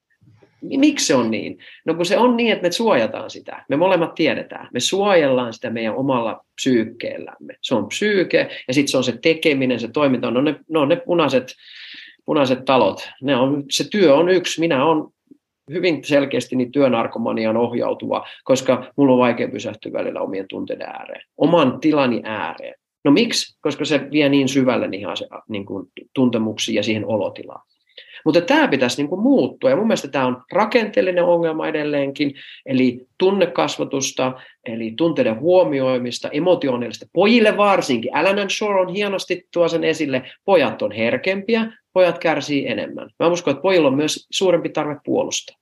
B: Miksi se on niin? No kun se on niin, että me suojataan sitä. Me molemmat tiedetään. Me suojellaan sitä meidän omalla psyykkeellämme. Se on psyyke ja sitten se on se tekeminen, se toiminta. No ne, no ne punaiset, punaiset talot. Ne on, se työ on yksi. Minä olen hyvin selkeästi niin työnarkomaniaan ohjautuva, koska mulla on vaikea pysähtyä välillä omien tunteiden ääreen. Oman tilani ääreen. No miksi? Koska se vie niin syvälle niihin niin kuin tuntemuksiin ja siihen olotilaan. Mutta tämä pitäisi niin kuin muuttua, ja mun mielestä tämä on rakenteellinen ongelma edelleenkin, eli tunnekasvatusta, eli tunteiden huomioimista, emotionaalista. Pojille varsinkin, Alan Shore on hienosti tuo sen esille, pojat on herkempiä, pojat kärsii enemmän. Mä uskon, että pojilla on myös suurempi tarve puolustaa.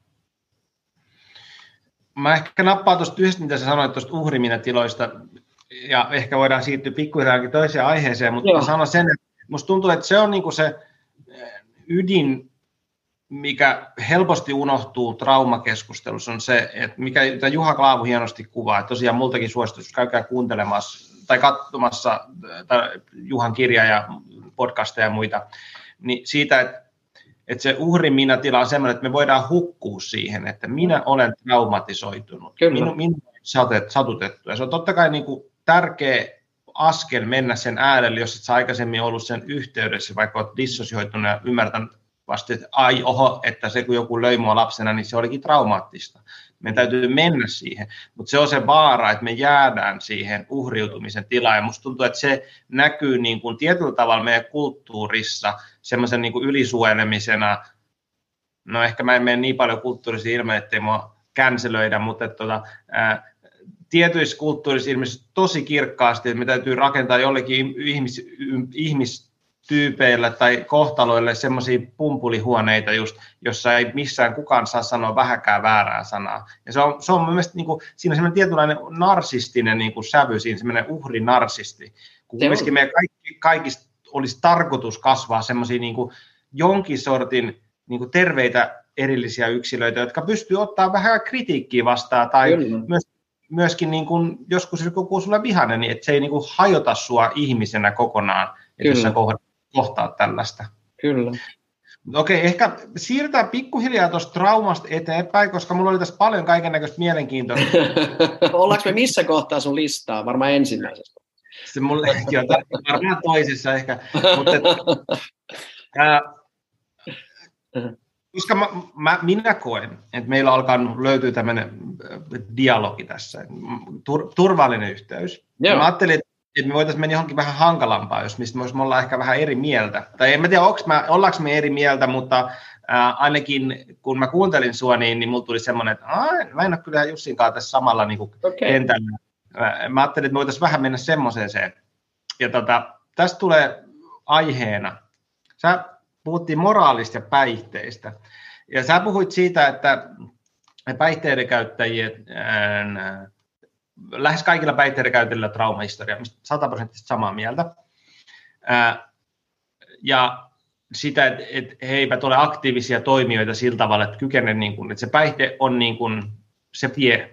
A: Mä ehkä nappaan tuosta yhdestä, mitä sä sanoit tuosta uhriminätiloista, ja ehkä voidaan siirtyä pikkuhiljaakin toiseen aiheeseen, mutta mä sanon sen, että musta tuntuu, että se on niinku se ydin, mikä helposti unohtuu traumakeskustelussa, on se, että mikä Juha Klaavu hienosti kuvaa, että tosiaan multakin suositus, käykää kuuntelemassa tai katsomassa tai Juhan kirjaa ja podcasteja ja muita, niin siitä, että, että se uhrin minä-tila on sellainen, että me voidaan hukkua siihen, että minä olen traumatisoitunut, minun, minun on satutettu. Ja se on totta kai niin kuin tärkeä askel mennä sen äärelle, jos et sä aikaisemmin ollut sen yhteydessä, vaikka olet dissosioitunut ja ymmärtänyt vasta, että ai oho, että se kun joku löi mua lapsena, niin se olikin traumaattista. Meidän täytyy mennä siihen, mutta se on se vaara, että me jäädään siihen uhriutumisen tilaan, ja musta tuntuu, että se näkyy niin kuin tietyllä tavalla meidän kulttuurissa semmoisen niin kuin ylisuojelemisena. No ehkä mä en mene niin paljon kulttuurisia ilmeitä, ettei mua cancelöidä, mutta että, tota, ää, tietyissä kulttuurissa ilmeisesti tosi kirkkaasti, että me täytyy rakentaa jollekin ihmis, ihmistyypeille tai kohtaloille semmoisia pumpulihuoneita just, jossa ei missään kukaan saa sanoa vähäkään väärää sanaa. Ja se on, se on mielestäni, niin kuin, siinä on semmoinen tietynlainen narsistinen niin kuin sävy, siinä semmoinen uhrinarsisti. Kun kuitenkin meidän kaikki, kaikista olisi tarkoitus kasvaa semmoisia niin kuin jonkin sortin niin kuin terveitä erillisiä yksilöitä, jotka pystyy ottaa vähän kritiikkiä vastaan tai myös myöskin niin kuin, joskus joku sulle vihainen, niin että se ei niin kuin hajota sua ihmisenä kokonaan, että jos sä kohtaat tällaista.
B: Kyllä.
A: Okei, ehkä siirrytään pikkuhiljaa tuosta traumasta eteenpäin, koska mulla oli tässä paljon kaikennäköistä mielenkiintoista.
B: Ollaanko me missä kohtaa sun listaa? Varmaan ensimmäisessä.
A: Se mulle jo, varmaan toisessa ehkä. Mutta, et, ää, koska mä, mä, minä koen, että meillä alkaa löytyä tämmöinen dialogi tässä, tur, turvallinen yhteys. Mä ajattelin, että me voitaisiin mennä johonkin vähän hankalampaa, jos mistä me ollaan ehkä vähän eri mieltä. Tai en mä tiedä, mä, ollaanko me eri mieltä, mutta ää, ainakin kun mä kuuntelin sua, niin, niin mulla tuli semmoinen, että mä en ole kyllä Jussinkaan tässä samalla niin kuin okay. kentällä. Mä ajattelin, että me voitaisiin vähän mennä semmoiseen. Ja tota, tästä tulee aiheena. Sä puhuttiin moraalista ja päihteistä. Ja sä puhuit siitä, että päihteiden käyttäjien, ää, lähes kaikilla päihteiden käyttäjillä on traumahistoria, mistä sataprosenttisesti samaa mieltä. Ää, ja sitä, että et he eivät ole aktiivisia toimijoita sillä tavalla, että kykene, niin kun, että se päihde on niin kun, se vie.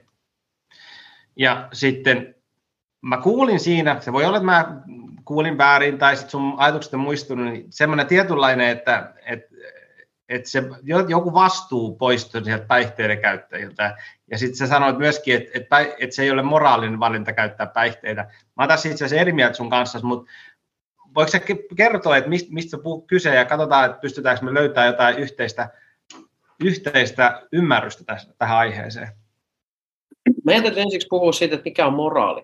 A: Ja sitten mä kuulin siinä, se voi olla, että mä kuulin väärin tai sitten sun ajatukset on muistunut, niin semmoinen tietynlainen, että, että, että se, joku vastuu poistui sieltä päihteiden käyttäjiltä. Ja sitten sä sanoit myöskin, että, että, että se ei ole moraalinen valinta käyttää päihteitä. Mä otan itse asiassa eri mieltä sun kanssa, mutta voiko sä kertoa, että mistä, mistä kyse ja katsotaan, että pystytäänkö me löytämään jotain yhteistä, yhteistä ymmärrystä tästä, tähän aiheeseen?
B: Mä ajattelin ensiksi puhua siitä, että mikä on moraali.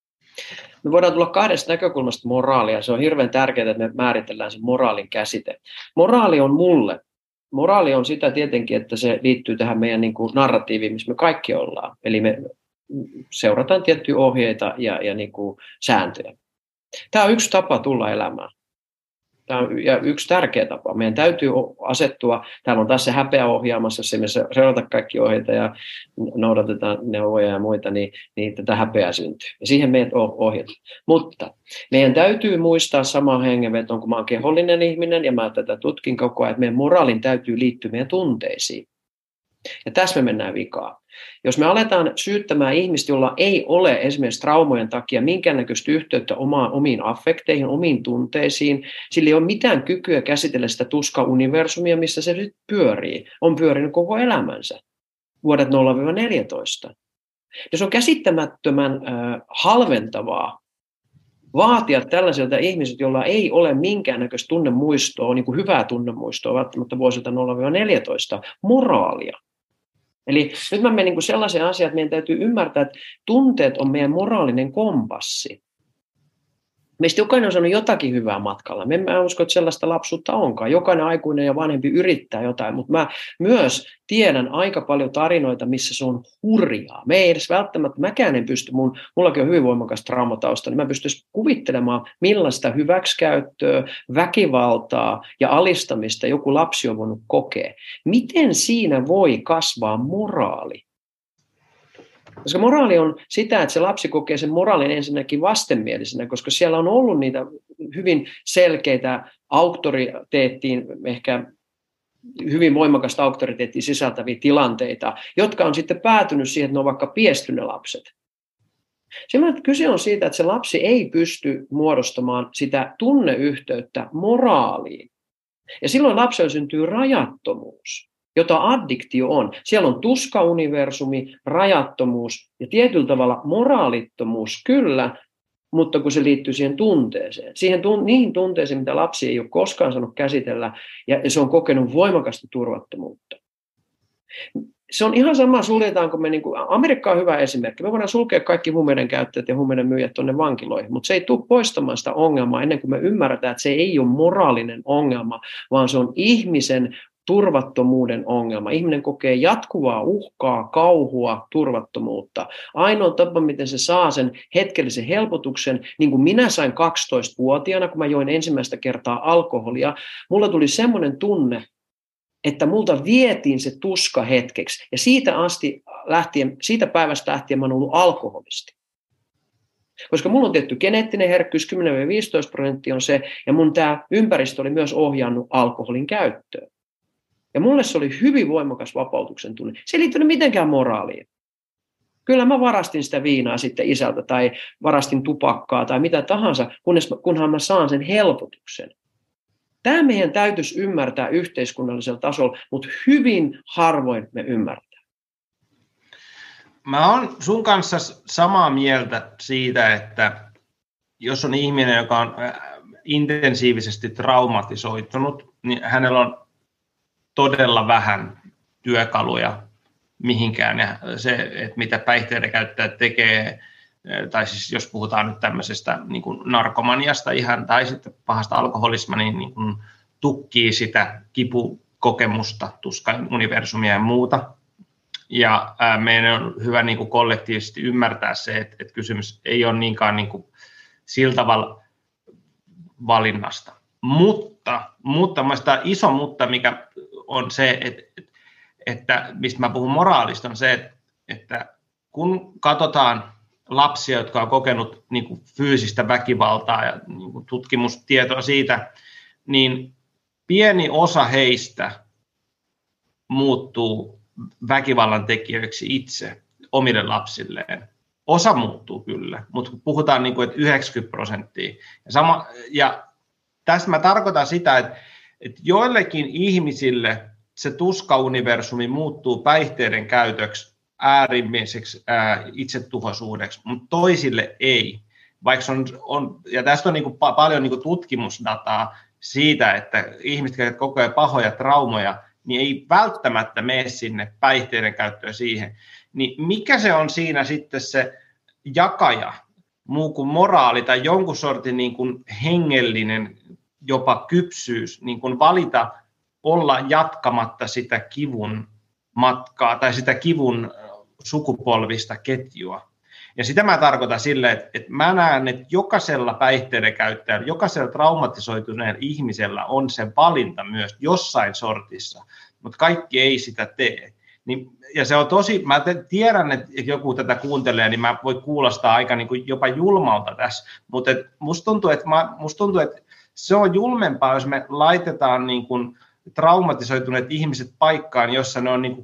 B: Me voidaan tulla kahdesta näkökulmasta moraalia. Se on hirveän tärkeää, että me määritellään se moraalin käsite. Moraali on mulle. Moraali on sitä tietenkin, että se liittyy tähän meidän niin kuin narratiiviin, missä me kaikki ollaan. Eli me seurataan tiettyjä ohjeita ja, ja niin kuin sääntöjä. Tämä on yksi tapa tulla elämään. Tämä on ja yksi tärkeä tapa. Meidän täytyy asettua, täällä on taas se häpeä ohjaamassa, jos emme seurata kaikki ohjeita ja noudatetaan neuvoja ja muita, niin, niin tätä häpeää syntyy. Ja siihen meidät ohjataan. Mutta meidän täytyy muistaa samaan hengenvetoon, kun mä oon kehollinen ihminen ja mä tätä tutkin koko ajan, että meidän moraalin täytyy liittyä meidän tunteisiin. Ja tässä me mennään vikaan. Jos me aletaan syyttämään ihmistä, jolla ei ole esimerkiksi traumojen takia minkäännäköistä yhteyttä omaan, omiin affekteihin, omiin tunteisiin, sillä ei ole mitään kykyä käsitellä sitä tuska-universumia, missä se nyt pyörii, on pyörinyt koko elämänsä, vuodet nolla neljätoista. Ja se on käsittämättömän äh, halventavaa vaatia tällaiselta ihmisiltä, jolla ei ole minkäännäköistä tunnemuistoa, niin kuin hyvää tunnemuistoa, välttämättä vuosilta nolla neljätoista, moraalia. Eli nyt mä menen niin kuin sellaiseen asiaan, että meidän täytyy ymmärtää, että tunteet on meidän moraalinen kompassi. Meistä jokainen on sanonut jotakin hyvää matkalla. Me en usko, että sellaista lapsuutta onkaan. Jokainen aikuinen ja vanhempi yrittää jotain, mutta mä myös tiedän aika paljon tarinoita, missä se on hurjaa. Me ei edes välttämättä, mäkään en pysty, mun, mullakin on hyvin voimakas traumatausta, niin mä pystyn kuvittelemaan, millaista hyväksikäyttöä, väkivaltaa ja alistamista joku lapsi on voinut kokea. Miten siinä voi kasvaa moraali? Koska moraali on sitä, että se lapsi kokee sen moraalin ensinnäkin vastenmielisenä, koska siellä on ollut niitä hyvin selkeitä auktoriteettiin, ehkä hyvin voimakasta auktoriteettia sisältäviä tilanteita, jotka on sitten päätynyt siihen, että ne on vaikka piesty ne lapset. Silloin kyse on siitä, että se lapsi ei pysty muodostamaan sitä tunneyhteyttä moraaliin. Ja silloin lapselle syntyy rajattomuus, jota addiktio on. Siellä on tuskauniversumi, rajattomuus ja tietyllä tavalla moraalittomuus kyllä, mutta kun se liittyy siihen tunteeseen, siihen tun- niihin tunteisiin, mitä lapsi ei ole koskaan saanut käsitellä, ja se on kokenut voimakasta turvattomuutta. Se on ihan sama, suljetaanko me, niin kuin, Amerikka on hyvä esimerkki, me voidaan sulkea kaikki huumeiden käyttäjät ja huumeiden myyjät tuonne vankiloihin, mutta se ei tule poistamaan sitä ongelmaa ennen kuin me ymmärretään, että se ei ole moraalinen ongelma, vaan se on ihmisen turvattomuuden ongelma. Ihminen kokee jatkuvaa uhkaa, kauhua, turvattomuutta. Ainoa tapa, miten se saa sen hetkellisen helpotuksen, niin kuin minä sain kaksitoistavuotiaana, kun mä join ensimmäistä kertaa alkoholia, mulla tuli semmoinen tunne, että multa vietiin se tuska hetkeksi. Ja siitä, asti lähtien, siitä päivästä lähtien mä oon ollut alkoholisti. Koska mulla on tietty geneettinen herkkyys, kymmenen viisitoista prosenttia on se, ja mun tämä ympäristö oli myös ohjannut alkoholin käyttöön. Ja mulle se oli hyvin voimakas vapautuksen tunne. Se ei liittynyt mitenkään moraaliin. Kyllä mä varastin sitä viinaa sitten isältä tai varastin tupakkaa tai mitä tahansa, kunnes, kunhan mä saan sen helpotuksen. Tämä meidän täytyisi ymmärtää yhteiskunnallisella tasolla, mutta hyvin harvoin me ymmärtää.
A: Mä oon sun kanssa samaa mieltä siitä, että jos on ihminen, joka on intensiivisesti traumatisoitunut, niin hänellä on todella vähän työkaluja mihinkään. Ja se, että mitä päihteiden käyttäjät tekee, tai siis jos puhutaan nyt tämmöisestä niin kuin narkomaniasta ihan, tai sitten pahasta alkoholisma, niin, niin kuin tukkii sitä kipukokemusta, tuskan universumia ja muuta. Ja ää, meidän on hyvä niin kuin kollektiivisesti ymmärtää se, että, että kysymys ei ole niinkaan niin kuin sillä tavalla valinnasta. Mutta, mutta mielestäni iso mutta, mikä on se, että, että mistä mä puhun moraalista, on se, että, että kun katsotaan lapsia, jotka on kokenut niin kuin fyysistä väkivaltaa ja niin kuin tutkimustietoa siitä, niin pieni osa heistä muuttuu väkivallan tekijöiksi itse omille lapsilleen. Osa muuttuu kyllä, mutta puhutaan niin kuin, että yhdeksänkymmentä prosenttia. Ja, sama, ja tässä mä tarkoitan sitä, että, että joillekin ihmisille se tuskauniversumi muuttuu päihteiden käytöksi äärimmäiseksi ää, itsetuhoisuudeksi, mutta toisille ei. Vaikka on, on, ja tästä on niin kuin pa- paljon niin kuin tutkimusdataa siitä, että ihmiset, jotka kokee pahoja traumoja, niin ei välttämättä mene sinne päihteiden käyttöön siihen. Niin mikä se on siinä sitten se jakaja, muu kuin moraali tai jonkun sortin niin kuin hengellinen jopa kypsyys, niin kuin valita olla jatkamatta sitä kivun matkaa tai sitä kivun sukupolvista ketjua. Ja sitä mä tarkoitan silleen, että, että mä näen, että jokaisella päihteiden käyttäjällä, jokaisella traumatisoituneella ihmisellä on se valinta myös jossain sortissa, mutta kaikki ei sitä tee. Niin, ja se on tosi, mä tiedän, että joku tätä kuuntelee, niin mä voi kuulostaa aika niin kuin jopa julmalta tässä, mutta musta tuntuu, että, mä, musta tuntuu, että se on julmempaa, jos me laitetaan niin kuin traumatisoituneet ihmiset paikkaan, jossa ne on niin kuin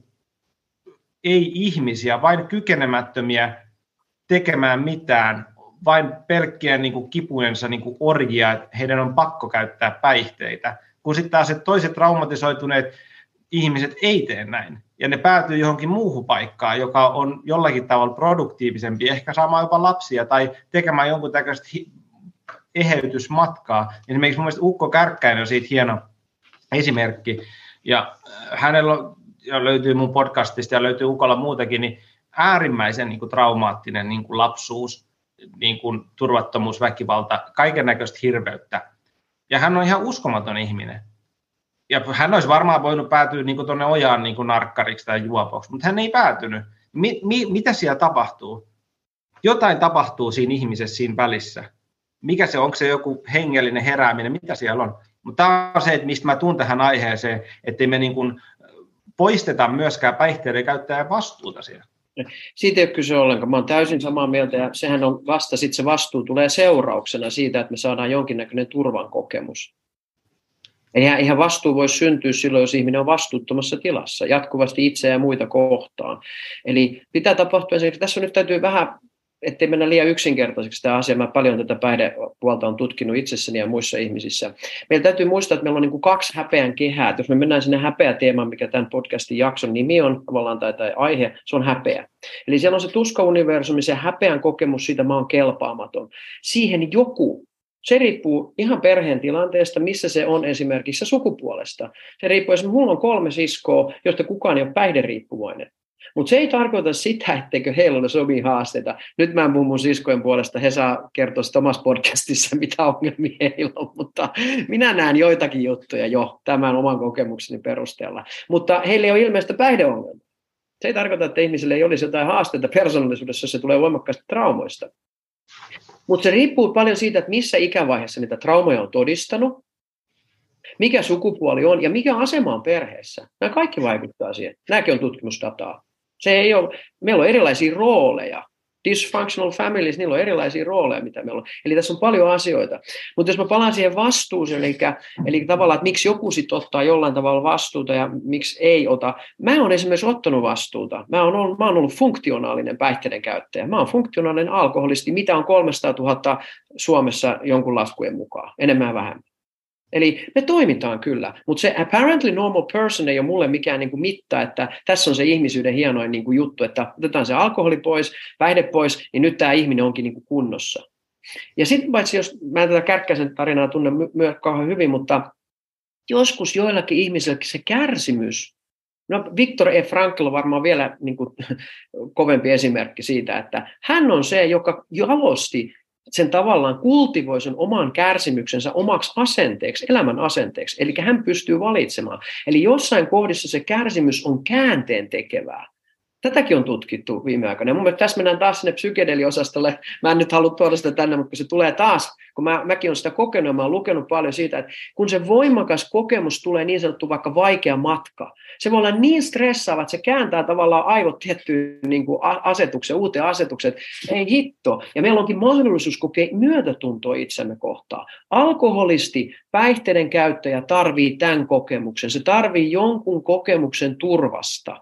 A: ei-ihmisiä, vain kykenemättömiä tekemään mitään, vain pelkkiä niin kuin kipujensa niin kuin orjia, että heidän on pakko käyttää päihteitä, kun sitten taas toiset traumatisoituneet ihmiset ei tee näin, ja ne päätyy johonkin muuhun paikkaan, joka on jollakin tavalla produktiivisempi, ehkä saamaan jopa lapsia tai tekemään jonkun tällaista eheytysmatkaa. Esimerkiksi mun mielestä Ukko Kärkkäinen on siitä hieno esimerkki, ja hänellä on, ja löytyy mun podcastista ja löytyy Ukolla muutakin, niin äärimmäisen niin kuin traumaattinen niin kuin lapsuus, niin kuin turvattomuus, väkivalta, kaiken näköistä hirveyttä. Ja hän on ihan uskomaton ihminen. Ja hän olisi varmaan voinut päätyä niin kuin tuonne ojaan niin kuin narkkariksi tai juopoksi, mutta hän ei päätynyt. Mi- mi- mitä siellä tapahtuu? Jotain tapahtuu siinä ihmisessä siinä välissä. Mikä se on? Onko se joku hengellinen herääminen? Mitä siellä on? Mutta tämä on se, että mistä mä tuun tähän aiheeseen, ettei me niin kuin poisteta myöskään päihteiden käyttäjän vastuuta siellä.
B: Siitä ei ole kyse ollenkaan. Mä olen täysin samaa mieltä, ja sehän on vasta sitten se vastuu tulee seurauksena siitä, että me saadaan jonkinnäköinen turvan kokemus. Eihän, eihän vastuu voi syntyä silloin, jos ihminen on vastuuttomassa tilassa, jatkuvasti itseä ja muita kohtaan. Eli pitää tapahtua, tässä nyt täytyy vähän ettei mennä liian yksinkertaiseksi tämä asia, mä paljon tätä päihdepuolta on tutkinut itsessäni ja muissa ihmisissä. Meillä täytyy muistaa, että meillä on niin kuin kaksi häpeän kehää. Jos me mennään sinne häpeäteemaan, mikä tämän podcastin jakson nimi on, tavallaan tai, tai aihe, se on häpeä. Eli siellä on se tuskauniversumi, se häpeän kokemus siitä, mä oon kelpaamaton. Siihen joku, se riippuu ihan perheen tilanteesta, missä se on esimerkiksi sukupuolesta. Se riippuu, esimerkiksi mulla on kolme siskoa, joista kukaan ei ole päihderiippuvainen. Mutta se ei tarkoita sitä, etteikö heillä ole omia haasteita. Nyt mä en puhu mun siskojen puolesta, he saa kertoa sitä omassa podcastissa, mitä ongelmia heillä on, mutta minä näen joitakin juttuja jo tämän oman kokemukseni perusteella. Mutta heillä ei ole ilmeistä päihdeongelmaa. Se ei tarkoita, että ihmisille ei olisi jotain haasteita persoonallisuudessa, jos se tulee voimakkaasti traumoista. Mutta se riippuu paljon siitä, että missä ikävaiheessa niitä traumoja on todistanut, mikä sukupuoli on ja mikä asema on perheessä. Nämä kaikki vaikuttaa siihen. Nämäkin on tutkimusdataa. Se ei ole, meillä on erilaisia rooleja. Dysfunctional families, niillä on erilaisia rooleja, mitä meillä on. Eli tässä on paljon asioita. Mutta jos mä palaan siihen vastuuseen, eli, eli tavallaan, että miksi joku sitten ottaa jollain tavalla vastuuta ja miksi ei ota. Mä oon esimerkiksi ottanut vastuuta. Mä oon ollut, mä oon ollut funktionaalinen päihteiden käyttäjä. Mä oon funktionaalinen alkoholisti, mitä on kolmesataatuhatta Suomessa jonkun laskujen mukaan, enemmän ja vähemmän. Eli me toimitaan kyllä, mutta se apparently normal person ei ole mulle mikään niin kuin mitta, että tässä on se ihmisyyden hienoin niin kuin juttu, että otetaan se alkoholi pois, päihde pois, niin nyt tämä ihminen onkin niin kuin kunnossa. Ja sitten paitsi, jos mä en tätä Kärkkäisen tarinaa tunne myös kauhean hyvin, mutta joskus joillakin ihmisillä se kärsimys, no Viktor E. Frankl on varmaan vielä niin kuin kovempi esimerkki siitä, että hän on se, joka jalosti sen tavallaan kultivoi sen oman kärsimyksensä omaksi asenteeksi, elämän asenteeksi. Eli hän pystyy valitsemaan. Eli jossain kohdissa se kärsimys on käänteen tekevää. Tätäkin on tutkittu viime aikoina. Ja mun mielestä tässä mennään taas sinne psykedeliosastolle. Mä en nyt halua tuoda sitä tänne, mutta kun se tulee taas, kun mä, mäkin olen sitä kokenut ja mä olen lukenut paljon siitä, että kun se voimakas kokemus tulee niin sanottu vaikka vaikea matka, se voi olla niin stressaava, että se kääntää tavallaan aivot tiettyyn niin kuin asetukseen, uuteen asetukseen, ei hitto. Ja meillä onkin mahdollisuus kokea myötätuntoa itsemme kohtaan. Alkoholisti, päihteiden käyttäjä tarvii tämän kokemuksen. Se tarvii jonkun kokemuksen turvasta.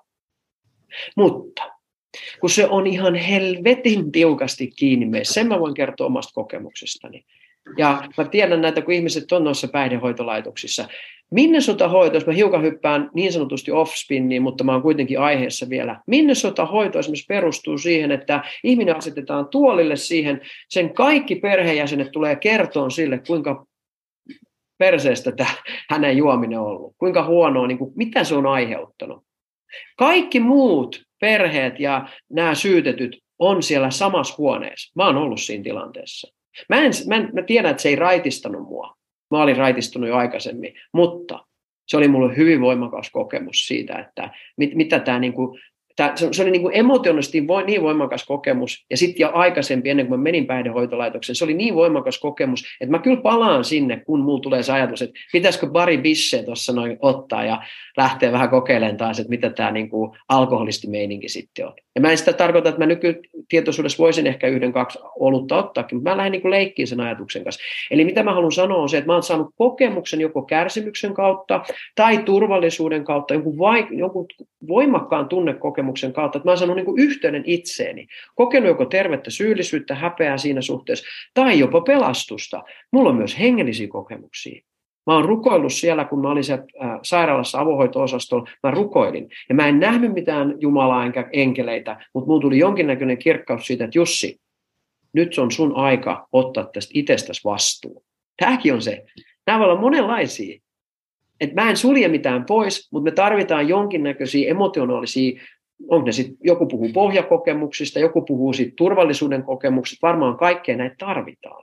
B: Mutta kun se on ihan helvetin tiukasti kiinni meissä, sen mä voin kertoa omasta kokemuksestani. Ja mä tiedän näitä, kun ihmiset on noissa päihdehoitolaitoksissa. Minnesota-hoito, jos mä hiukan hyppään niin sanotusti off-spinniin, mutta mä oon kuitenkin aiheessa vielä. Minnesota-hoito esimerkiksi perustuu siihen, että ihminen asetetaan tuolille siihen, sen kaikki perheenjäsenet tulee kertoon sille, kuinka perseestä tämä hänen juominen on ollut, kuinka huonoa, niin kuin, mitä se on aiheuttanut. Kaikki muut perheet ja nämä syytetyt on siellä samassa huoneessa. Mä oon ollut siinä tilanteessa. Mä, en, mä, en, mä tiedän, että se ei raitistanut mua. Mä olin raitistunut jo aikaisemmin, mutta se oli mulle hyvin voimakas kokemus siitä, että mit, mitä tämä niinku, tää, se, se oli niinku emotionaalisesti niin voimakas kokemus, ja sitten jo aikaisemmin, ennen kuin mä menin päihdehoitolaitokseen, se oli niin voimakas kokemus, että mä kyllä palaan sinne, kun mulla tulee se ajatus, että pitäisikö Barry Bishea tuossa noin ottaa ja lähteä vähän kokeilemaan taas, että mitä tämä niinku alkoholistimeininki sitten on. Ja mä en sitä tarkoita, että mä nykytietoisuudessa voisin ehkä yhden, kaksi olutta ottaakin, mutta mä lähden niinku leikkiin sen ajatuksen kanssa. Eli mitä mä haluan sanoa on se, että mä oon saanut kokemuksen joko kärsimyksen kautta tai turvallisuuden kautta, jonkun, vai, jonkun voimakkaan tunnekokemuksen kautta, että mä oon saanut niinku yhteyden itseeni, kokenut joko tervettä syyllisyyttä, häpeää siinä suhteessa tai jopa pelastusta. Mulla on myös hengellisiä kokemuksia. Mä oon rukoillut siellä, kun mä olin siellä sairaalassa avohoito-osastolla, mä rukoilin. Ja mä en nähnyt mitään Jumalaa enkä enkeleitä, mutta mulla tuli jonkinnäköinen kirkkaus siitä, että Jussi, nyt on sun aika ottaa tästä itsestäsi vastuu. Tämäkin on se. Nämä voi olla monenlaisia. Et mä en sulje mitään pois, mutta me tarvitaan jonkinnäköisiä emotionaalisia, onko ne sitten, joku puhuu pohjakokemuksista, joku puhuu siitä turvallisuuden kokemuksista, varmaan kaikkea näitä tarvitaan.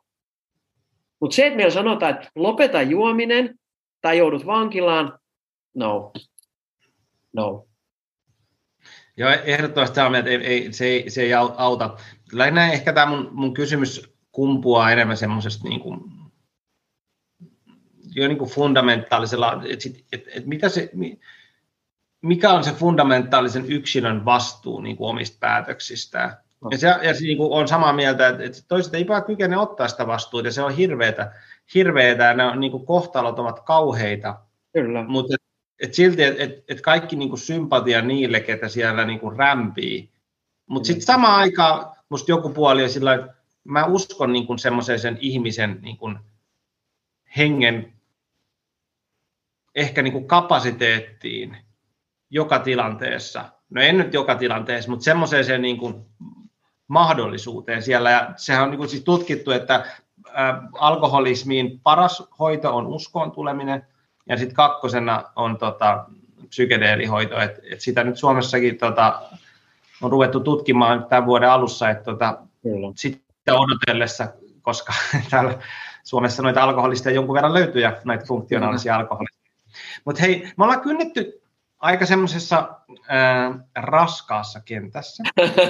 B: Mutta se, että meillä sanotaan, että lopeta juominen tai joudut vankilaan, no. No.
A: Joo, ehdottomasti tämä on, että ei, ei, se, ei, se ei auta. Lähinnä ehkä tämä mun, mun kysymys kumpuaa enemmän semmoisesta niin kuin, jo niin kuin fundamentaalisella, että et, et mitä se, mikä on se fundamentaalisen yksilön vastuu niin kuin omista päätöksistään. Ja, se, ja se niin kuin on samaa mieltä, että, että toiset ei vaan kykene ottaa sitä vastuuta, ja se on hirveätä, hirveätä ja ne on, niin kuin kohtalot ovat kauheita.
B: Kyllä.
A: Mutta et, et silti, että et, et kaikki niin kuin sympatia niille, ketä siellä niin kuin rämpii. Mutta sitten samaan aikaan, musta joku puoli on sillä, että mä uskon niin kuin semmoiseen sen ihmisen niin kuin hengen ehkä niin kuin kapasiteettiin joka tilanteessa. No en nyt joka tilanteessa, mutta semmoiseen sen niin kuin mahdollisuuteen siellä. Ja sehän on niin kuin siis tutkittu, että ä, alkoholismiin paras hoito on uskoon tuleminen ja sitten kakkosena on tota, psykedeelihoito. Et, et sitä nyt Suomessakin tota, on ruvettu tutkimaan tämän vuoden alussa, että tota, sitten odotellessa, koska täällä Suomessa noita alkoholisteja jonkun verran löytyy ja näitä funktionaalisia alkoholisteja. Mutta hei, me ollaan kynnetty aika semmoisessa äh, raskaassa kentässä.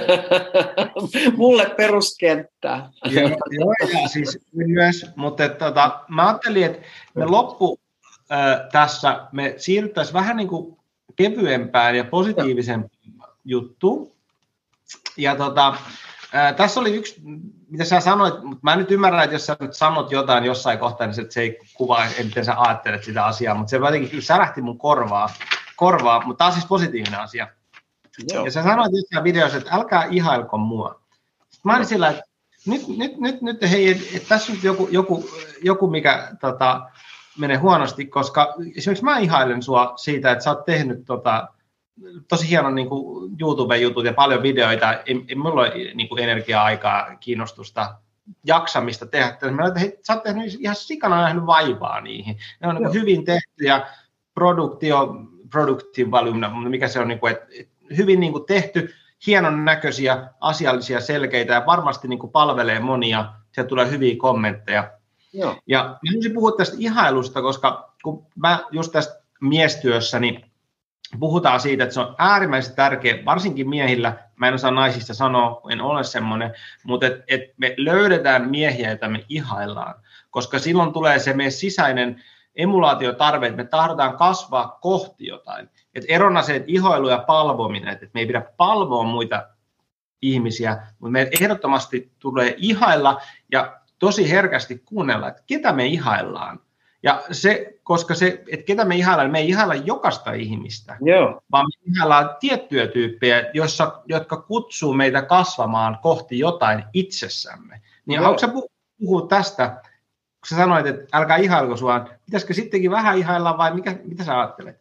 B: Mulle peruskenttää.
A: Joo, joo, ja siis myös, mutta et, tota, mä ajattelin, että me loppu äh, tässä, me siirryttäisiin vähän niin kuin kevyempään ja positiivisempaan juttuun. Ja tota, ää, tässä oli yksi, mitä sä sanoit, mutta mä nyt ymmärrän, että jos sä nyt sanot jotain jossain kohtaa, niin se ei kuvaa, miten sä ajattelet sitä asiaa, mutta se jotenkin kyllä särähti mun korvaa, korvaa mutta tämä on siis positiivinen asia. Joo. Ja sä sanoit jossain videossa, että älkää ihailko mua. Sitten mä olin sillä, että nyt, nyt, nyt, nyt hei, että tässä on joku, joku, joku mikä tota, menee huonosti, koska esimerkiksi mä ihailen sua siitä, että sä oot tehnyt tota, tosi hienon niin kuin YouTube-jutut ja paljon videoita. Ei, ei mulla ole niin kuin energiaa, aikaa, kiinnostusta, jaksamista tehdä. Mä olen, hei, sä oot tehnyt ihan sikana nähnyt vaivaa niihin. Ne on niin hyvin tehty ja produktio, productive volume, mikä se on, niin kuin, että hyvin niin kuin tehty, hienon näköisiä, asiallisia, selkeitä ja varmasti niin kuin palvelee monia. Sieltä tulee hyviä kommentteja. Joo. Ja mä haluaisin puhua tästä ihailusta, koska kun mä just tästä miestyössäni puhutaan siitä, että se on äärimmäisen tärkeä, varsinkin miehillä, mä en osaa naisista sanoa, en ole semmoinen, mutta et, et me löydetään miehiä, joita me ihaillaan, koska silloin tulee se meidän sisäinen emulaatiotarve, että me tahdotaan kasvaa kohti jotain. Et erona se, että ihoilu ja palvominen, että me ei pidä palvoa muita ihmisiä, mutta me ehdottomasti tulee ihailla ja tosi herkästi kuunnella, että ketä me ihaillaan. Ja se, koska se, että ketä me ihaillaan, me ei ihailla jokaista ihmistä, Joo. vaan me ihaillaan tiettyjä tyyppejä, jossa, jotka kutsuu meitä kasvamaan kohti jotain itsessämme. Niin haluatko sä puhua tästä, kun sä sanoit, että älkää ihailko sua, pitäisikö sittenkin vähän ihailla vai mikä, mitä sä ajattelet?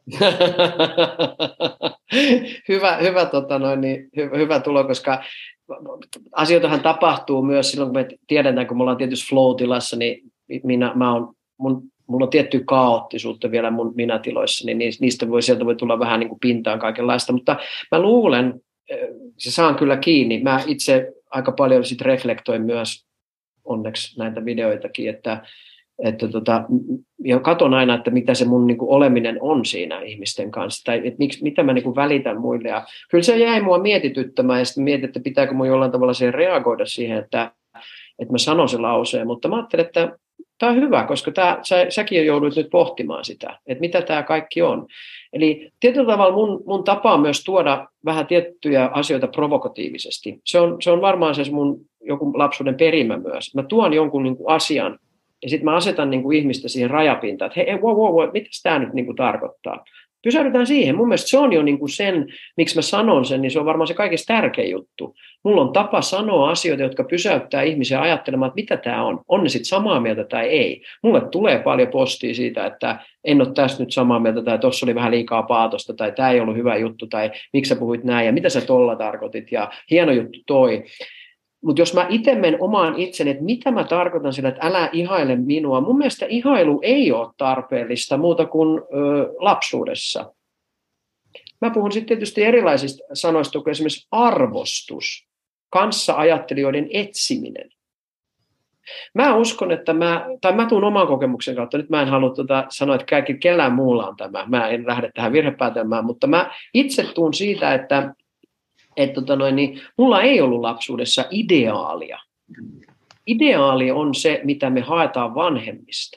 B: hyvä, hyvä, tota noin, niin, hyvä, hyvä tulo, koska asioitahan tapahtuu myös silloin, kun me tiedetään, kun me ollaan tietysti flow-tilassa, niin minä, mä oon, mun, mulla on tiettyä kaoottisuutta vielä mun minätiloissa, niin niistä voi, sieltä voi tulla vähän niin kuin pintaan kaikenlaista, mutta mä luulen, se saan kyllä kiinni, mä itse aika paljon sit reflektoin myös onneksi näitä videoitakin, että, että tota, ja katson aina, että mitä se mun niin kuin oleminen on siinä ihmisten kanssa, tai että miksi, mitä mä niin kuin välitän muille, ja kyllä se jäi mua mietityttämään, ja sitten mietin, että pitääkö mun jollain tavalla siihen reagoida siihen, että, että mä sanon sen lauseen, mutta mä ajattelin, että tämä on hyvä, koska tämä, sä, säkin joudut nyt pohtimaan sitä, että mitä tämä kaikki on. Eli tietyllä tavalla mun, mun tapa on myös tuoda vähän tiettyjä asioita provokatiivisesti. Se on, se on varmaan se mun joku lapsuuden perimä myös. Mä tuon jonkun niin kuin asian ja sitten mä asetan niin kuin ihmistä siihen rajapintaan, että hei, wow, wow, wow, mitä tämä nyt niin kuin tarkoittaa? Pysähdytään siihen. Mun mielestä se on jo niin kuin sen, miksi mä sanon sen, niin se on varmaan se kaikista tärkein juttu. Mulla on tapa sanoa asioita, jotka pysäyttää ihmisiä ajattelemaan, että mitä tämä on. On ne sitten samaa mieltä tai ei. Mulle tulee paljon postia siitä, että en ole tästä nyt samaa mieltä, tai tuossa oli vähän liikaa paatosta, tai tämä ei ollut hyvä juttu, tai miksi sä puhuit näin, ja mitä sä tolla tarkoitit, ja hieno juttu toi. Mutta jos mä itse menen omaan itseni, että mitä mä tarkoitan sillä, että älä ihaile minua, mun mielestä ihailu ei ole tarpeellista muuta kuin ö, lapsuudessa. Mä puhun sitten tietysti erilaisista sanoista, kuin esimerkiksi arvostus, kanssa-ajattelijoiden etsiminen. Mä uskon, että mä, tai mä tuun oman kokemuksen kautta, nyt mä en halua tuota sanoa, että kaikki kellään muulla on tämä, mä en lähde tähän virhepäätelmään, mutta mä itse tuun siitä, että että tota noin, niin mulla ei ollut lapsuudessa ideaalia. Ideaali on se, mitä me haetaan vanhemmista.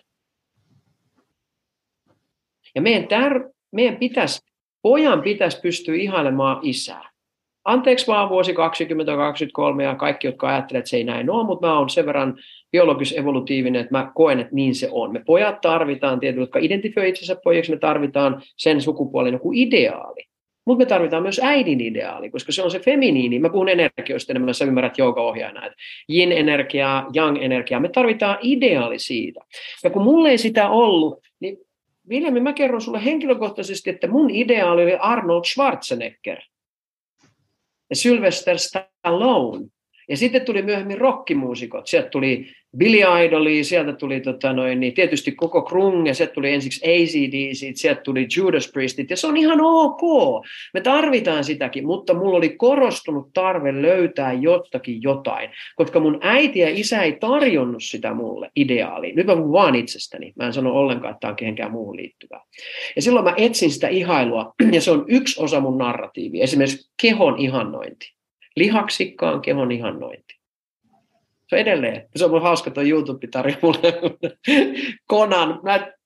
B: Ja meidän, tär- meidän pitäisi, pojan pitäisi pystyä ihailemaan isää. Anteeksi vaan vuosi kaksikymmentä kaksikymmentäkolme ja kaikki, jotka ajattelevat, että se ei näin ole, mutta mä oon sen verran biologis-evolutiivinen, että mä koen, että niin se on. Me pojat tarvitaan, tietysti, jotka identifioi itsensä pojiksi, me tarvitaan sen sukupuolen joku ideaali. mutta me tarvitaan myös äidin ideaali, koska se on se feminiini. Mä puhun energioista enemmän, sä ymmärrät joogaohjaajana, että yin-energiaa, yang-energiaa, me tarvitaan ideaali siitä. Ja kun mulla ei sitä ollut, niin Viljami, mä kerron sulle henkilökohtaisesti, että mun ideaali oli Arnold Schwarzenegger ja Sylvester Stallone. Ja sitten tuli myöhemmin rockimuusikot. Sieltä tuli Billy Idolia, sieltä tuli tota noin, niin tietysti koko Krunge, sieltä tuli ensiksi A C D C, sieltä tuli Judas Priestit, ja se on ihan ok. Me tarvitaan sitäkin, mutta mulla oli korostunut tarve löytää jotakin jotain, koska mun äiti ja isä ei tarjonnut sitä mulle ideaalia. Nyt mä puhun vaan itsestäni. Mä en sano ollenkaan, että tämä on kehenkään muuhun liittyvää. Ja silloin mä etsin sitä ihailua, ja se on yksi osa mun narratiivia, esimerkiksi kehon ihannointi. Lihaksikkaan kehon ihannointi. Se on edelleen. Se on mun hauska tuo YouTube tarjoaa mulle Conan,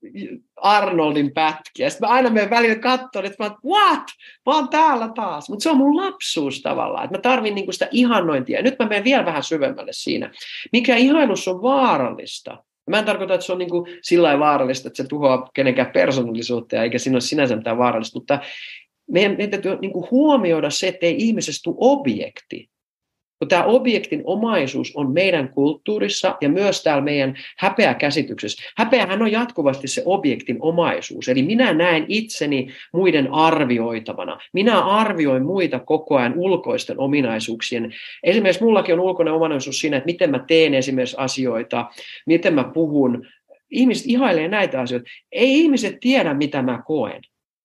B: Arnoldin pätkiä. Sitten mä aina menen välillä katsomaan, että mä oon, what? Mä oon täällä taas. Mutta se on mun lapsuus tavallaan. Että mä tarvin niinku sitä ihannointia. Ja nyt mä menen vielä vähän syvemmälle siinä. Mikä ihailus on vaarallista? Mä en tarkoita, että se on niinku sillä lailla vaarallista, että se tuhoaa kenenkään persoonallisuutta, eikä siinä ole sinänsä mitään vaarallista. Mutta meidän, meidän täytyy niinku huomioida se, että ei ihmisestä tule objekti. Tämä objektin omaisuus on meidän kulttuurissa ja myös täällä meidän häpeäkäsityksessä. Häpeähän on jatkuvasti se objektin omaisuus. Eli minä näen itseni muiden arvioitavana. Minä arvioin muita koko ajan ulkoisten ominaisuuksien. Esimerkiksi mullakin on ulkoinen ominaisuus siinä, että miten mä teen esimerkiksi asioita, miten mä puhun. Ihmiset ihailee näitä asioita. Ei ihmiset tiedä, mitä mä koen.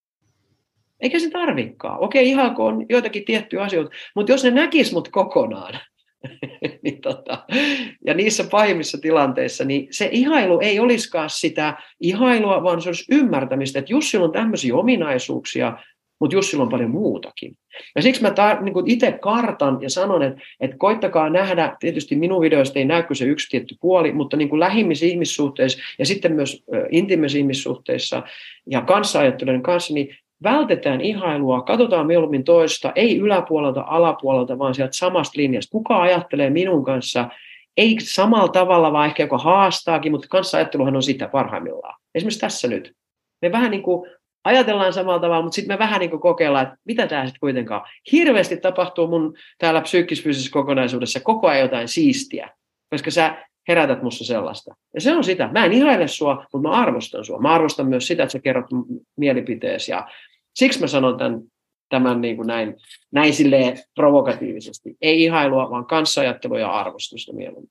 B: Eikä se tarvikaan. Okei, ihailkoon joitakin tiettyjä asioita, mutta jos ne näkis mut kokonaan, niin tota, ja niissä pahimmissa tilanteissa, niin se ihailu ei olisikaan sitä ihailua, vaan se olisi ymmärtämistä, että Jussilla on tämmöisiä ominaisuuksia, mutta Jussilla on paljon muutakin. Ja siksi mä tar- niin kuin itse kartan ja sanon, että, että koittakaa nähdä, tietysti minun videoista ei näy se yksi tietty puoli, mutta niin kuin lähimmissä ihmissuhteissa ja sitten myös äh, intiimisissä ihmissuhteissa ja kanssa-ajattelijoiden kanssa, niin vältetään ihailua, katsotaan mieluummin toista, ei yläpuolelta, alapuolelta, vaan sieltä samasta linjasta. Kuka ajattelee minun kanssa, ei samalla tavalla, vaan ehkä joka haastaakin, mutta kanssaajatteluhan on sitä parhaimmillaan. Esimerkiksi tässä nyt. Me vähän niin kuin ajatellaan samalla tavalla, mutta sitten me vähän niin kuin kokeillaan, että mitä tämä sitten kuitenkaan. Hirveästi tapahtuu mun täällä psyykkis-fyysisessä kokonaisuudessa koko ajan jotain siistiä, koska sä herätät musta sellaista. Ja se on sitä. Mä en ihaile sua, mutta mä arvostan sua. Mä arvostan myös sitä, että sä kerrot mielipiteesi. Ja siksi mä sanon tämän, tämän niin kuin näin, näin silleen provokatiivisesti. Ei ihailua, vaan kanssaajattelua ja arvostusta mieluummin.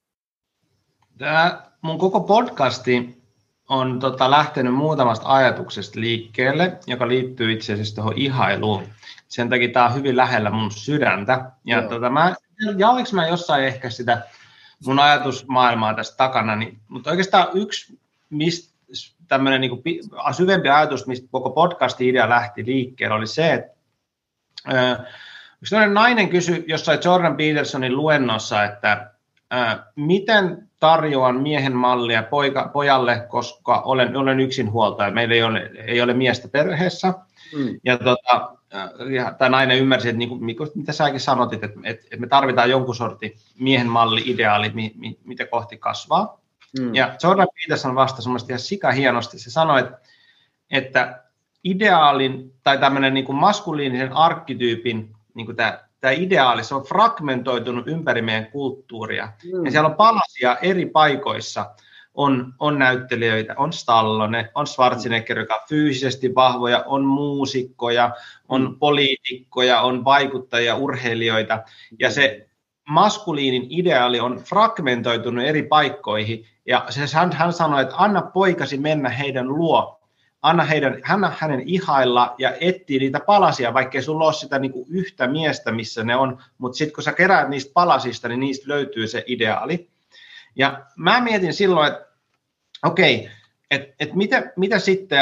A: Tämä mun koko podcasti on tota, lähtenyt muutamasta ajatuksesta liikkeelle, joka liittyy itse asiassa tuohon ihailuun. Sen takia tämä on hyvin lähellä mun sydäntä. Ja tota, mä, jaoinko mä jossain ehkä sitä mun ajatusmaailmaa tästä takana, niin, mutta oikeastaan yksi mistä tämmöinen niin kuin syvempi ajatus, mistä koko podcastin idea lähti liikkeelle, oli se, että äh, yksi nainen kysyi jossain Jordan Petersonin luennossa, että äh, miten tarjoan miehen mallia poika, pojalle, koska olen, olen yksinhuoltaja, meillä ei ole, ei ole miestä perheessä. Mm. Ja tota, ja tämä nainen ymmärsi, että niin kuin, mitä säkin sanotit, että, että me tarvitaan jonkun sortin miehen malli, ideaali, mi, mi, mitä kohti kasvaa. Mm. Ja Jordan Peterson vastasi ihan sika hienosti. Se sanoi, että, että ideaalin tai tämmöinen niin kuin maskuliinisen arkkityypin niin kuin tämä, tämä ideaali, se on fragmentoitunut ympäri meidän kulttuuria. Mm. Ja siellä on palasia eri paikoissa. On, on näyttelijöitä, on Stallone, on Schwarzenegger, joka on fyysisesti vahvoja, on muusikkoja, on mm. poliitikkoja, on vaikuttajia, urheilijoita. Ja se maskuliinin ideaali on fragmentoitunut eri paikkoihin. Ja se, hän, hän sanoi, että anna poikasi mennä heidän luo. Anna, heidän, anna hänen ihailla ja etsiä niitä palasia, vaikkei sulla ole sitä niin kuin yhtä miestä, missä ne on. Mutta sitten kun sä keräät niistä palasista, niin niistä löytyy se ideaali. Ja mä mietin silloin, että okei, että et mitä, mitä sitten,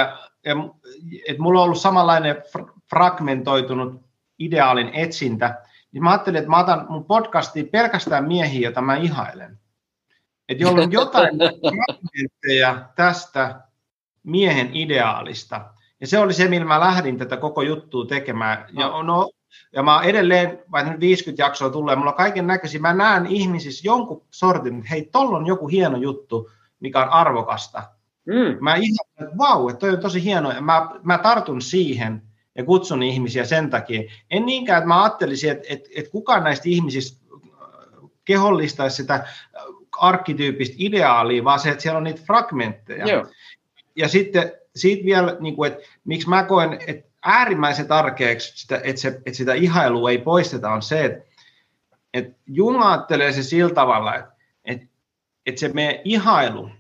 A: että mulla on ollut samanlainen fragmentoitunut ideaalin etsintä, niin mä ajattelin, että mä otan mun podcastiin pelkästään miehiä, joita mä ihailen. Että jolla on jotain fragmentteja tästä miehen ideaalista. Ja se oli se, millä mä lähdin tätä koko juttua tekemään. Ja no, Ja mä edelleen, vaikka nyt viisikymmentä jaksoa tulee, mulla on kaiken näköisiä, mä näen ihmisissä jonkun sortin, että hei, tolla on joku hieno juttu, mikä on arvokasta. Mm. Mä ihmettelen, että vau, että toi on tosi hieno, ja mä, mä tartun siihen, ja kutsun ihmisiä sen takia. En niinkään, että mä ajattelisin, että, että, että kukaan näistä ihmisistä kehollistaisi sitä arkkityyppistä ideaalia, vaan se, että siellä on niitä fragmentteja.
B: Joo.
A: Ja sitten siitä vielä, niin kuin, että miksi mä koen, että äärimmäisen tärkeäksi, että, se, että sitä ihailua ei poisteta, on se, että, että Jung ajattelee se sillä tavalla, että, että, että se meidän ihailu,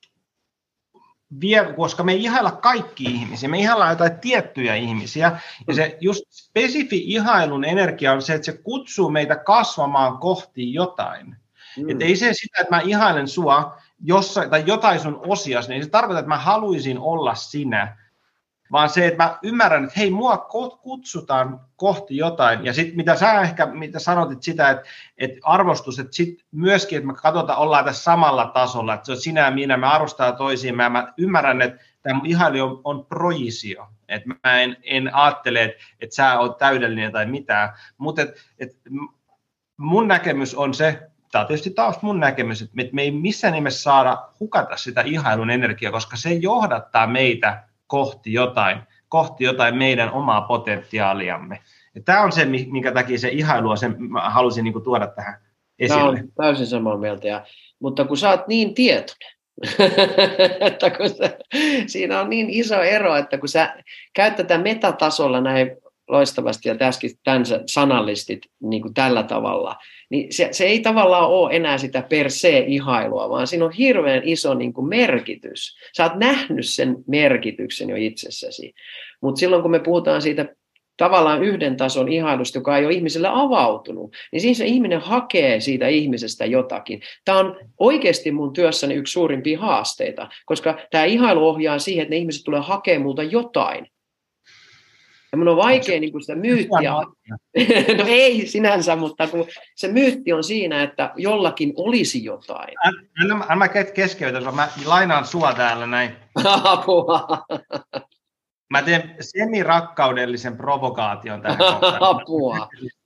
A: vie, koska me ei ihailla kaikki ihmisiä, me ihaillaan jotain tiettyjä ihmisiä, ja se just spesifi ihailun energia on se, että se kutsuu meitä kasvamaan kohti jotain. Mm. Että ei se sitä, että mä ihailen sua jossain, tai jotain sun osias, niin ei se tarkoita, että mä haluaisin olla sinä, vaan se, että mä ymmärrän, että hei, mua kutsutaan kohti jotain, ja sitten mitä sä ehkä mitä sanotit sitä, että, että arvostus, että sitten myöskin, että me katsotaan, ollaan tässä samalla tasolla, että se on sinä ja minä, me arvostaa toisiimme, ja mä ymmärrän, että tämä mun ihailu on, on projisio, että mä en, en ajattele, että, että sä oot täydellinen tai mitään, mutta että, että mun näkemys on se, tämä on tietysti taas mun näkemys, että me ei missään nimessä saada hukata sitä ihailun energiaa, koska se johdattaa meitä kohti jotain, kohti jotain meidän omaa potentiaaliamme. Ja tämä on se, minkä takia se ihailua sen halusin niin kuin tuoda tähän esille.
B: Tämä on täysin samaa mieltä, ja, mutta kun sä oot niin tietoinen, että kun sä, siinä on niin iso ero, että kun sä käyt tätä metatasolla näin loistavasti ja tässäkin tämän sanallistit niin kuin tällä tavalla, niin se, se ei tavallaan ole enää sitä per se ihailua, vaan siinä on hirveän iso niin kuin merkitys. Sä oot nähnyt sen merkityksen jo itsessäsi, mutta silloin kun me puhutaan siitä tavallaan yhden tason ihailusta, joka ei ole ihmiselle avautunut, niin siinä se ihminen hakee siitä ihmisestä jotakin. Tämä on oikeasti mun työssäni yksi suurimpia haasteita, koska tämä ihailu ohjaa siihen, että ne ihmiset tulee hakemaan multa jotain. Ja mun on vaikea niin kuin sitä myyttiä. No ei sinänsä, mutta kun se myytti on siinä, että jollakin olisi jotain.
A: Älä, älä mä keskeytä, mä lainaan sua täällä näin.
B: Apua.
A: Mä teen semirakkaudellisen provokaation tähän kohtaan.
B: Apua.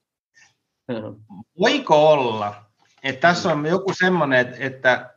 A: Voiko olla, että tässä on joku semmoinen, että, että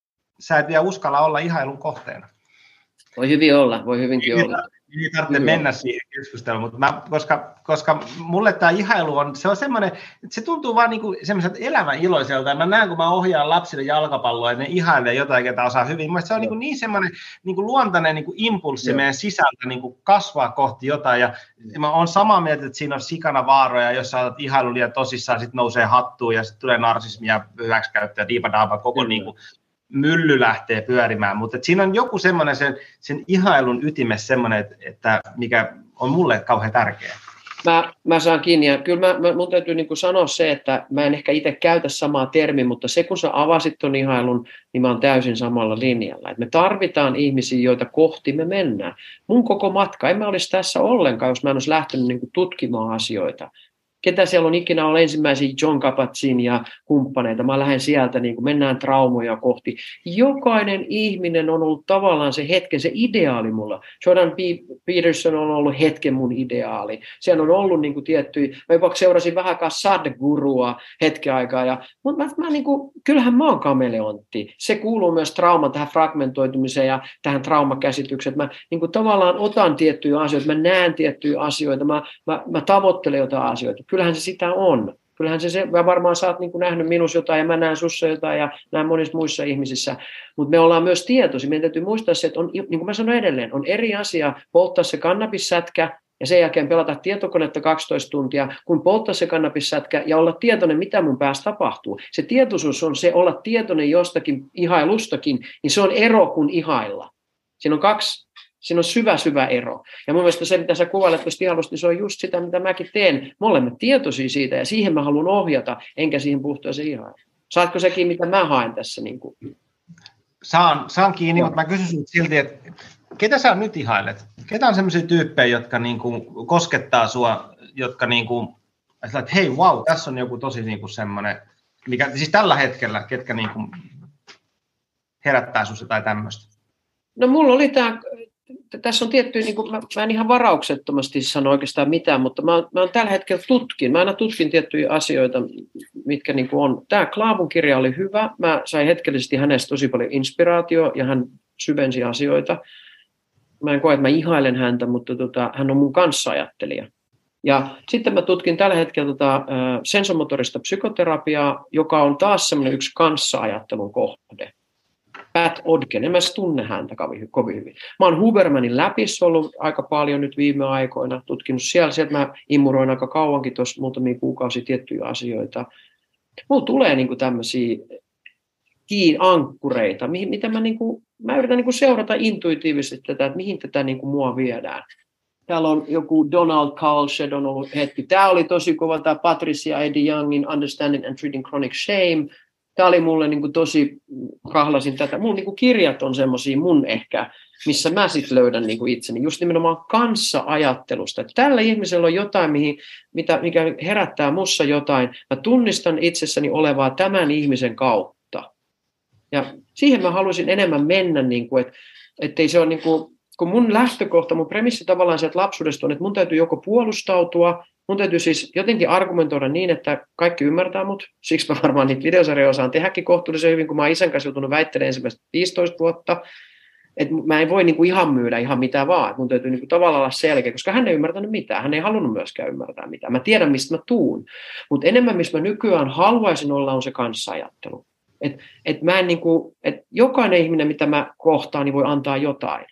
A: sä et vielä uskalla olla ihailun kohteena?
B: Voi hyvin olla, voi hyvinkin
A: ei,
B: olla.
A: Ei tarvitse Hyvä. mennä siihen keskusteluun, mutta mä, koska, koska mulle tämä ihailu on, se on semmoinen, että se tuntuu vaan niinku semmoiselta elämän iloiselta. Ja mä näen, kun mä ohjaan lapsille jalkapalloa, että ne ihailee jotain, ketä osaa hyvin. Mielestäni se on niinku niin semmoinen niinku luontainen niinku impulssi Joo. meidän sisältä niinku kasvaa kohti jotain. Ja mä oon samaa mieltä, että siinä on sikana vaaroja, jos sä olet ihailu liian tosissaan, sitten nousee hattuun ja sitten tulee narsismia, hyväksikäyttöä, diipadaapa, koko niinku mylly lähtee pyörimään, mutta siinä on joku semmoinen sen, sen ihailun ytimessä semmoinen, että, että mikä on mulle kauhean tärkeä.
B: Mä, mä saan kiinni, ja kyllä mä, mä, mun täytyy niin kuin sanoa se, että mä en ehkä itse käytä samaa termiä, mutta se kun sä avasit ton ihailun, niin mä oon täysin samalla linjalla. Et me tarvitaan ihmisiä, joita kohti me mennään. Mun koko matka, en mä olisi tässä ollenkaan, jos mä en olisi lähtenyt niin kuin tutkimaan asioita. Ketä siellä on ikinä ollut ensimmäisiä John Kabat-Zinn ja kumppaneita. Mä lähden sieltä, niin kuin mennään traumoja kohti. Jokainen ihminen on ollut tavallaan se hetken, se ideaali mulla. Jordan B. Peterson on ollut hetken mun ideaali. Siellä on ollut niin kuin tiettyjä, mä jopa seurasin vähän Sadhgurua hetken aikaa. Ja, mutta mä, mä niin kuin, kyllähän mä oon kameleontti. Se kuuluu myös trauman tähän fragmentoitumiseen ja tähän traumakäsitykseen. Mä niin kuin tavallaan otan tiettyjä asioita, mä näen tiettyjä asioita, mä, mä, mä tavoittelen jotain asioita. Kyllähän se sitä on. Kyllähän se, se varmaan sä oot niin kuin nähnyt minus jotain ja mä näen sussa jotain ja näen monissa muissa ihmisissä. Mutta me ollaan myös tietoisia. Meidän täytyy muistaa se, että on, niin kuin mä sanoin edelleen, on eri asia polttaa se kannabissätkä ja sen jälkeen pelata tietokonetta kaksitoista tuntia, kun polttaa se kannabissätkä ja olla tietoinen, mitä mun päässä tapahtuu. Se tietoisuus on se, olla tietoinen jostakin ihailustakin, niin se on ero kuin ihailla. Siinä on kaksi. Siinä on syvä, syvä ero. Ja mun mielestä se, mitä sä kuvailet tuosta ihailusta, niin se on just sitä, mitä mäkin teen. Me olemme tietoisia siitä, ja siihen mä haluan ohjata, enkä siihen puhtaaseen ihailuun. Saatko säkin, mitä mä haen tässä? Niin kuin?
A: Saan, saan kiinni, no. Mutta mä kysyn sinut silti, että ketä sä nyt ihailet? Ketä on sellaisia tyyppejä, jotka niin kuin koskettaa sua, jotka niin kuin, että hei, wow, tässä on joku tosi niin kuin semmoinen, mikä, siis tällä hetkellä, ketkä niin kuin herättää sussa tai tämmöistä?
B: No mulla oli tämä, tässä on tietty, niin kuin, mä, mä en ihan varauksettomasti sano oikeastaan mitään, mutta mä, mä oon tällä hetkellä tutkin, mä aina tutkin tiettyjä asioita, mitkä niin kuin on. Tämä Klaavun kirja oli hyvä, mä sain hetkellisesti hänestä tosi paljon inspiraatioa ja hän syvensi asioita. mä en koe, että mä ihailen häntä, mutta tota, hän on mun kanssaajattelija. Ja sitten mä tutkin tällä hetkellä tota, sensomotorista psykoterapiaa, joka on taas semmoinen yksi kanssaajattelun kohde. Pat Odken, en mä tunne häntä kovin hyvin. Mä oon Hubermanin läpissä ollut aika paljon nyt viime aikoina, tutkinut siellä. Sieltä mä immuroin aika kauankin tuossa muutamia kuukausia tiettyjä asioita. Mulla tulee niinku tämmöisiä kiin ankkureita, mitä mä, niinku, mä yritän niinku seurata intuitiivisesti tätä, että mihin tätä niinku mua viedään. Täällä on joku Donald Kalshed on ollut hetki. Tämä oli tosi kova, tämä Patricia Eddy Youngin Understanding and Treating Chronic Shame. Tämä oli mulle niin kuin tosi, kahlasin tätä. Mun niin kuin kirjat on semmoisia mun ehkä, missä mä sitten löydän niin kuin itseni. Just nimenomaan kanssa-ajattelusta. Että tällä ihmisellä on jotain, mihin, mitä, mikä herättää mussa jotain. Mä tunnistan itsessäni olevaa tämän ihmisen kautta. Ja siihen mä haluaisin enemmän mennä, niin kuin, että ettei se ole niin kuin, kun mun lähtökohta, mun premissi tavallaan sieltä lapsuudesta on, että mun täytyy joko puolustautua, mun täytyy siis jotenkin argumentoida niin, että kaikki ymmärtää mut. Siksi mä varmaan niitä videosarjoja osaan tehdäkin kohtuullisen hyvin, kun mä oon isän kanssa joutunut väittelemään ensimmäistä viisitoista vuotta. Että mä en voi niinku ihan myydä ihan mitä vaan. Mun täytyy niinku tavallaan olla selkeä, koska hän ei ymmärtänyt mitään. Hän ei halunnut myöskään ymmärtää mitään. Mä tiedän, mistä mä tuun. Mutta enemmän, missä mä nykyään haluaisin olla, on se kanssa-ajattelu. Että et mä en niinku, et jokainen ihminen, mitä mä kohtaan, niin voi antaa jotain.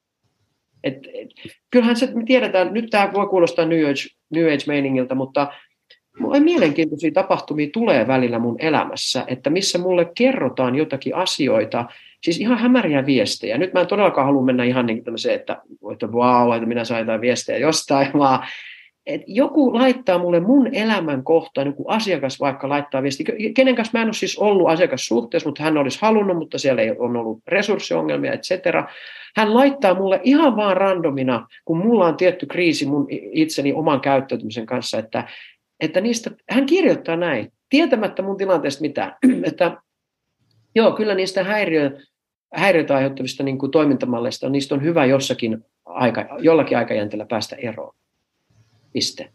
B: Et, et, kyllähän se, me tiedetään, nyt tämä voi kuulostaa New Age, New Age-meiningiltä, mutta mulle mielenkiintoisia tapahtumia tulee välillä mun elämässä, että missä mulle kerrotaan jotakin asioita, siis ihan hämäriä viestejä. Nyt mä en todellakaan halua mennä ihan niin tämmöiseen, että, että vau, että minä sain jotain viestejä jostain, vaan että joku laittaa mulle mun elämän kohtaan, joku asiakas vaikka laittaa viestiä, kenen kanssa mä en ole siis ollut asiakassuhteessa, mutta hän olisi halunnut, mutta siellä ei ole ollut resurssiongelmia, et cetera. Hän laittaa mulle ihan vaan randomina, kun mulla on tietty kriisi mun itseni oman käyttäytymisen kanssa, että, että niistä, hän kirjoittaa näin, tietämättä mun tilanteesta mitään, että joo, kyllä niistä häiriö, häiriötä aiheuttavista niin kuin toimintamalleista, niistä on hyvä jossakin aika, jollakin aikajänteellä päästä eroon. Piste.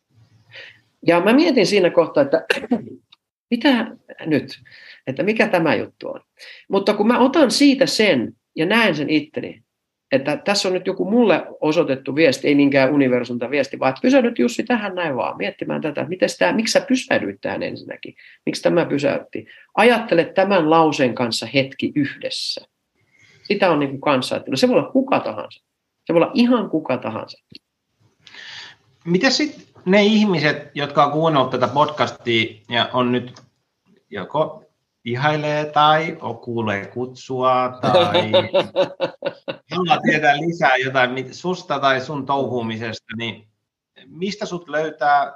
B: Ja mä mietin siinä kohtaa, että mitä nyt, että mikä tämä juttu on. Mutta kun mä otan siitä sen ja näen sen itteni, että tässä on nyt joku mulle osoitettu viesti, ei niinkään universumta viesti, vaan että pysähdyt Jussi tähän näin vaan miettimään tätä, miten tämä, miksi sä pysähdyit tähän ensinnäkin, miksi tämä pysäytti. Ajattele tämän lauseen kanssa hetki yhdessä. Sitä on niin kuin kanssa-ajattelu. Se voi olla kuka tahansa. Se voi olla ihan kuka tahansa.
A: Miten sitten ne ihmiset, jotka on kuunnellut tätä podcastia ja on nyt joko ihailee tai kuulee kutsua tai haluaa tietää lisää jotain susta tai sun touhumisesta, niin mistä sut löytää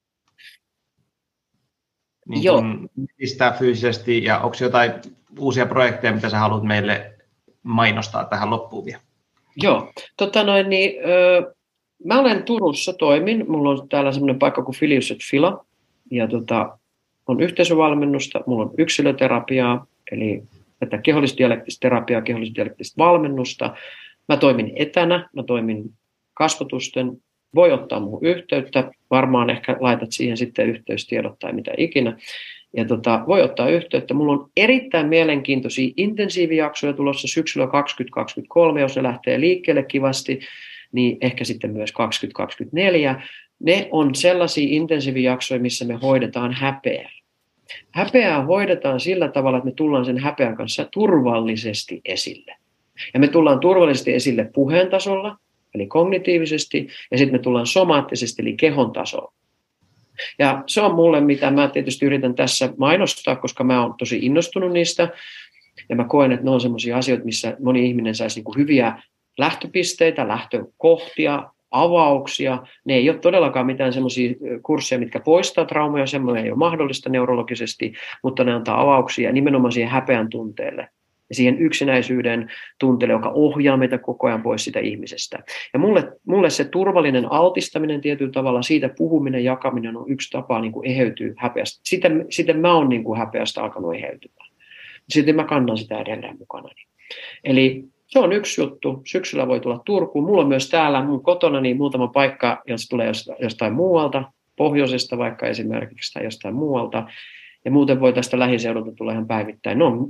A: niin kun, mistä fyysisesti ja onko jotain uusia projekteja, mitä sä haluat meille mainostaa tähän loppuun vielä?
B: Joo, tota noin niin... Ö... Mä olen Turussa, toimin. Mulla on täällä semmoinen paikka kuin Filius et Fila. Ja tota, on yhteisövalmennusta, mulla on yksilöterapiaa, eli tätä kehollisdialektista terapiaa, kehollisdialektista valmennusta. Mä toimin etänä, mä toimin kasvotusten. Voi ottaa muuhun yhteyttä, varmaan ehkä laitat siihen sitten yhteystiedot tai mitä ikinä. Ja tota, voi ottaa yhteyttä. Mulla on erittäin mielenkiintoisia intensiivijaksoja tulossa syksyllä kaksituhattakaksikymmentäkolme, jos ne lähtee liikkeelle kivasti. Niin ehkä sitten myös kaksituhattakaksikymmentäneljä. Ne on sellaisia intensiivijaksoja, missä me hoidetaan häpeää. Häpeää hoidetaan sillä tavalla, että me tullaan sen häpeän kanssa turvallisesti esille. Ja me tullaan turvallisesti esille puheen tasolla, eli kognitiivisesti, ja sitten me tullaan somaattisesti, eli kehon tasolla. Ja se on mulle, mitä mä tietysti yritän tässä mainostaa, koska mä oon tosi innostunut niistä, ja mä koen, että ne on sellaisia asioita, missä moni ihminen saisi niinku hyviä lähtöpisteitä, lähtökohtia, avauksia. Ne ei ole todellakaan mitään semmoisia kursseja, mitkä poistaa traumoja, semmoinen ei ole mahdollista neurologisesti, mutta ne antaa avauksia nimenomaan siihen häpeän tunteelle ja siihen yksinäisyyden tunteelle, joka ohjaa meitä koko ajan pois sitä ihmisestä. Ja mulle, mulle se turvallinen altistaminen tietyllä tavalla, siitä puhuminen, jakaminen on yksi tapa niin kuin eheytyä häpeästä. Sitten, sitten mä oon niin kuin häpeästä alkanut eheytymään. Sitten mä kannan sitä edelleen mukanani. Eli se on yksi juttu. Syksyllä voi tulla Turkuun. Mulla on myös täällä mun kotona niin muutama paikka, jos tulee jostain muualta, pohjoisesta vaikka esimerkiksi tai jostain muualta. Ja muuten voi tästä lähiseudulta tulla ihan päivittäin. Ne on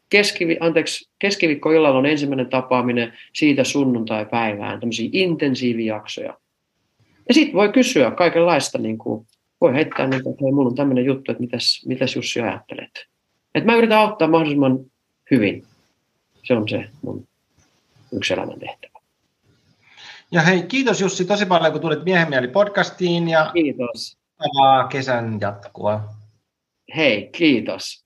B: keskivi, anteeksi, keskiviikkoillalla on ensimmäinen tapaaminen siitä sunnuntai-päivään, tämmöisiä intensiivijaksoja. Ja sitten voi kysyä kaikenlaista, niin kuin, voi heittää niitä, että hei, mulla on tämmöinen juttu, että mitäs, mitäs Jussi ajattelet. Että mä yritän auttaa mahdollisimman hyvin. Se on se mun yksi elämän tehtävä.
A: Ja hei, kiitos Jussi tosi paljon, kun tulit Miehen mieli podcastiin ja
B: kiitos.
A: Kesän jatkua.
B: Hei, kiitos.